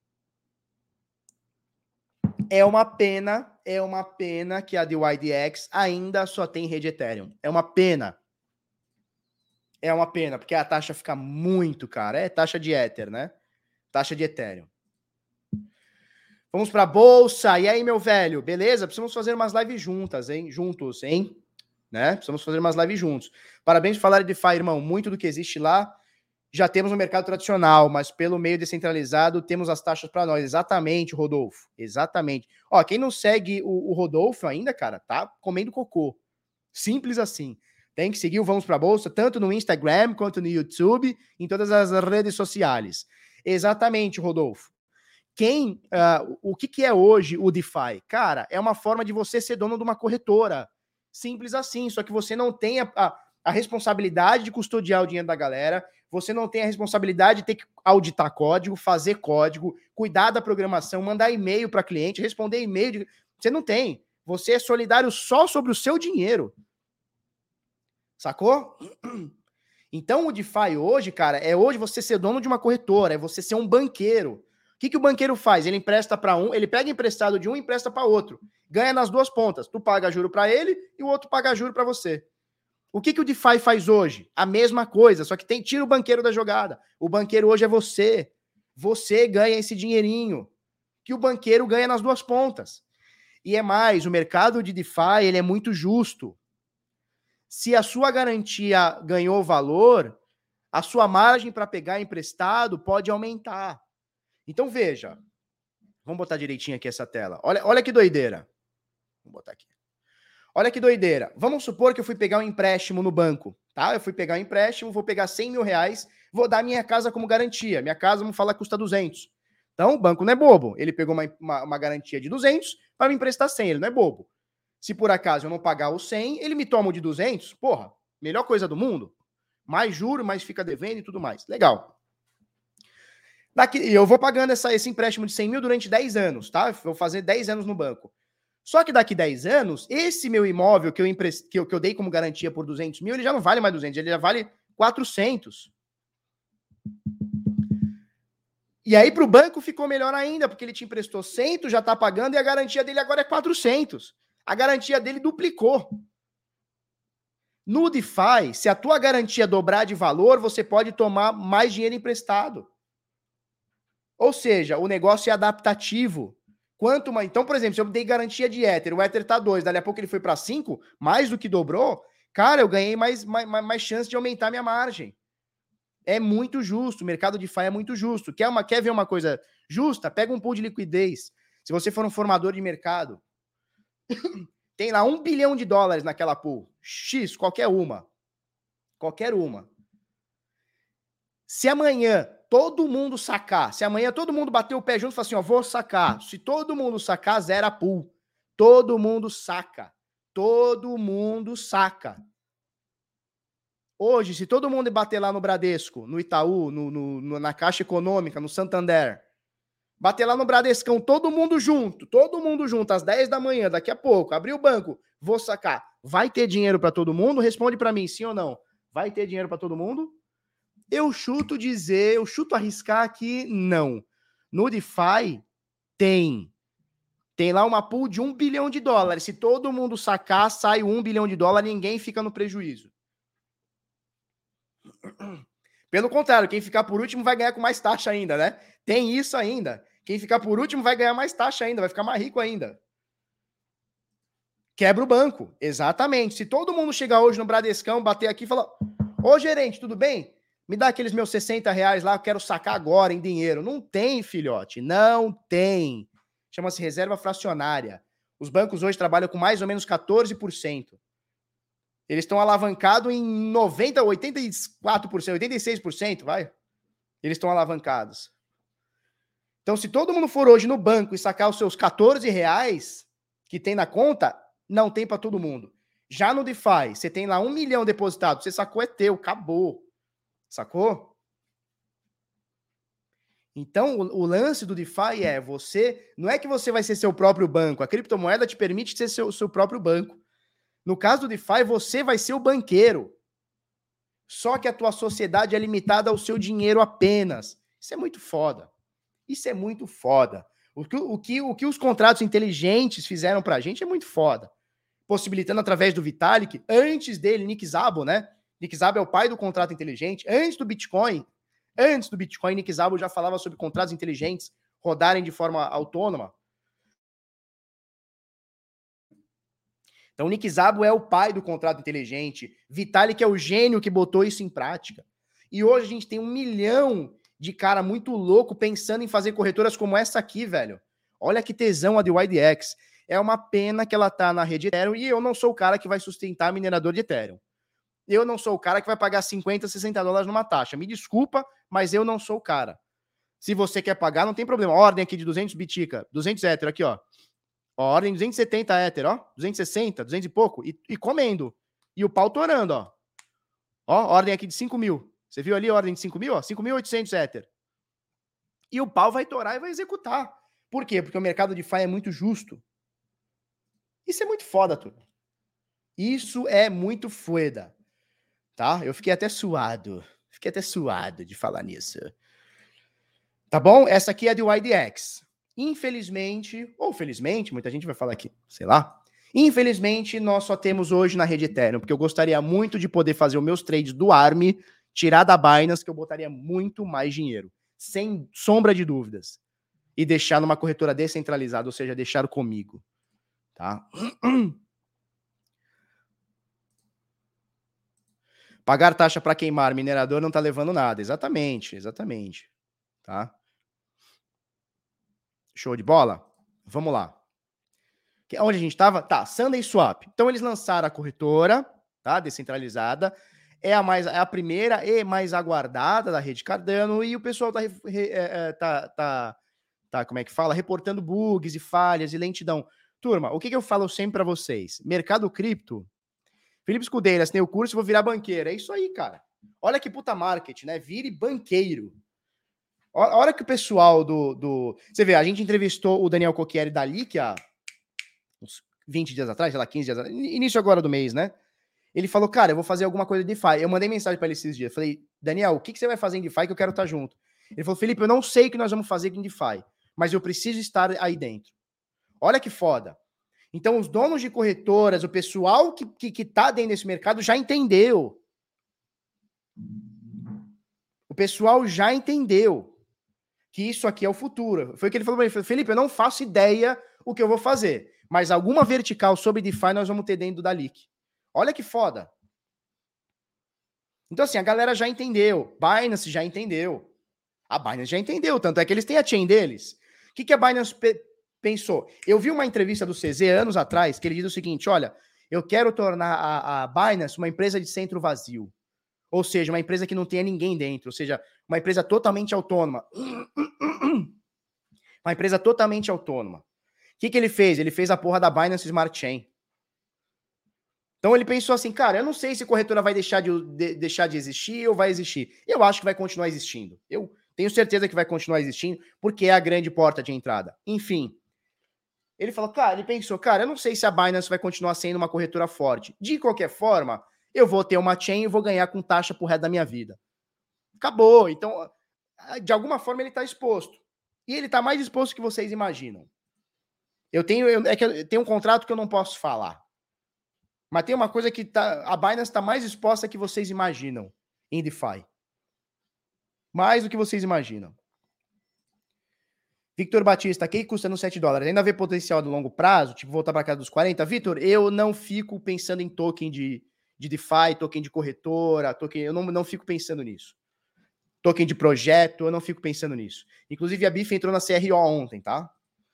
É uma pena, é uma pena que a D Y D X ainda só tem rede Ethereum. É uma pena. É uma pena, porque a taxa fica muito cara. É taxa de Ether, né? Taxa de Ethereum. Vamos pra bolsa. E aí, meu velho? Beleza? Precisamos fazer umas lives juntas, hein? Juntos, hein? Né? Precisamos fazer umas lives juntos. Parabéns por falar de DeFi, irmão. Muito do que existe lá já temos no mercado tradicional, mas pelo meio descentralizado temos as taxas para nós. Exatamente, Rodolfo. Exatamente. Ó, quem não segue o, o Rodolfo ainda, cara, tá comendo cocô. Simples assim. Tem que seguir o Vamos Pra Bolsa, tanto no Instagram, quanto no YouTube, em todas as redes sociais. Exatamente, Rodolfo. Quem, uh, o que, que é hoje o DeFi? Cara, é uma forma de você ser dono de uma corretora. Simples assim, só que você não tem a, a, a responsabilidade de custodiar o dinheiro da galera, você não tem a responsabilidade de ter que auditar código, fazer código, cuidar da programação, mandar e-mail para cliente, responder e-mail. De... Você não tem. Você é solidário só sobre o seu dinheiro. Sacou? Então o DeFi hoje, cara, é hoje você ser dono de uma corretora, é você ser um banqueiro. O que, que o banqueiro faz? Ele empresta para um, ele pega emprestado de um e empresta para outro. Ganha nas duas pontas. Tu paga juro para ele e o outro paga juro para você. O que, que o DeFi faz hoje? A mesma coisa, só que tem, tira o banqueiro da jogada. O banqueiro hoje é você. Você ganha esse dinheirinho que o banqueiro ganha nas duas pontas. E é mais, o mercado de DeFi ele é muito justo. Se a sua garantia ganhou valor, a sua margem para pegar emprestado pode aumentar. Então veja, vamos botar direitinho aqui essa tela. Olha, olha que doideira. Vou botar aqui. Olha que doideira. Vamos supor que eu fui pegar um empréstimo no banco, tá? Eu fui pegar um empréstimo, vou pegar cem mil reais, vou dar minha casa como garantia. Minha casa, vamos falar, custa duzentos. Então, o banco não é bobo. Ele pegou uma, uma, uma garantia de duzentos para me emprestar cem. Ele não é bobo. Se por acaso eu não pagar os cem, ele me toma o de duzentos. Porra, melhor coisa do mundo. Mais juro, mais fica devendo e tudo mais. Legal. Daqui, eu vou pagando essa, esse empréstimo de cem mil durante dez anos, tá? Vou fazer dez anos no banco. Só que daqui dez anos, esse meu imóvel que eu, emprest... que eu, que eu dei como garantia por duzentos mil, ele já não vale mais duzentos, ele já vale quatrocentos. E aí para o banco ficou melhor ainda, porque ele te emprestou cem, tu já está pagando e a garantia dele agora é quatrocentos. A garantia dele duplicou. No DeFi, se a tua garantia dobrar de valor, você pode tomar mais dinheiro emprestado. Ou seja, o negócio é adaptativo. Quanto mais... Então, por exemplo, se eu dei garantia de Ether, o Ether tá dois, dali a pouco ele foi para cinco, mais do que dobrou, cara, eu ganhei mais, mais, mais chance de aumentar minha margem. É muito justo, o mercado de DeFi é muito justo. Quer, uma, quer ver uma coisa justa? Pega um pool de liquidez. Se você for um formador de mercado, tem lá um bilhão de dólares naquela pool. X, qualquer uma. Qualquer uma. Se amanhã todo mundo sacar, se amanhã todo mundo bater o pé junto e falar assim, ó, vou sacar. Se todo mundo sacar, zera a pool. Todo mundo saca. Todo mundo saca. Hoje, se todo mundo bater lá no Bradesco, no Itaú, no, no, na Caixa Econômica, no Santander, bater lá no Bradescão, todo mundo junto, todo mundo junto, às dez da manhã, daqui a pouco, abrir o banco, vou sacar. Vai ter dinheiro para todo mundo? Responde para mim, sim ou não. Vai ter dinheiro para todo mundo? Eu chuto dizer, eu chuto arriscar aqui, não. No DeFi, tem. Tem lá uma pool de um bilhão de dólares. Se todo mundo sacar, sai um bilhão de dólares, ninguém fica no prejuízo. Pelo contrário, quem ficar por último vai ganhar com mais taxa ainda, né? Tem isso ainda. Quem ficar por último vai ganhar mais taxa ainda, vai ficar mais rico ainda. Quebra o banco, exatamente. Se todo mundo chegar hoje no Bradescão, bater aqui e falar, ô gerente, tudo bem? Me dá aqueles meus sessenta reais lá, eu quero sacar agora em dinheiro. Não tem, filhote, não tem. Chama-se reserva fracionária. Os bancos hoje trabalham com mais ou menos quatorze por cento. Eles estão alavancados em noventa, oitenta e quatro por cento, oitenta e seis por cento, vai. Eles estão alavancados. Então, se todo mundo for hoje no banco e sacar os seus quatorze reais que tem na conta, não tem para todo mundo. Já no DeFi, você tem lá um milhão depositado, você sacou, é teu, acabou. Sacou? Então, o, o lance do DeFi é você... Não é que você vai ser seu próprio banco. A criptomoeda te permite ser seu, seu próprio banco. No caso do DeFi, você vai ser o banqueiro. Só que a tua sociedade é limitada ao seu dinheiro apenas. Isso é muito foda. Isso é muito foda. O que, o que, o que os contratos inteligentes fizeram pra gente é muito foda. Possibilitando através do Vitalik, antes dele, Nick Szabo, né? Nick Szabo é o pai do contrato inteligente. Antes do Bitcoin, antes do Bitcoin, Nick Szabo já falava sobre contratos inteligentes rodarem de forma autônoma. Então, Nick Szabo é o pai do contrato inteligente. Vitalik é o gênio que botou isso em prática. E hoje a gente tem um milhão de cara muito louco pensando em fazer corretoras como essa aqui, velho. Olha que tesão a de Y D X. É uma pena que ela tá na rede Ethereum e eu não sou o cara que vai sustentar minerador de Ethereum. Eu não sou o cara que vai pagar cinquenta, sessenta dólares numa taxa. Me desculpa, mas eu não sou o cara. Se você quer pagar, não tem problema. Ordem aqui de duzentos Bitica, duzentos Ether aqui, ó. Ordem duzentos e setenta Ether, ó. duzentos e sessenta, duzentos e pouco. E, e comendo. E o pau torando, ó. Ó, ordem aqui de cinco mil. Você viu ali a ordem de cinco mil? Ó, cinco mil e oitocentos Ether. E o pau vai torar e vai executar. Por quê? Porque o mercado de DeFi é muito justo. Isso é muito foda, turma. Isso é muito foda. Tá? Eu fiquei até suado. Fiquei até suado de falar nisso. Tá bom? Essa aqui é de Y D X. Infelizmente, ou felizmente, muita gente vai falar aqui, sei lá. Infelizmente, nós só temos hoje na rede Ethereum, porque eu gostaria muito de poder fazer os meus trades do A R M, tirar da Binance, que eu botaria muito mais dinheiro. Sem sombra de dúvidas. E deixar numa corretora descentralizada, ou seja, deixar comigo. Tá? Pagar taxa para queimar minerador não tá levando nada. Exatamente, exatamente. Tá? Show de bola? Vamos lá. Onde a gente estava? Tá, SundaeSwap. Então eles lançaram a corretora, tá? Descentralizada. É a, mais, é a primeira e mais aguardada da rede Cardano. E o pessoal tá, é, tá, tá, tá, como é que fala? Reportando bugs e falhas e lentidão. Turma, o que, que eu falo sempre para vocês? Mercado cripto. Felipe Escudeira, assinei o curso e vou virar banqueiro. É isso aí, cara. Olha que puta marketing, né? Vire banqueiro. A hora que o pessoal do, do... Você vê, a gente entrevistou o Daniel Cocchieri da Lick há uns vinte dias atrás, sei lá, quinze dias atrás, início agora do mês, né? Ele falou, cara, eu vou fazer alguma coisa de DeFi. Eu mandei mensagem para ele esses dias. Falei, Daniel, o que, que você vai fazer em DeFi que eu quero estar junto? Ele falou, Felipe, eu não sei o que nós vamos fazer em DeFi, mas eu preciso estar aí dentro. Olha que foda. Então, os donos de corretoras, o pessoal que, que, que tá dentro desse mercado já entendeu. O pessoal já entendeu que isso aqui é o futuro. Foi o que ele falou para mim. Felipe, eu não faço ideia o que eu vou fazer, mas alguma vertical sobre DeFi nós vamos ter dentro da Lick. Olha que foda. Então, assim, a galera já entendeu. Binance já entendeu. A Binance já entendeu, tanto é que eles têm a chain deles. O que, que a Binance pe- pensou? Eu vi uma entrevista do C Z anos atrás, que ele diz o seguinte, olha, eu quero tornar a, a Binance uma empresa de centro vazio. Ou seja, uma empresa que não tenha ninguém dentro. Ou seja, uma empresa totalmente autônoma. Uma empresa totalmente autônoma. O que, que ele fez? Ele fez a porra da Binance Smart Chain. Então ele pensou assim, cara, eu não sei se corretora vai deixar de, de, deixar de existir ou vai existir. Eu acho que vai continuar existindo. Eu tenho certeza que vai continuar existindo, porque é a grande porta de entrada. Enfim. Ele falou, cara, ele pensou, cara, eu não sei se a Binance vai continuar sendo uma corretora forte. De qualquer forma, eu vou ter uma chain e vou ganhar com taxa pro resto da minha vida. Acabou. Então, de alguma forma, ele está exposto. E ele está mais exposto que vocês imaginam. Eu tenho, eu, é que eu tenho um contrato que eu não posso falar. Mas tem uma coisa que tá, a Binance está mais exposta que vocês imaginam em DeFi. Mais do que vocês imaginam. Victor Batista, aqui custando sete dólares. Ainda vê potencial no longo prazo? Tipo, voltar para casa dos quarenta? Vitor, eu não fico pensando em token de, de DeFi, token de corretora, token, eu não, não fico pensando nisso. Token de projeto, eu não fico pensando nisso. Inclusive, a B I F entrou na C R O ontem, tá?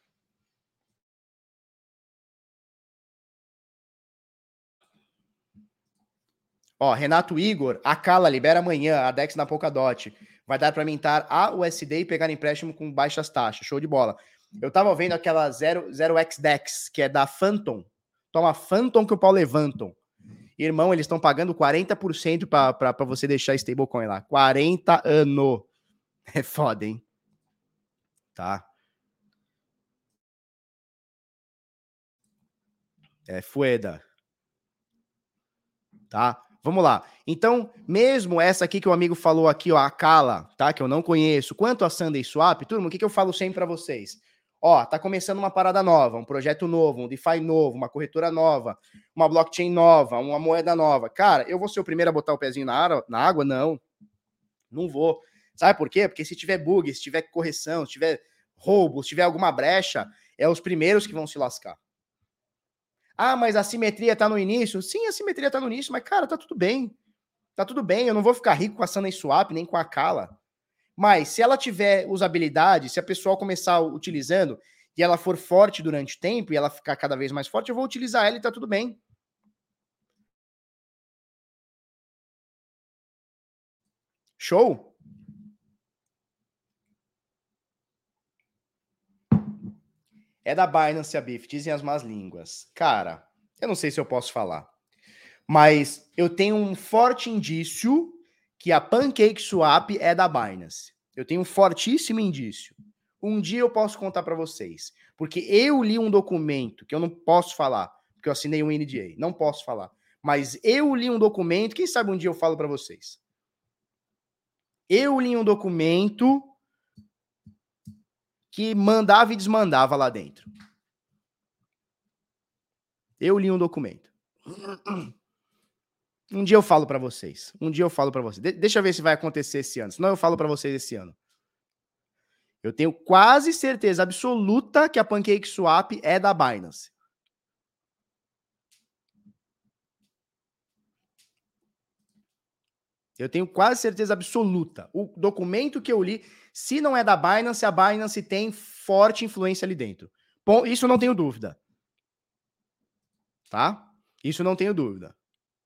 Ó, Renato Igor, a Cala libera amanhã, a Dex na Polkadot. Vai dar para mintar a U S D e pegar empréstimo com baixas taxas. Show de bola. Eu tava vendo aquela zero, zero X Dex, que é da Phantom. Toma Phantom que o pau levantam. Irmão, eles estão pagando quarenta por cento para você deixar stablecoin lá. quarenta anos. É foda, hein? Tá. É fueda. Tá? Vamos lá. Então, mesmo essa aqui que o amigo falou aqui, ó, a Cala, tá? Que eu não conheço. Quanto a SundaeSwap, turma, o que, que eu falo sempre para vocês? Ó, tá começando uma parada nova, um projeto novo, um DeFi novo, uma corretora nova, uma blockchain nova, uma moeda nova. Cara, eu vou ser o primeiro a botar o pezinho na, água? Na água? Não. Não vou. Sabe por quê? Porque se tiver bug, se tiver correção, se tiver roubo, se tiver alguma brecha, é os primeiros que vão se lascar. Ah, mas a simetria tá no início? Sim, a simetria tá no início, mas, cara, tá tudo bem. Tá tudo bem, eu não vou ficar rico com a SundaeSwap, nem com a Cala. Mas se ela tiver usabilidade, se a pessoa começar utilizando e ela for forte durante o tempo e ela ficar cada vez mais forte, eu vou utilizar ela e tá tudo bem. Show? É da Binance a B I F, dizem as más línguas. Cara, eu não sei se eu posso falar. Mas eu tenho um forte indício que a PancakeSwap é da Binance. Eu tenho um fortíssimo indício. Um dia eu posso contar para vocês. Porque eu li um documento que eu não posso falar, porque eu assinei um N D A. Não posso falar. Mas eu li um documento, quem sabe um dia eu falo para vocês. Eu li um documento que mandava e desmandava lá dentro. Eu li um documento. Um dia eu falo para vocês. Um dia eu falo para vocês. De- deixa eu ver se vai acontecer esse ano. Senão eu falo para vocês esse ano. Eu tenho quase certeza absoluta que a PancakeSwap é da Binance. Eu tenho quase certeza absoluta. O documento que eu li, se não é da Binance, a Binance tem forte influência ali dentro. Bom, isso eu não tenho dúvida. Tá? Isso eu não tenho dúvida.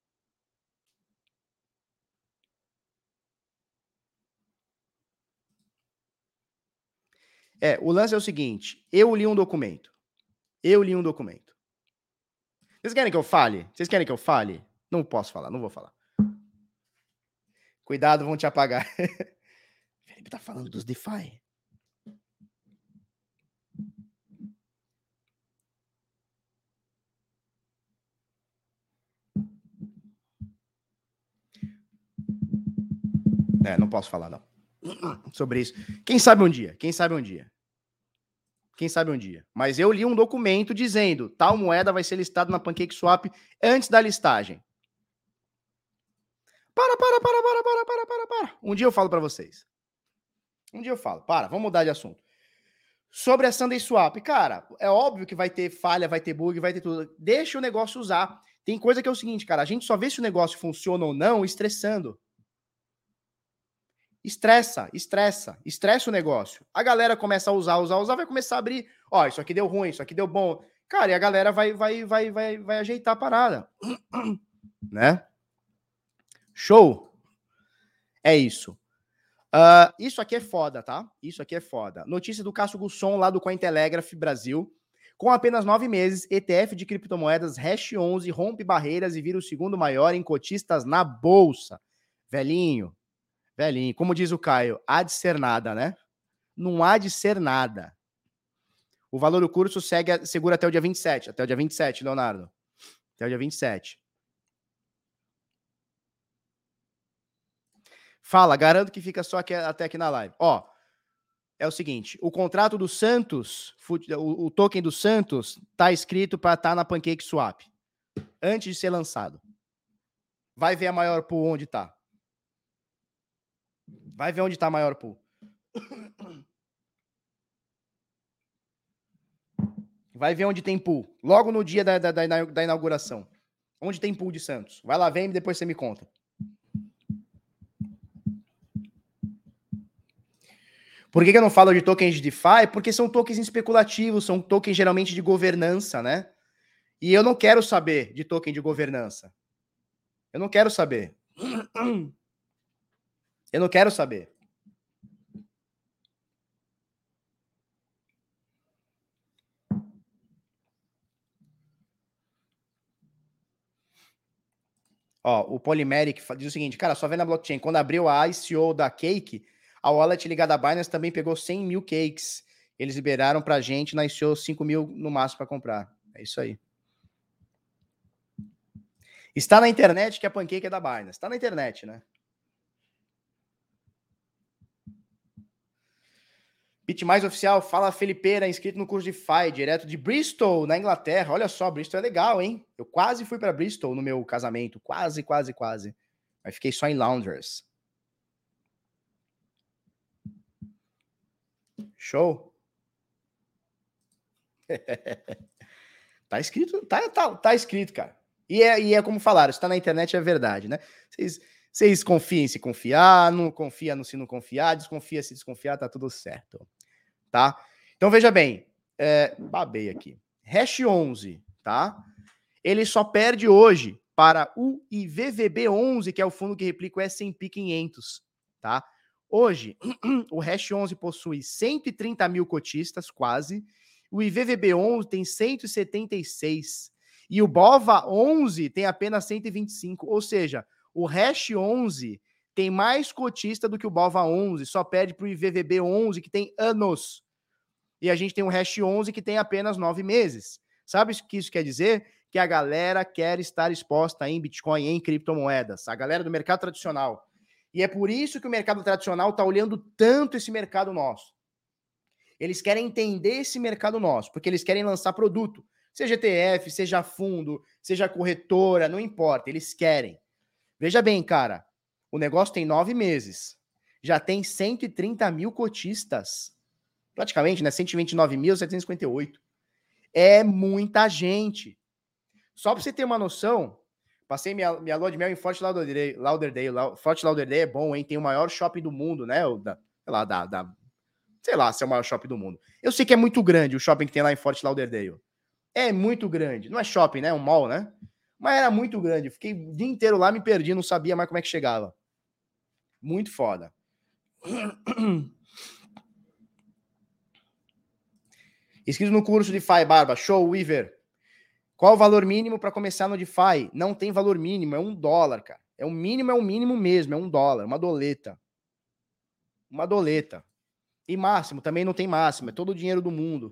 É, o lance é o seguinte, eu li um documento. Eu li um documento. Vocês querem que eu fale? Vocês querem que eu fale? Não posso falar, não vou falar. Cuidado, vão te apagar. Felipe tá falando dos DeFi. É, não posso falar, não. Sobre isso. Quem sabe um dia? Quem sabe um dia? Quem sabe um dia? Mas eu li um documento dizendo tal moeda vai ser listada na PancakeSwap antes da listagem. Para, para, para, para, para, para, para, para. Um dia eu falo para vocês. Um dia eu falo. Para, vamos mudar de assunto. Sobre a SundaySwap, cara, é óbvio que vai ter falha, vai ter bug, vai ter tudo. Deixa o negócio usar. Tem coisa que é o seguinte, cara, a gente só vê se o negócio funciona ou não estressando. Estressa, estressa, estressa o negócio. A galera começa a usar, usar, usar, vai começar a abrir. Ó, isso aqui deu ruim, isso aqui deu bom. Cara, e a galera vai, vai, vai, vai, vai ajeitar a parada. Né? Show? É isso. Uh, isso aqui é foda, tá? Isso aqui é foda. Notícia do Cássio Gusson, lá do Cointelegraph Brasil. Com apenas nove meses, E T F de criptomoedas Hash onze rompe barreiras e vira o segundo maior em cotistas na bolsa. Velhinho, velhinho. Como diz o Caio, há de ser nada, né? Não há de ser nada. O valor do curso segue, segura até o dia vinte e sete. Até o dia vinte e sete, Leonardo. Até o dia vinte e sete. Fala, garanto que fica só aqui, até aqui na live. Ó, é o seguinte, o contrato do Santos, o, o token do Santos, tá escrito para estar tá na PancakeSwap, antes de ser lançado. Vai ver a maior pool onde tá. Vai ver onde tá a maior pool. Vai ver onde tem pool. Logo no dia da, da, da inauguração. Onde tem pool de Santos. Vai lá, vem e depois você me conta. Por que, que eu não falo de tokens de DeFi? Porque são tokens especulativos, são tokens geralmente de governança, né? E eu não quero saber de token de governança. Eu não quero saber. Eu não quero saber. Ó, o Polymeric diz o seguinte, cara, só vendo na blockchain, quando abriu a I C O da Cake, a wallet ligada à Binance também pegou cem mil cakes. Eles liberaram pra gente na I C O cinco mil no máximo para comprar. É isso aí. Está na internet que a Pancake é da Binance. Está na internet, né? Bitmais Oficial, fala Felipeira, inscrito no curso de F I, direto de Bristol, na Inglaterra. Olha só, Bristol é legal, hein? Eu quase fui para Bristol no meu casamento. Quase, quase, quase. Mas fiquei só em Loungers. Show? Tá escrito, tá, tá, tá escrito, cara. E é, e é como falaram, se tá na internet é verdade, né? Vocês, vocês confiem se confiar, não confia no se não confiar, desconfia se desconfiar, tá tudo certo. Tá? Então veja bem, é, babei aqui. Hash onze, tá? Ele só perde hoje para o I V V B onze, que é o fundo que replica o S and P quinhentos, tá? Hoje, o Hash onze possui cento e trinta mil cotistas, quase. O I V V B onze tem cento e setenta e seis. E o B O V A onze tem apenas cento e vinte e cinco. Ou seja, o Hash onze tem mais cotista do que o B O V A onze. Só perde para o I V V B onze, que tem anos. E a gente tem o Hash onze, que tem apenas nove meses. Sabe o que isso quer dizer? Que a galera quer estar exposta em Bitcoin, em criptomoedas. A galera do mercado tradicional. E é por isso que o mercado tradicional está olhando tanto esse mercado nosso. Eles querem entender esse mercado nosso, porque eles querem lançar produto. Seja E T F, seja fundo, seja corretora, não importa, eles querem. Veja bem, cara, o negócio tem nove meses. Já tem cento e trinta mil cotistas. Praticamente, né? cento e vinte e nove mil, setecentos e cinquenta e oito. É muita gente. Só pra você ter uma noção, passei minha, minha lua de mel em Fort Lauderdale. Lauderdale. Fort Lauderdale é bom, hein? Tem o maior shopping do mundo, né? O da, sei lá, da, da, sei lá se é o maior shopping do mundo. Eu sei que é muito grande o shopping que tem lá em Fort Lauderdale. É muito grande. Não é shopping, né? É um mall, né? Mas era muito grande. Fiquei o dia inteiro lá, me perdi, não sabia mais como é que chegava. Muito foda. Inscrito no curso de DeFi, Barba. Show, Weaver. Qual o valor mínimo para começar no DeFi? Não tem valor mínimo, é um dólar, cara. É o mínimo, é o mínimo mesmo, é um dólar, uma doleta. Uma doleta. E máximo, também não tem máximo, é todo o dinheiro do mundo.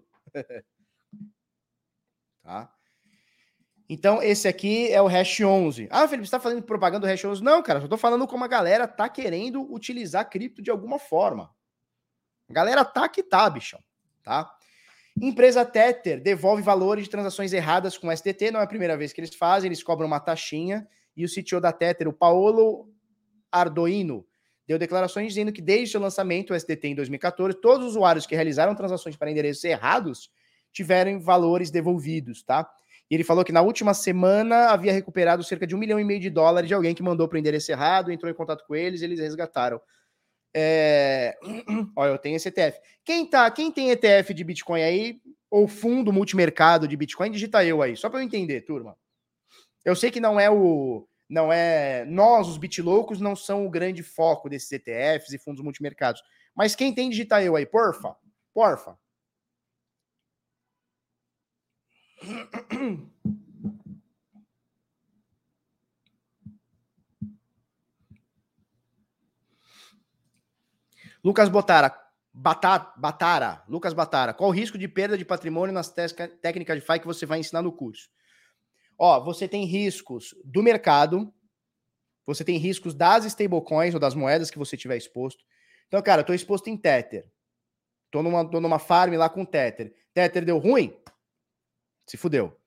Tá? Então, esse aqui é o Hash onze. Ah, Felipe, você tá fazendo propaganda do Hash onze? Não, cara, só tô falando como a galera tá querendo utilizar cripto de alguma forma. A galera tá que tá, bichão. Tá? Empresa Tether devolve valores de transações erradas com S D T. Não é a primeira vez que eles fazem, eles cobram uma taxinha. E o C T O da Tether, o Paolo Ardoino, deu declarações dizendo que desde seu lançamento, o S D T em dois mil e quatorze, todos os usuários que realizaram transações para endereços errados tiveram valores devolvidos, tá? E ele falou que na última semana havia recuperado cerca de um milhão e meio de dólares de alguém que mandou para o endereço errado, entrou em contato com eles, eles resgataram. É... Olha, eu tenho esse E T F. Quem, tá, quem tem E T F de Bitcoin aí, ou fundo multimercado de Bitcoin, digita eu aí, só para eu entender, turma. Eu sei que não é o... Não é... Nós, os bitloucos, não são o grande foco desses E T Fs e fundos multimercados. Mas quem tem, digita eu aí, porfa. Porfa. Lucas Botara, Batara, Batara, Lucas Batara, qual o risco de perda de patrimônio nas técnicas de F I que você vai ensinar no curso? Ó, você tem riscos do mercado, você tem riscos das stablecoins ou das moedas que você tiver exposto. Então, cara, eu tô exposto em Tether. Tô numa, tô numa farm lá com Tether. Tether deu ruim? Se fudeu.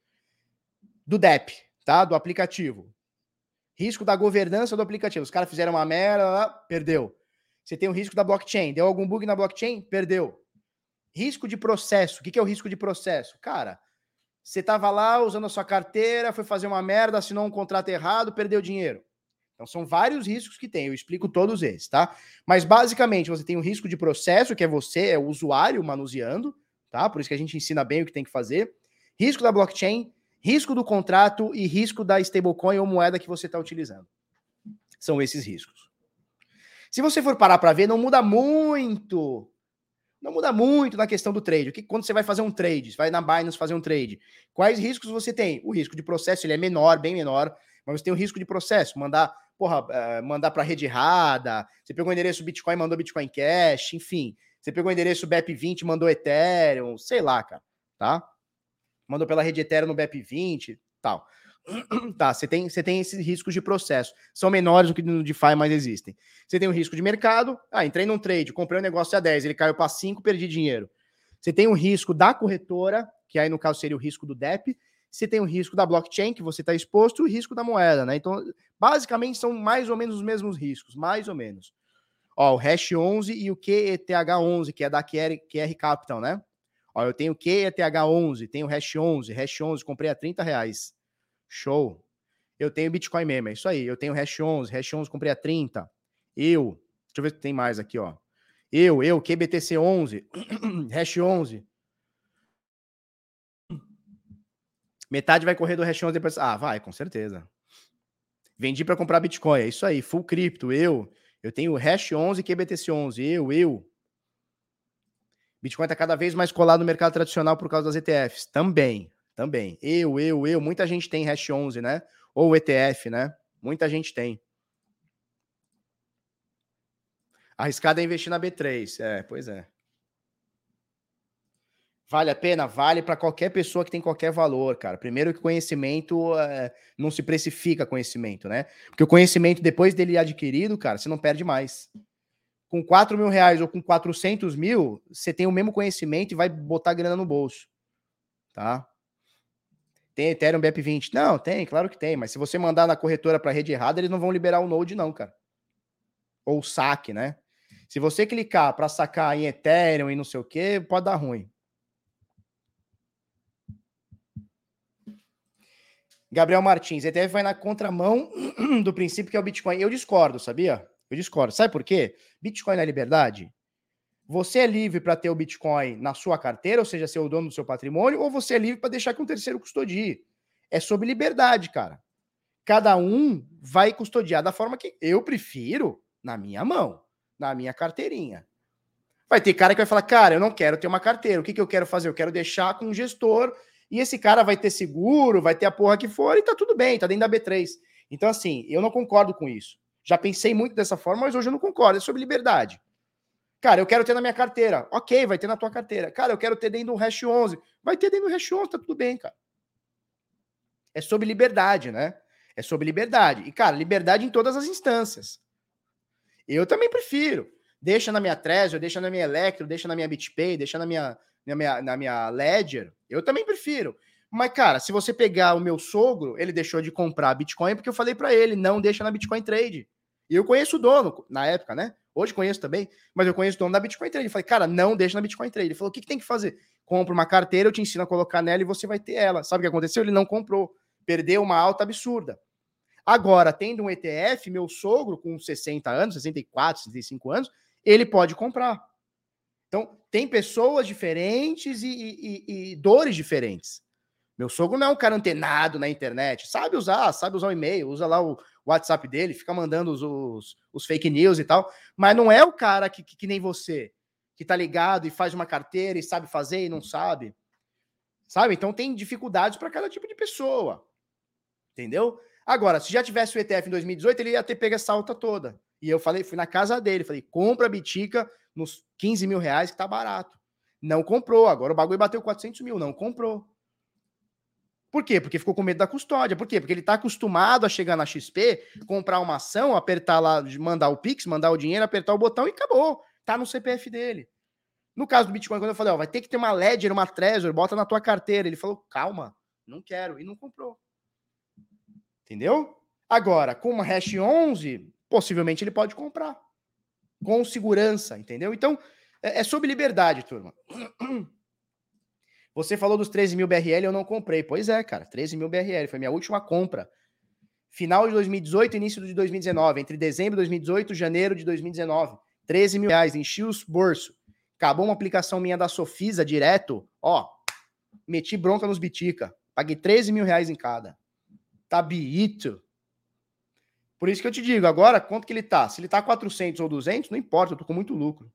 Do D E P, tá? Do aplicativo. Risco da governança do aplicativo. Os caras fizeram uma merda, perdeu. Você tem o risco da blockchain. Deu algum bug na blockchain? Perdeu. Risco de processo. O que é o risco de processo? Cara, você tava lá usando a sua carteira, foi fazer uma merda, assinou um contrato errado, perdeu dinheiro. Então, são vários riscos que tem. Eu explico todos eles, tá? Mas, basicamente, você tem o risco de processo, que é você, é o usuário manuseando, tá? Por isso que a gente ensina bem o que tem que fazer. Risco da blockchain, risco do contrato e risco da stablecoin ou moeda que você está utilizando. São esses riscos. Se você for parar para ver, não muda muito. Não muda muito na questão do trade. O que, quando você vai fazer um trade, você vai na Binance fazer um trade, quais riscos você tem? O risco de processo ele é menor, bem menor, mas você tem o risco de processo, mandar, porra, uh, mandar para rede errada, você pegou o endereço Bitcoin, mandou Bitcoin Cash, enfim, você pegou o endereço B E P vinte, mandou Ethereum, sei lá, cara, tá? Mandou pela rede Ethereum no B E P vinte, tal. Tá, você tem, você tem esses riscos de processo. São menores do que no DeFi, mas existem. Você tem o risco de mercado. Ah, entrei num trade, comprei um negócio a dez, ele caiu para cinco, perdi dinheiro. Você tem o risco da corretora, que aí no caso seria o risco do D E P. Você tem o risco da blockchain, que você está exposto, e o risco da moeda, né? Então, basicamente, são mais ou menos os mesmos riscos, mais ou menos. Ó, o Hash onze e o Q E T H onze, que é da Q R, Q R Capital, né? Ó, eu tenho o Q E T H onze, tenho o Hash onze, Hash onze, comprei a trinta reais. Show. Eu tenho Bitcoin mesmo, é isso aí. Eu tenho Hash onze, Hash onze comprei a trinta. Eu, deixa eu ver se tem mais aqui, ó. Eu, eu, Q B T C onze, Hash onze. Metade vai correr do Hash onze depois. Ah, vai, com certeza. Vendi para comprar Bitcoin, é isso aí. Full cripto, eu. Eu tenho Hash onze e Q B T C onze. Eu, eu. Bitcoin tá cada vez mais colado no mercado tradicional por causa das E T Fs. Também, também. Eu, eu, eu. Muita gente tem Hash onze, né? Ou E T F, né? Muita gente tem. Arriscado é investir na B três. É, pois é. Vale a pena? Vale para qualquer pessoa que tem qualquer valor, cara. Primeiro que conhecimento é, não se precifica conhecimento, né? Porque o conhecimento, depois dele adquirido, cara, você não perde mais. com quatro mil reais ou com quatrocentos mil, você tem o mesmo conhecimento e vai botar grana no bolso, tá? Tem Ethereum B E P vinte? Não, tem, claro que tem, mas se você mandar na corretora para rede errada, eles não vão liberar o Node não, cara. Ou o saque, né? Se você clicar para sacar em Ethereum e não sei o que, pode dar ruim. Gabriel Martins, E T F vai na contramão do princípio que é o Bitcoin. Eu discordo, sabia? Eu discordo. Sabe por quê? Bitcoin não é liberdade? Você é livre para ter o Bitcoin na sua carteira, ou seja, ser o dono do seu patrimônio, ou você é livre para deixar que um terceiro custodie. É sobre liberdade, cara. Cada um vai custodiar da forma que eu prefiro, na minha mão, na minha carteirinha. Vai ter cara que vai falar, cara, eu não quero ter uma carteira. O que, que eu quero fazer? Eu quero deixar com um gestor e esse cara vai ter seguro, vai ter a porra que for e tá tudo bem, tá dentro da B três. Então, assim, eu não concordo com isso. Já pensei muito dessa forma, mas hoje eu não concordo. É sobre liberdade. Cara, eu quero ter na minha carteira. Ok, vai ter na tua carteira. Cara, eu quero ter dentro do Hash onze. Vai ter dentro do Hash onze, tá tudo bem, cara. É sobre liberdade, né? É sobre liberdade. E, cara, liberdade em todas as instâncias. Eu também prefiro. Deixa na minha Trezor, deixa na minha Electro, deixa na minha BitPay, deixa na minha, na minha, na minha Ledger. Eu também prefiro. Mas, cara, se você pegar o meu sogro, ele deixou de comprar Bitcoin porque eu falei para ele, não deixa na Bitcoin Trade. E eu conheço o dono, na época, né? Hoje conheço também, mas eu conheço o dono da Bitcoin Trade. Eu falei, cara, não deixa na Bitcoin Trade. Ele falou, o que, que tem que fazer? Compra uma carteira, eu te ensino a colocar nela e você vai ter ela. Sabe o que aconteceu? Ele não comprou. Perdeu uma alta absurda. Agora, tendo um E T F, meu sogro, com sessenta anos, sessenta e quatro, sessenta e cinco anos, ele pode comprar. Então, tem pessoas diferentes e, e, e dores diferentes. Meu sogro não é um cara antenado na internet. Sabe usar, sabe usar o e-mail, usa lá o WhatsApp dele, fica mandando os, os, os fake news e tal. Mas não é o cara que, que, que nem você, que tá ligado e faz uma carteira e sabe fazer e não sabe. Sabe? Então, tem dificuldades para cada tipo de pessoa. Entendeu? Agora, se já tivesse o E T F em dois mil e dezoito, ele ia ter pego essa alta toda. E eu falei, fui na casa dele, falei, compra a Bitica nos quinze mil reais que tá barato. Não comprou, agora o bagulho bateu quatrocentos mil, não comprou. Por quê? Porque ficou com medo da custódia. Por quê? Porque ele tá acostumado a chegar na X P, comprar uma ação, apertar lá, mandar o Pix, mandar o dinheiro, apertar o botão e acabou. Tá no C P F dele. No caso do Bitcoin, quando eu falei, ó, vai ter que ter uma Ledger, uma Trezor, bota na tua carteira. Ele falou, calma, não quero. E não comprou. Entendeu? Agora, com uma Hash onze, possivelmente ele pode comprar. Com segurança, entendeu? Então, é, é sobre liberdade, turma. Você falou dos treze mil B R L, eu não comprei. Pois é, cara, treze mil B R L, foi minha última compra. Final de dois mil e dezoito, início de dois mil e dezenove. Entre dezembro de dois mil e dezoito e janeiro de dois mil e dezenove. treze mil reais, enchi os bolsos. Acabou uma aplicação minha da Sofisa direto, ó, meti bronca nos Bitica. Paguei treze mil reais em cada. Tá biito. Por isso que eu te digo, agora, quanto que ele tá? Se ele tá quatrocentos ou duzentos, não importa, eu tô com muito lucro.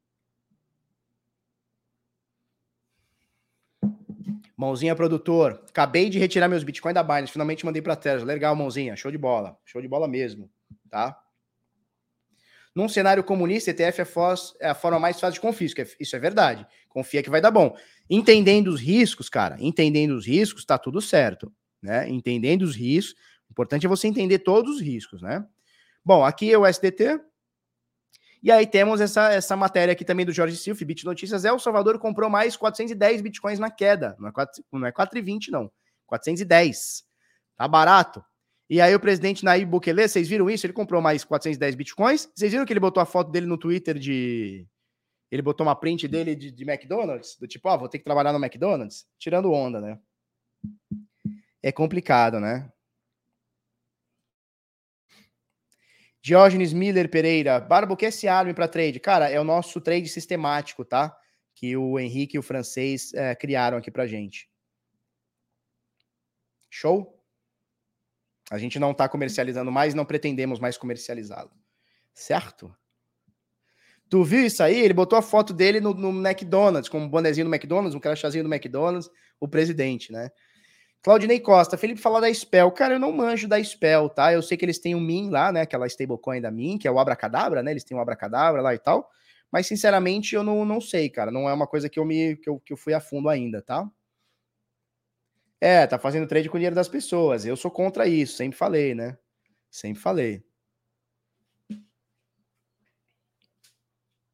Mãozinha produtor, acabei de retirar meus Bitcoin da Binance, finalmente mandei pra Tesla. Legal, mãozinha, show de bola. Show de bola mesmo, tá? Num cenário comunista, E T F é, fós, é a forma mais fácil de confisco, isso é verdade. Confia que vai dar bom. Entendendo os riscos, cara, entendendo os riscos, tá tudo certo, né? Entendendo os riscos, o importante é você entender todos os riscos, né? Bom, aqui é o S D T. E aí temos essa, essa matéria aqui também do Jorge Silf, Bit Notícias. El Salvador comprou mais quatrocentos e dez bitcoins na queda. Não é, quatro, não é quatro e vinte, não. quatrocentos e dez. Tá barato. E aí o presidente Nayib Bukele, vocês viram isso? Ele comprou mais quatrocentos e dez bitcoins. Vocês viram que ele botou a foto dele no Twitter de... Ele botou uma print dele de, de McDonald's? Do tipo, ó, oh, vou ter que trabalhar no McDonald's? Tirando onda, né? É complicado, né? Diógenes Miller Pereira, Barba, o que é esse arme para trade? Cara, é o nosso trade sistemático, tá? Que o Henrique e o francês é, criaram aqui pra gente. Show? A gente não tá comercializando mais, não pretendemos mais comercializá-lo. Certo? Tu viu isso aí? Ele botou a foto dele no, no McDonald's, com um bonezinho do McDonald's, um crachazinho do McDonald's, o presidente, né? Claudinei Costa, Felipe fala da Spell. Cara, eu não manjo da Spell, tá? Eu sei que eles têm um M I N lá, né? Aquela stablecoin da M I N, que é o Abracadabra, né? Eles têm o Abracadabra lá e tal. Mas, sinceramente, eu não, não sei, cara. Não é uma coisa que eu, me, que, eu, que eu fui a fundo ainda, tá? É, tá fazendo trade com o dinheiro das pessoas. Eu sou contra isso, sempre falei, né? Sempre falei.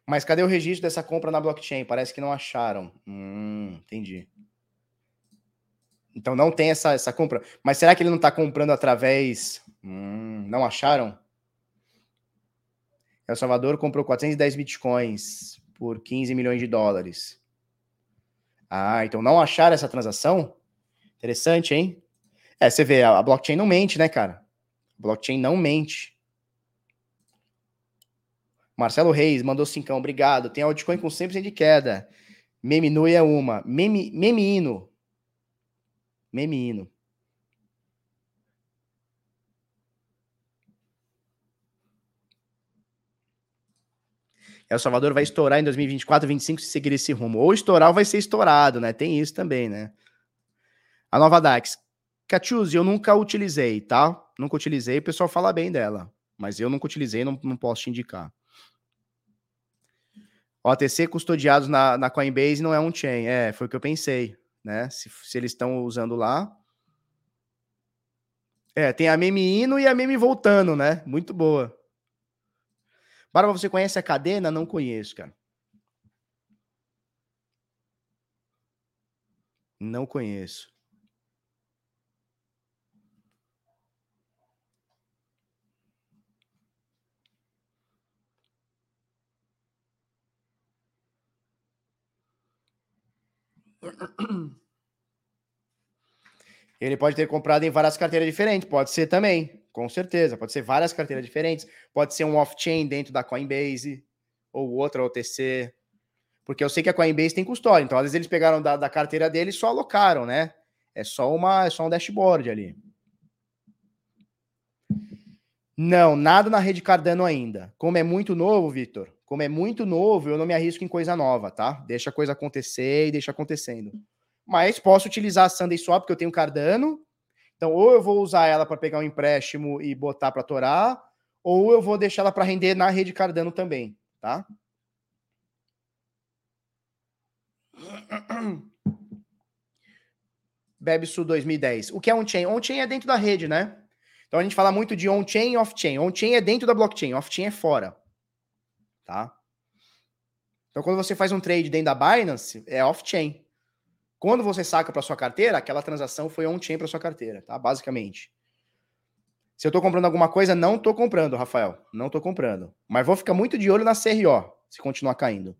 Mas cadê o registro dessa compra na blockchain? Parece que não acharam. Hum, entendi. Então não tem essa, essa compra. Mas será que ele não está comprando através... Hum, não acharam? El Salvador comprou quatrocentos e dez bitcoins por quinze milhões de dólares. Ah, então não acharam essa transação? Interessante, hein? É, você vê, a blockchain não mente, né, cara? A blockchain não mente. Marcelo Reis mandou cincão, obrigado. Tem altcoin com cem por cento de queda. Meminui é uma. Meme, Memino. Memino. El Salvador vai estourar em dois mil e vinte e quatro, vinte e cinco se seguir esse rumo. Ou estourar ou vai ser estourado, né? Tem isso também, né? A nova Dax. Catiuzi, eu nunca utilizei, tá? Nunca utilizei, o pessoal fala bem dela. Mas eu nunca utilizei, não, não posso te indicar. O A T C custodiados na, na Coinbase não é um chain. É, foi o que eu pensei, né? Se, se eles estão usando lá. É, tem a meme indo e a meme voltando, né? Muito boa. Barba, você conhece a Cadena? Não conheço, cara. Não conheço. Ele pode ter comprado em várias carteiras diferentes, pode ser também, com certeza. Pode ser várias carteiras diferentes, pode ser um off-chain dentro da Coinbase, ou outra O T C. Porque eu sei que a Coinbase tem custódia, então às vezes eles pegaram da, da carteira dele e só alocaram, né? É só, uma, é só um dashboard ali. Não, nada na rede Cardano ainda. Como é muito novo, Vitor, como é muito novo, eu não me arrisco em coisa nova, tá? Deixa a coisa acontecer e deixa acontecendo. Mas posso utilizar a SundaeSwap, porque eu tenho Cardano. Então, ou eu vou usar ela para pegar um empréstimo e botar para torar, ou eu vou deixar ela para render na rede Cardano também, tá? Bebsu dois mil e dez. O que é on-chain? On-chain é dentro da rede, né? Então a gente fala muito de on-chain e off-chain. On-chain é dentro da blockchain, off-chain é fora, tá? Então quando você faz um trade dentro da Binance, é off-chain. Quando você saca para sua carteira, aquela transação foi on-chain para sua carteira, tá? Basicamente. Se eu tô comprando alguma coisa, não tô comprando, Rafael. Não tô comprando. Mas vou ficar muito de olho na C R O, se continuar caindo.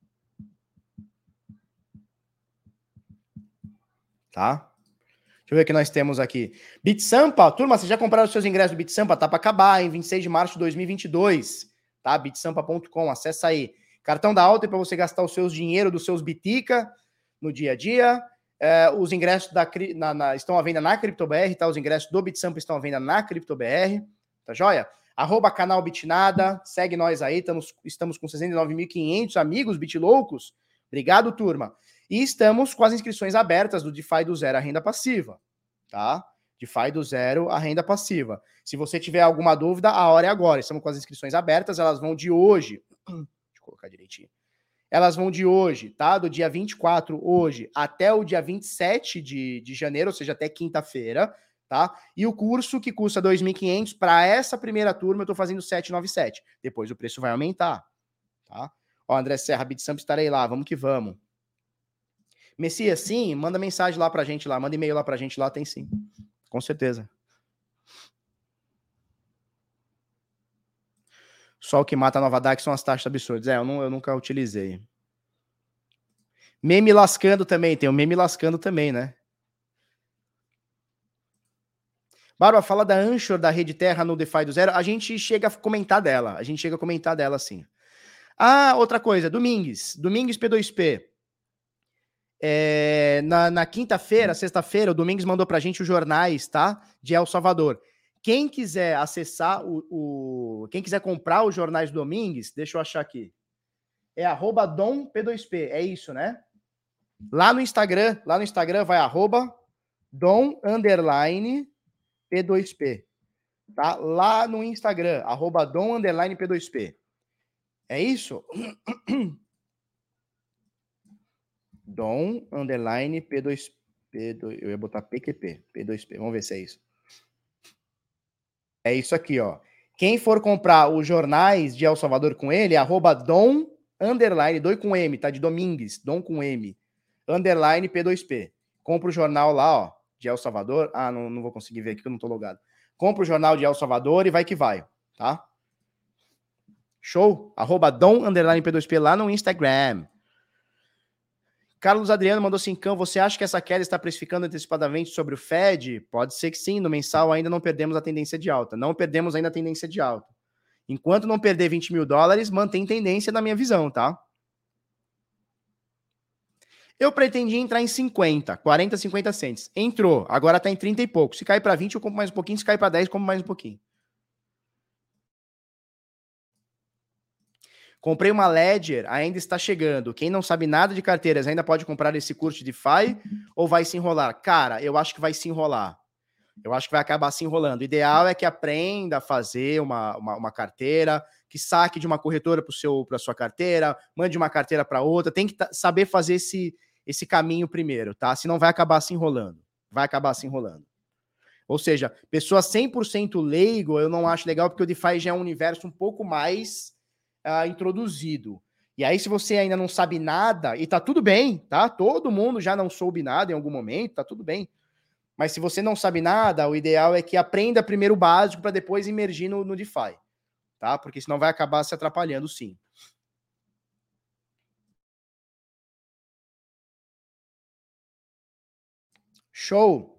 Tá? Deixa eu ver o que nós temos aqui. BitSampa, turma, vocês já compraram os seus ingressos do BitSampa? Tá para acabar, em vinte e seis de março de dois mil e vinte e dois. Tá? bitsampa ponto com, acessa aí. Cartão da Alter para você gastar os seus dinheiro dos seus Bitica no dia a dia. É, os ingressos da, na, na, estão à venda na CryptoBR, tá? Os ingressos do BitSampa estão à venda na CryptoBR. Tá joia? Arroba canal Bitnada, segue nós aí, estamos, estamos com sessenta e nove mil e quinhentos amigos Bitloucos. Obrigado, turma. E estamos com as inscrições abertas do DeFi do Zero à Renda Passiva, tá? DeFi do Zero à Renda Passiva. Se você tiver alguma dúvida, a hora é agora. Estamos com as inscrições abertas, elas vão de hoje. Deixa eu colocar direitinho. Elas vão de hoje, tá? Do dia vinte e quatro, hoje, até o dia vinte e sete de, de janeiro, ou seja, até quinta-feira, tá? E o curso que custa dois mil e quinhentos, para essa primeira turma, eu tô fazendo setecentos e noventa e sete. Depois o preço vai aumentar, tá? Ó, André Serra, BitSamp, estarei lá, vamos que vamos. Messias, sim, manda mensagem lá pra gente lá, manda e-mail lá pra gente lá, tem sim. Com certeza. Só o que mata a Nova D A X são as taxas absurdas. É, eu, não, eu nunca utilizei. Meme lascando também, tem o meme lascando também, né? Barba, fala da Anchor, da Rede Terra no DeFi do Zero. A gente chega a comentar dela, a gente chega a comentar dela, sim. Ah, outra coisa, Domingues, Domingues P dois P. É, na, na quinta-feira, sexta-feira, o Domingues mandou pra gente os jornais, tá? De El Salvador. Quem quiser acessar o, o... Quem quiser comprar os jornais do Domingues, deixa eu achar aqui. É arroba Dom P dois P, é isso, né? Lá no Instagram, lá no Instagram vai arroba Dom underline P dois P. Tá? Lá no Instagram, arroba Dom underline P dois P. É isso? Dom underline P dois P. Eu ia botar P Q P. P dois P. Vamos ver se é isso. É isso aqui, ó. Quem for comprar os jornais de El Salvador com ele, arroba Dom underline, doi com M, tá? De Domingues, Dom com M, underline P dois P. Compra o jornal lá, ó, de El Salvador. Ah, não, não vou conseguir ver aqui que eu não tô logado. Compra o jornal de El Salvador e vai que vai, tá? Show? Arroba Dom, underline P dois P lá no Instagram. Carlos Adriano mandou cincão. Você acha que essa queda está precificando antecipadamente sobre o Fed? Pode ser que sim. No mensal ainda não perdemos a tendência de alta. Não perdemos ainda a tendência de alta. Enquanto não perder vinte mil dólares, mantém tendência na minha visão, tá? Eu pretendia entrar em cinquenta, quarenta, cinquenta cents. Entrou. Agora tá em trinta e pouco. Se cair para vinte, eu compro mais um pouquinho. Se cair para dez, eu compro mais um pouquinho. Comprei uma Ledger, ainda está chegando. Quem não sabe nada de carteiras ainda pode comprar esse curso de DeFi ou vai se enrolar? Cara, eu acho que vai se enrolar. Eu acho que vai acabar se enrolando. O ideal é que aprenda a fazer uma, uma, uma carteira, que saque de uma corretora para a sua carteira, mande uma carteira para outra. Tem que saber fazer esse, esse caminho primeiro, tá? Senão vai acabar se enrolando. Vai acabar se enrolando. Ou seja, pessoa cem por cento leigo, eu não acho legal, porque o DeFi já é um universo um pouco mais Uh, introduzido. E aí, se você ainda não sabe nada, e tá tudo bem, tá? Todo mundo já não soube nada em algum momento, tá tudo bem. Mas se você não sabe nada, o ideal é que aprenda primeiro o básico para depois emergir no, no DeFi, tá? Porque senão vai acabar se atrapalhando, sim. Show!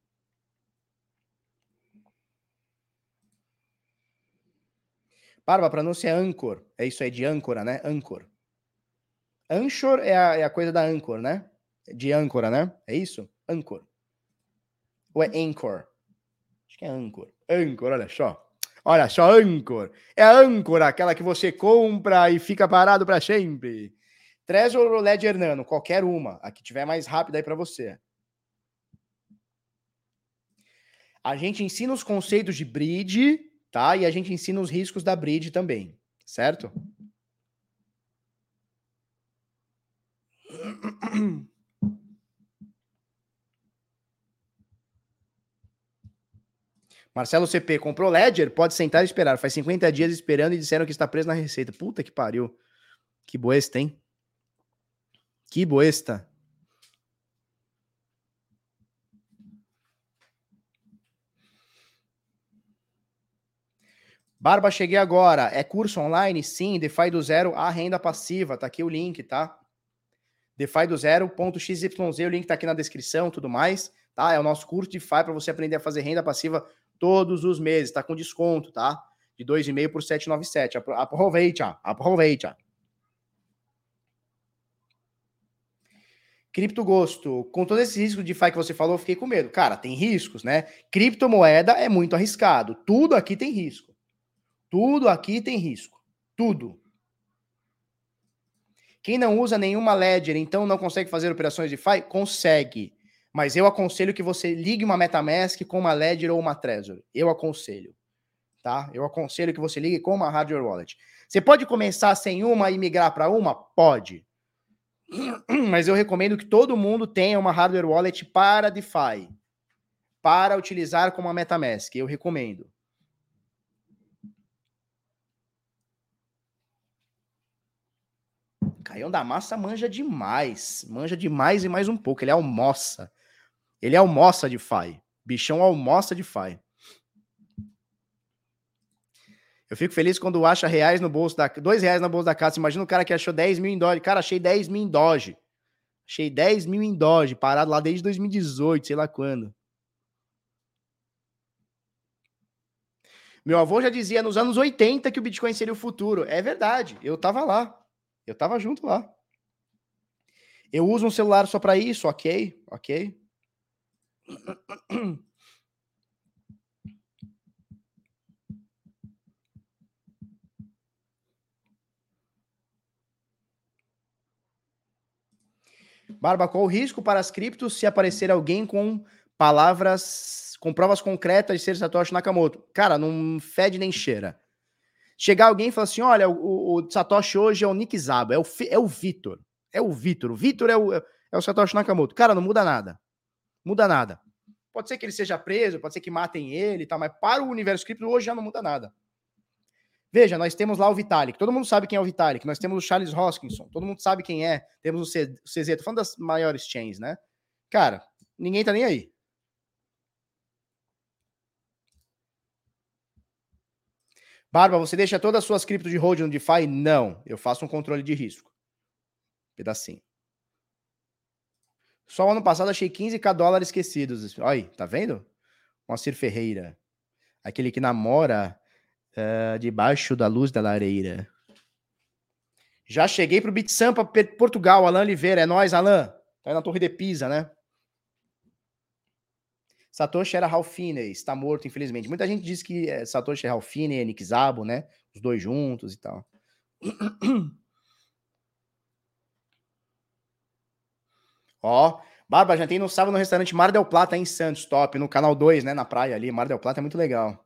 Barba, a pronúncia é Anchor. É isso aí, de âncora, né? Anchor. Anchor é a, é a coisa da Anchor, né? De âncora, né? É isso? Anchor. Ou é Anchor? Acho que é Anchor. Anchor, olha só. Olha só, Anchor. É a âncora, aquela que você compra e fica parado para sempre. Trezor ou Ledger Nano? Qualquer uma. A que tiver mais rápida aí para você. A gente ensina os conceitos de bridge, tá? E a gente ensina os riscos da bridge também, certo? Marcelo C P, comprou Ledger? Pode sentar e esperar. Faz cinquenta dias esperando e disseram que está preso na receita. Puta que pariu. Que boesta, hein? Que boesta. Barba, cheguei agora. É curso online? Sim. DeFi do zero a renda passiva. Tá aqui o link, tá? DeFi do zero.xyz, o link tá aqui na descrição, tudo mais, tá? É o nosso curso de DeFi para você aprender a fazer renda passiva todos os meses, tá com desconto, tá? De dois vírgula cinco por setecentos e noventa e sete. Aproveita, aproveita. Cripto Gosto, com todo esse risco de DeFi que você falou, eu fiquei com medo. Cara, tem riscos, né? Criptomoeda é muito arriscado. Tudo aqui tem risco. Tudo aqui tem risco. Tudo. Quem não usa nenhuma Ledger, então não consegue fazer operações de DeFi? Consegue. Mas eu aconselho que você ligue uma MetaMask com uma Ledger ou uma Trezor. Eu aconselho. Tá? Eu aconselho que você ligue com uma Hardware Wallet. Você pode começar sem uma e migrar para uma? Pode. Mas eu recomendo que todo mundo tenha uma Hardware Wallet para DeFi. Para utilizar como a MetaMask. Eu recomendo. Caião da Massa manja demais. Manja demais e mais um pouco. Ele almoça. Ele almoça DeFi. Bichão almoça DeFi. Eu fico feliz quando acha reais no bolso da... Dois reais no bolso da casa. Imagina o cara que achou dez mil em Doge. Cara, achei dez mil em Doge. Achei dez mil em Doge. Parado lá desde dois mil e dezoito, sei lá quando. Meu avô já dizia nos anos oitenta que o Bitcoin seria o futuro. É verdade. Eu tava lá. Eu tava junto lá. Eu uso um celular só para isso, ok? Ok. Barba, qual o risco para as criptos se aparecer alguém com palavras, com provas concretas de ser Satoshi Nakamoto? Cara, não fede nem cheira. Chegar alguém e falar assim, olha, o, o Satoshi hoje é o Nick Szabo, é o, é o Vitor. É o Vitor. O Vitor é o, é o Satoshi Nakamoto. Cara, não muda nada. Muda nada. Pode ser que ele seja preso, pode ser que matem ele e tal, mas para o universo cripto hoje já não muda nada. Veja, nós temos lá o Vitalik, todo mundo sabe quem é o Vitalik, nós temos o Charles Hoskinson, todo mundo sabe quem é, temos o C Z, tô falando das maiores chains, né? Cara, ninguém tá nem aí. Barba, você deixa todas as suas criptos de hold no DeFi? Não, eu faço um controle de risco. Pedacinho. Só o ano passado achei quinze mil dólares esquecidos. Olha aí, tá vendo? Moacir Ferreira. Aquele que namora uh, debaixo da luz da lareira. Já cheguei pro Bitsam para Portugal, Alan Oliveira. É nóis, Alan. Tá aí na Torre de Pisa, né? Satoshi era Ralph Finney, está morto, infelizmente. Muita gente diz que é, Satoshi é Ralph Finney, é Nick Szabo, né? Os dois juntos e tal. Ó, Bárbara, já tem no sábado no restaurante Mar del Plata, em Santos, top. No canal dois, né? Na praia ali. Mar del Plata é muito legal.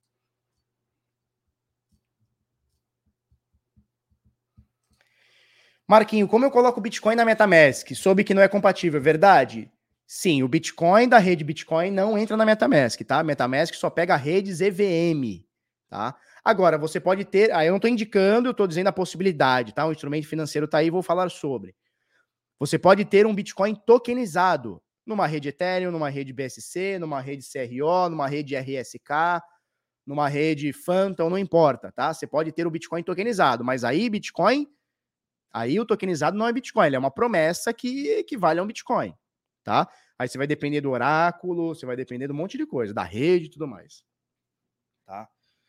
Marquinho, como eu coloco o Bitcoin na MetaMask? Soube que não é compatível, verdade? Sim, o Bitcoin da rede Bitcoin não entra na MetaMask, tá? MetaMask só pega redes E V M, tá? Agora, você pode ter... Aí eu não tô indicando, eu tô dizendo a possibilidade, tá? O instrumento financeiro tá aí, vou falar sobre. Você pode ter um Bitcoin tokenizado numa rede Ethereum, numa rede B S C, numa rede C R O, numa rede R S K, numa rede Phantom, não importa, tá? Você pode ter o Bitcoin tokenizado, mas aí Bitcoin... Aí o tokenizado não é Bitcoin, ele é uma promessa que equivale a um Bitcoin, tá? Aí você vai depender do oráculo, você vai depender de um monte de coisa, da rede e tudo mais, tá?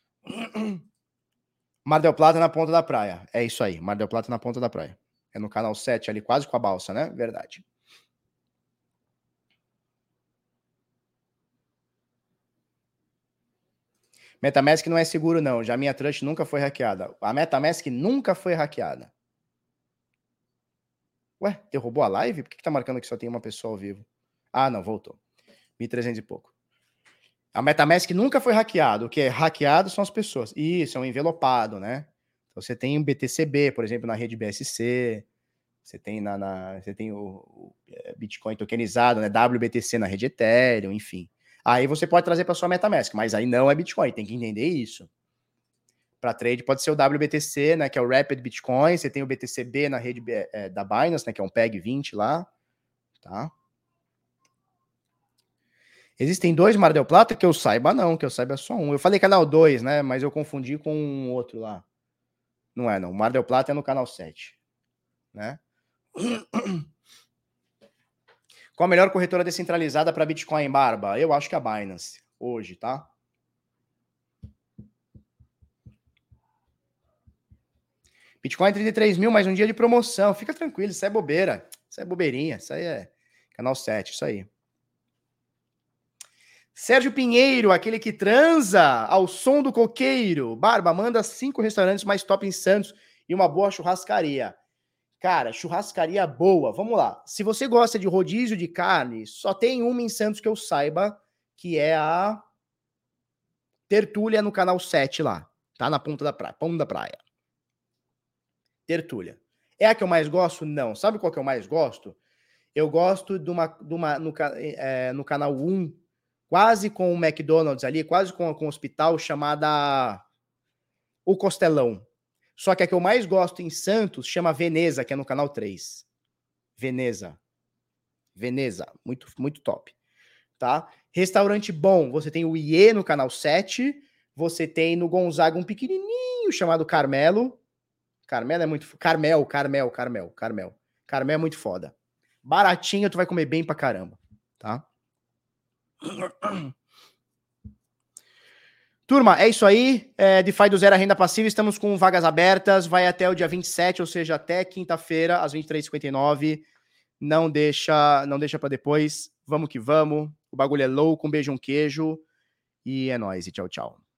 Mar del Plata na ponta da praia, é isso aí, Mar del Plata na ponta da praia. É no canal sete ali, quase com a balsa, né? Verdade. MetaMask não é seguro não, já a minha trust nunca foi hackeada. A MetaMask nunca foi hackeada. Ué, derrubou a live? Por que, que tá marcando que só tem uma pessoa ao vivo? Ah, não, voltou. mil e trezentos e pouco. A MetaMask nunca foi hackeado. O que é hackeado são as pessoas. Isso, é um envelopado, né? Então você tem o B T C B, por exemplo, na rede B S C. Você tem, na, na você tem o, o Bitcoin tokenizado, né? W B T C na rede Ethereum, enfim. Aí você pode trazer para sua MetaMask, mas aí não é Bitcoin, tem que entender isso. Para trade pode ser o W B T C, né, que é o Rapid Bitcoin, você tem o B T C B na rede é, da Binance, né, que é um P E G vinte lá, tá? Existem dois Mar del Plata? Que eu saiba não, que eu saiba só um. Eu falei canal dois, né, mas eu confundi com um outro lá. Não é não, o Mar del Plata é no canal sete, né? Qual a melhor corretora descentralizada para Bitcoin, Barba? Eu acho que a Binance, hoje, tá? Bitcoin trinta e três mil, mais um dia de promoção. Fica tranquilo, isso é bobeira. Isso é bobeirinha, isso aí é canal sete, isso aí. Sérgio Pinheiro, aquele que transa ao som do coqueiro. Barba, manda cinco restaurantes mais top em Santos e uma boa churrascaria. Cara, churrascaria boa. Vamos lá. Se você gosta de rodízio de carne, só tem uma em Santos que eu saiba, que é a Tertúlia no canal sete lá. Tá na ponta da praia. Ponta da praia. Tertúlia. É a que eu mais gosto? Não. Sabe qual que eu mais gosto? Eu gosto de uma, de uma no, é, no canal um, quase com o McDonald's ali, quase com, com o hospital, chamada O Costelão. Só que a que eu mais gosto em Santos chama Veneza, que é no canal três. Veneza. Veneza. Muito, muito top. Tá? Restaurante bom, você tem o Iê no canal sete, você tem no Gonzaga um pequenininho chamado Carmelo. Carmelo é muito... Carmel, Carmel, Carmel, Carmel. Carmel é muito foda. Baratinho, tu vai comer bem pra caramba, tá? Turma, é isso aí. É, DeFi do Zero a Renda Passiva, estamos com vagas abertas, vai até o dia vinte e sete, ou seja, até quinta-feira, às vinte e três e cinquenta e nove. Não deixa, não deixa pra depois. Vamos que vamos. O bagulho é louco, um beijo, um queijo. E é nóis, e tchau, tchau.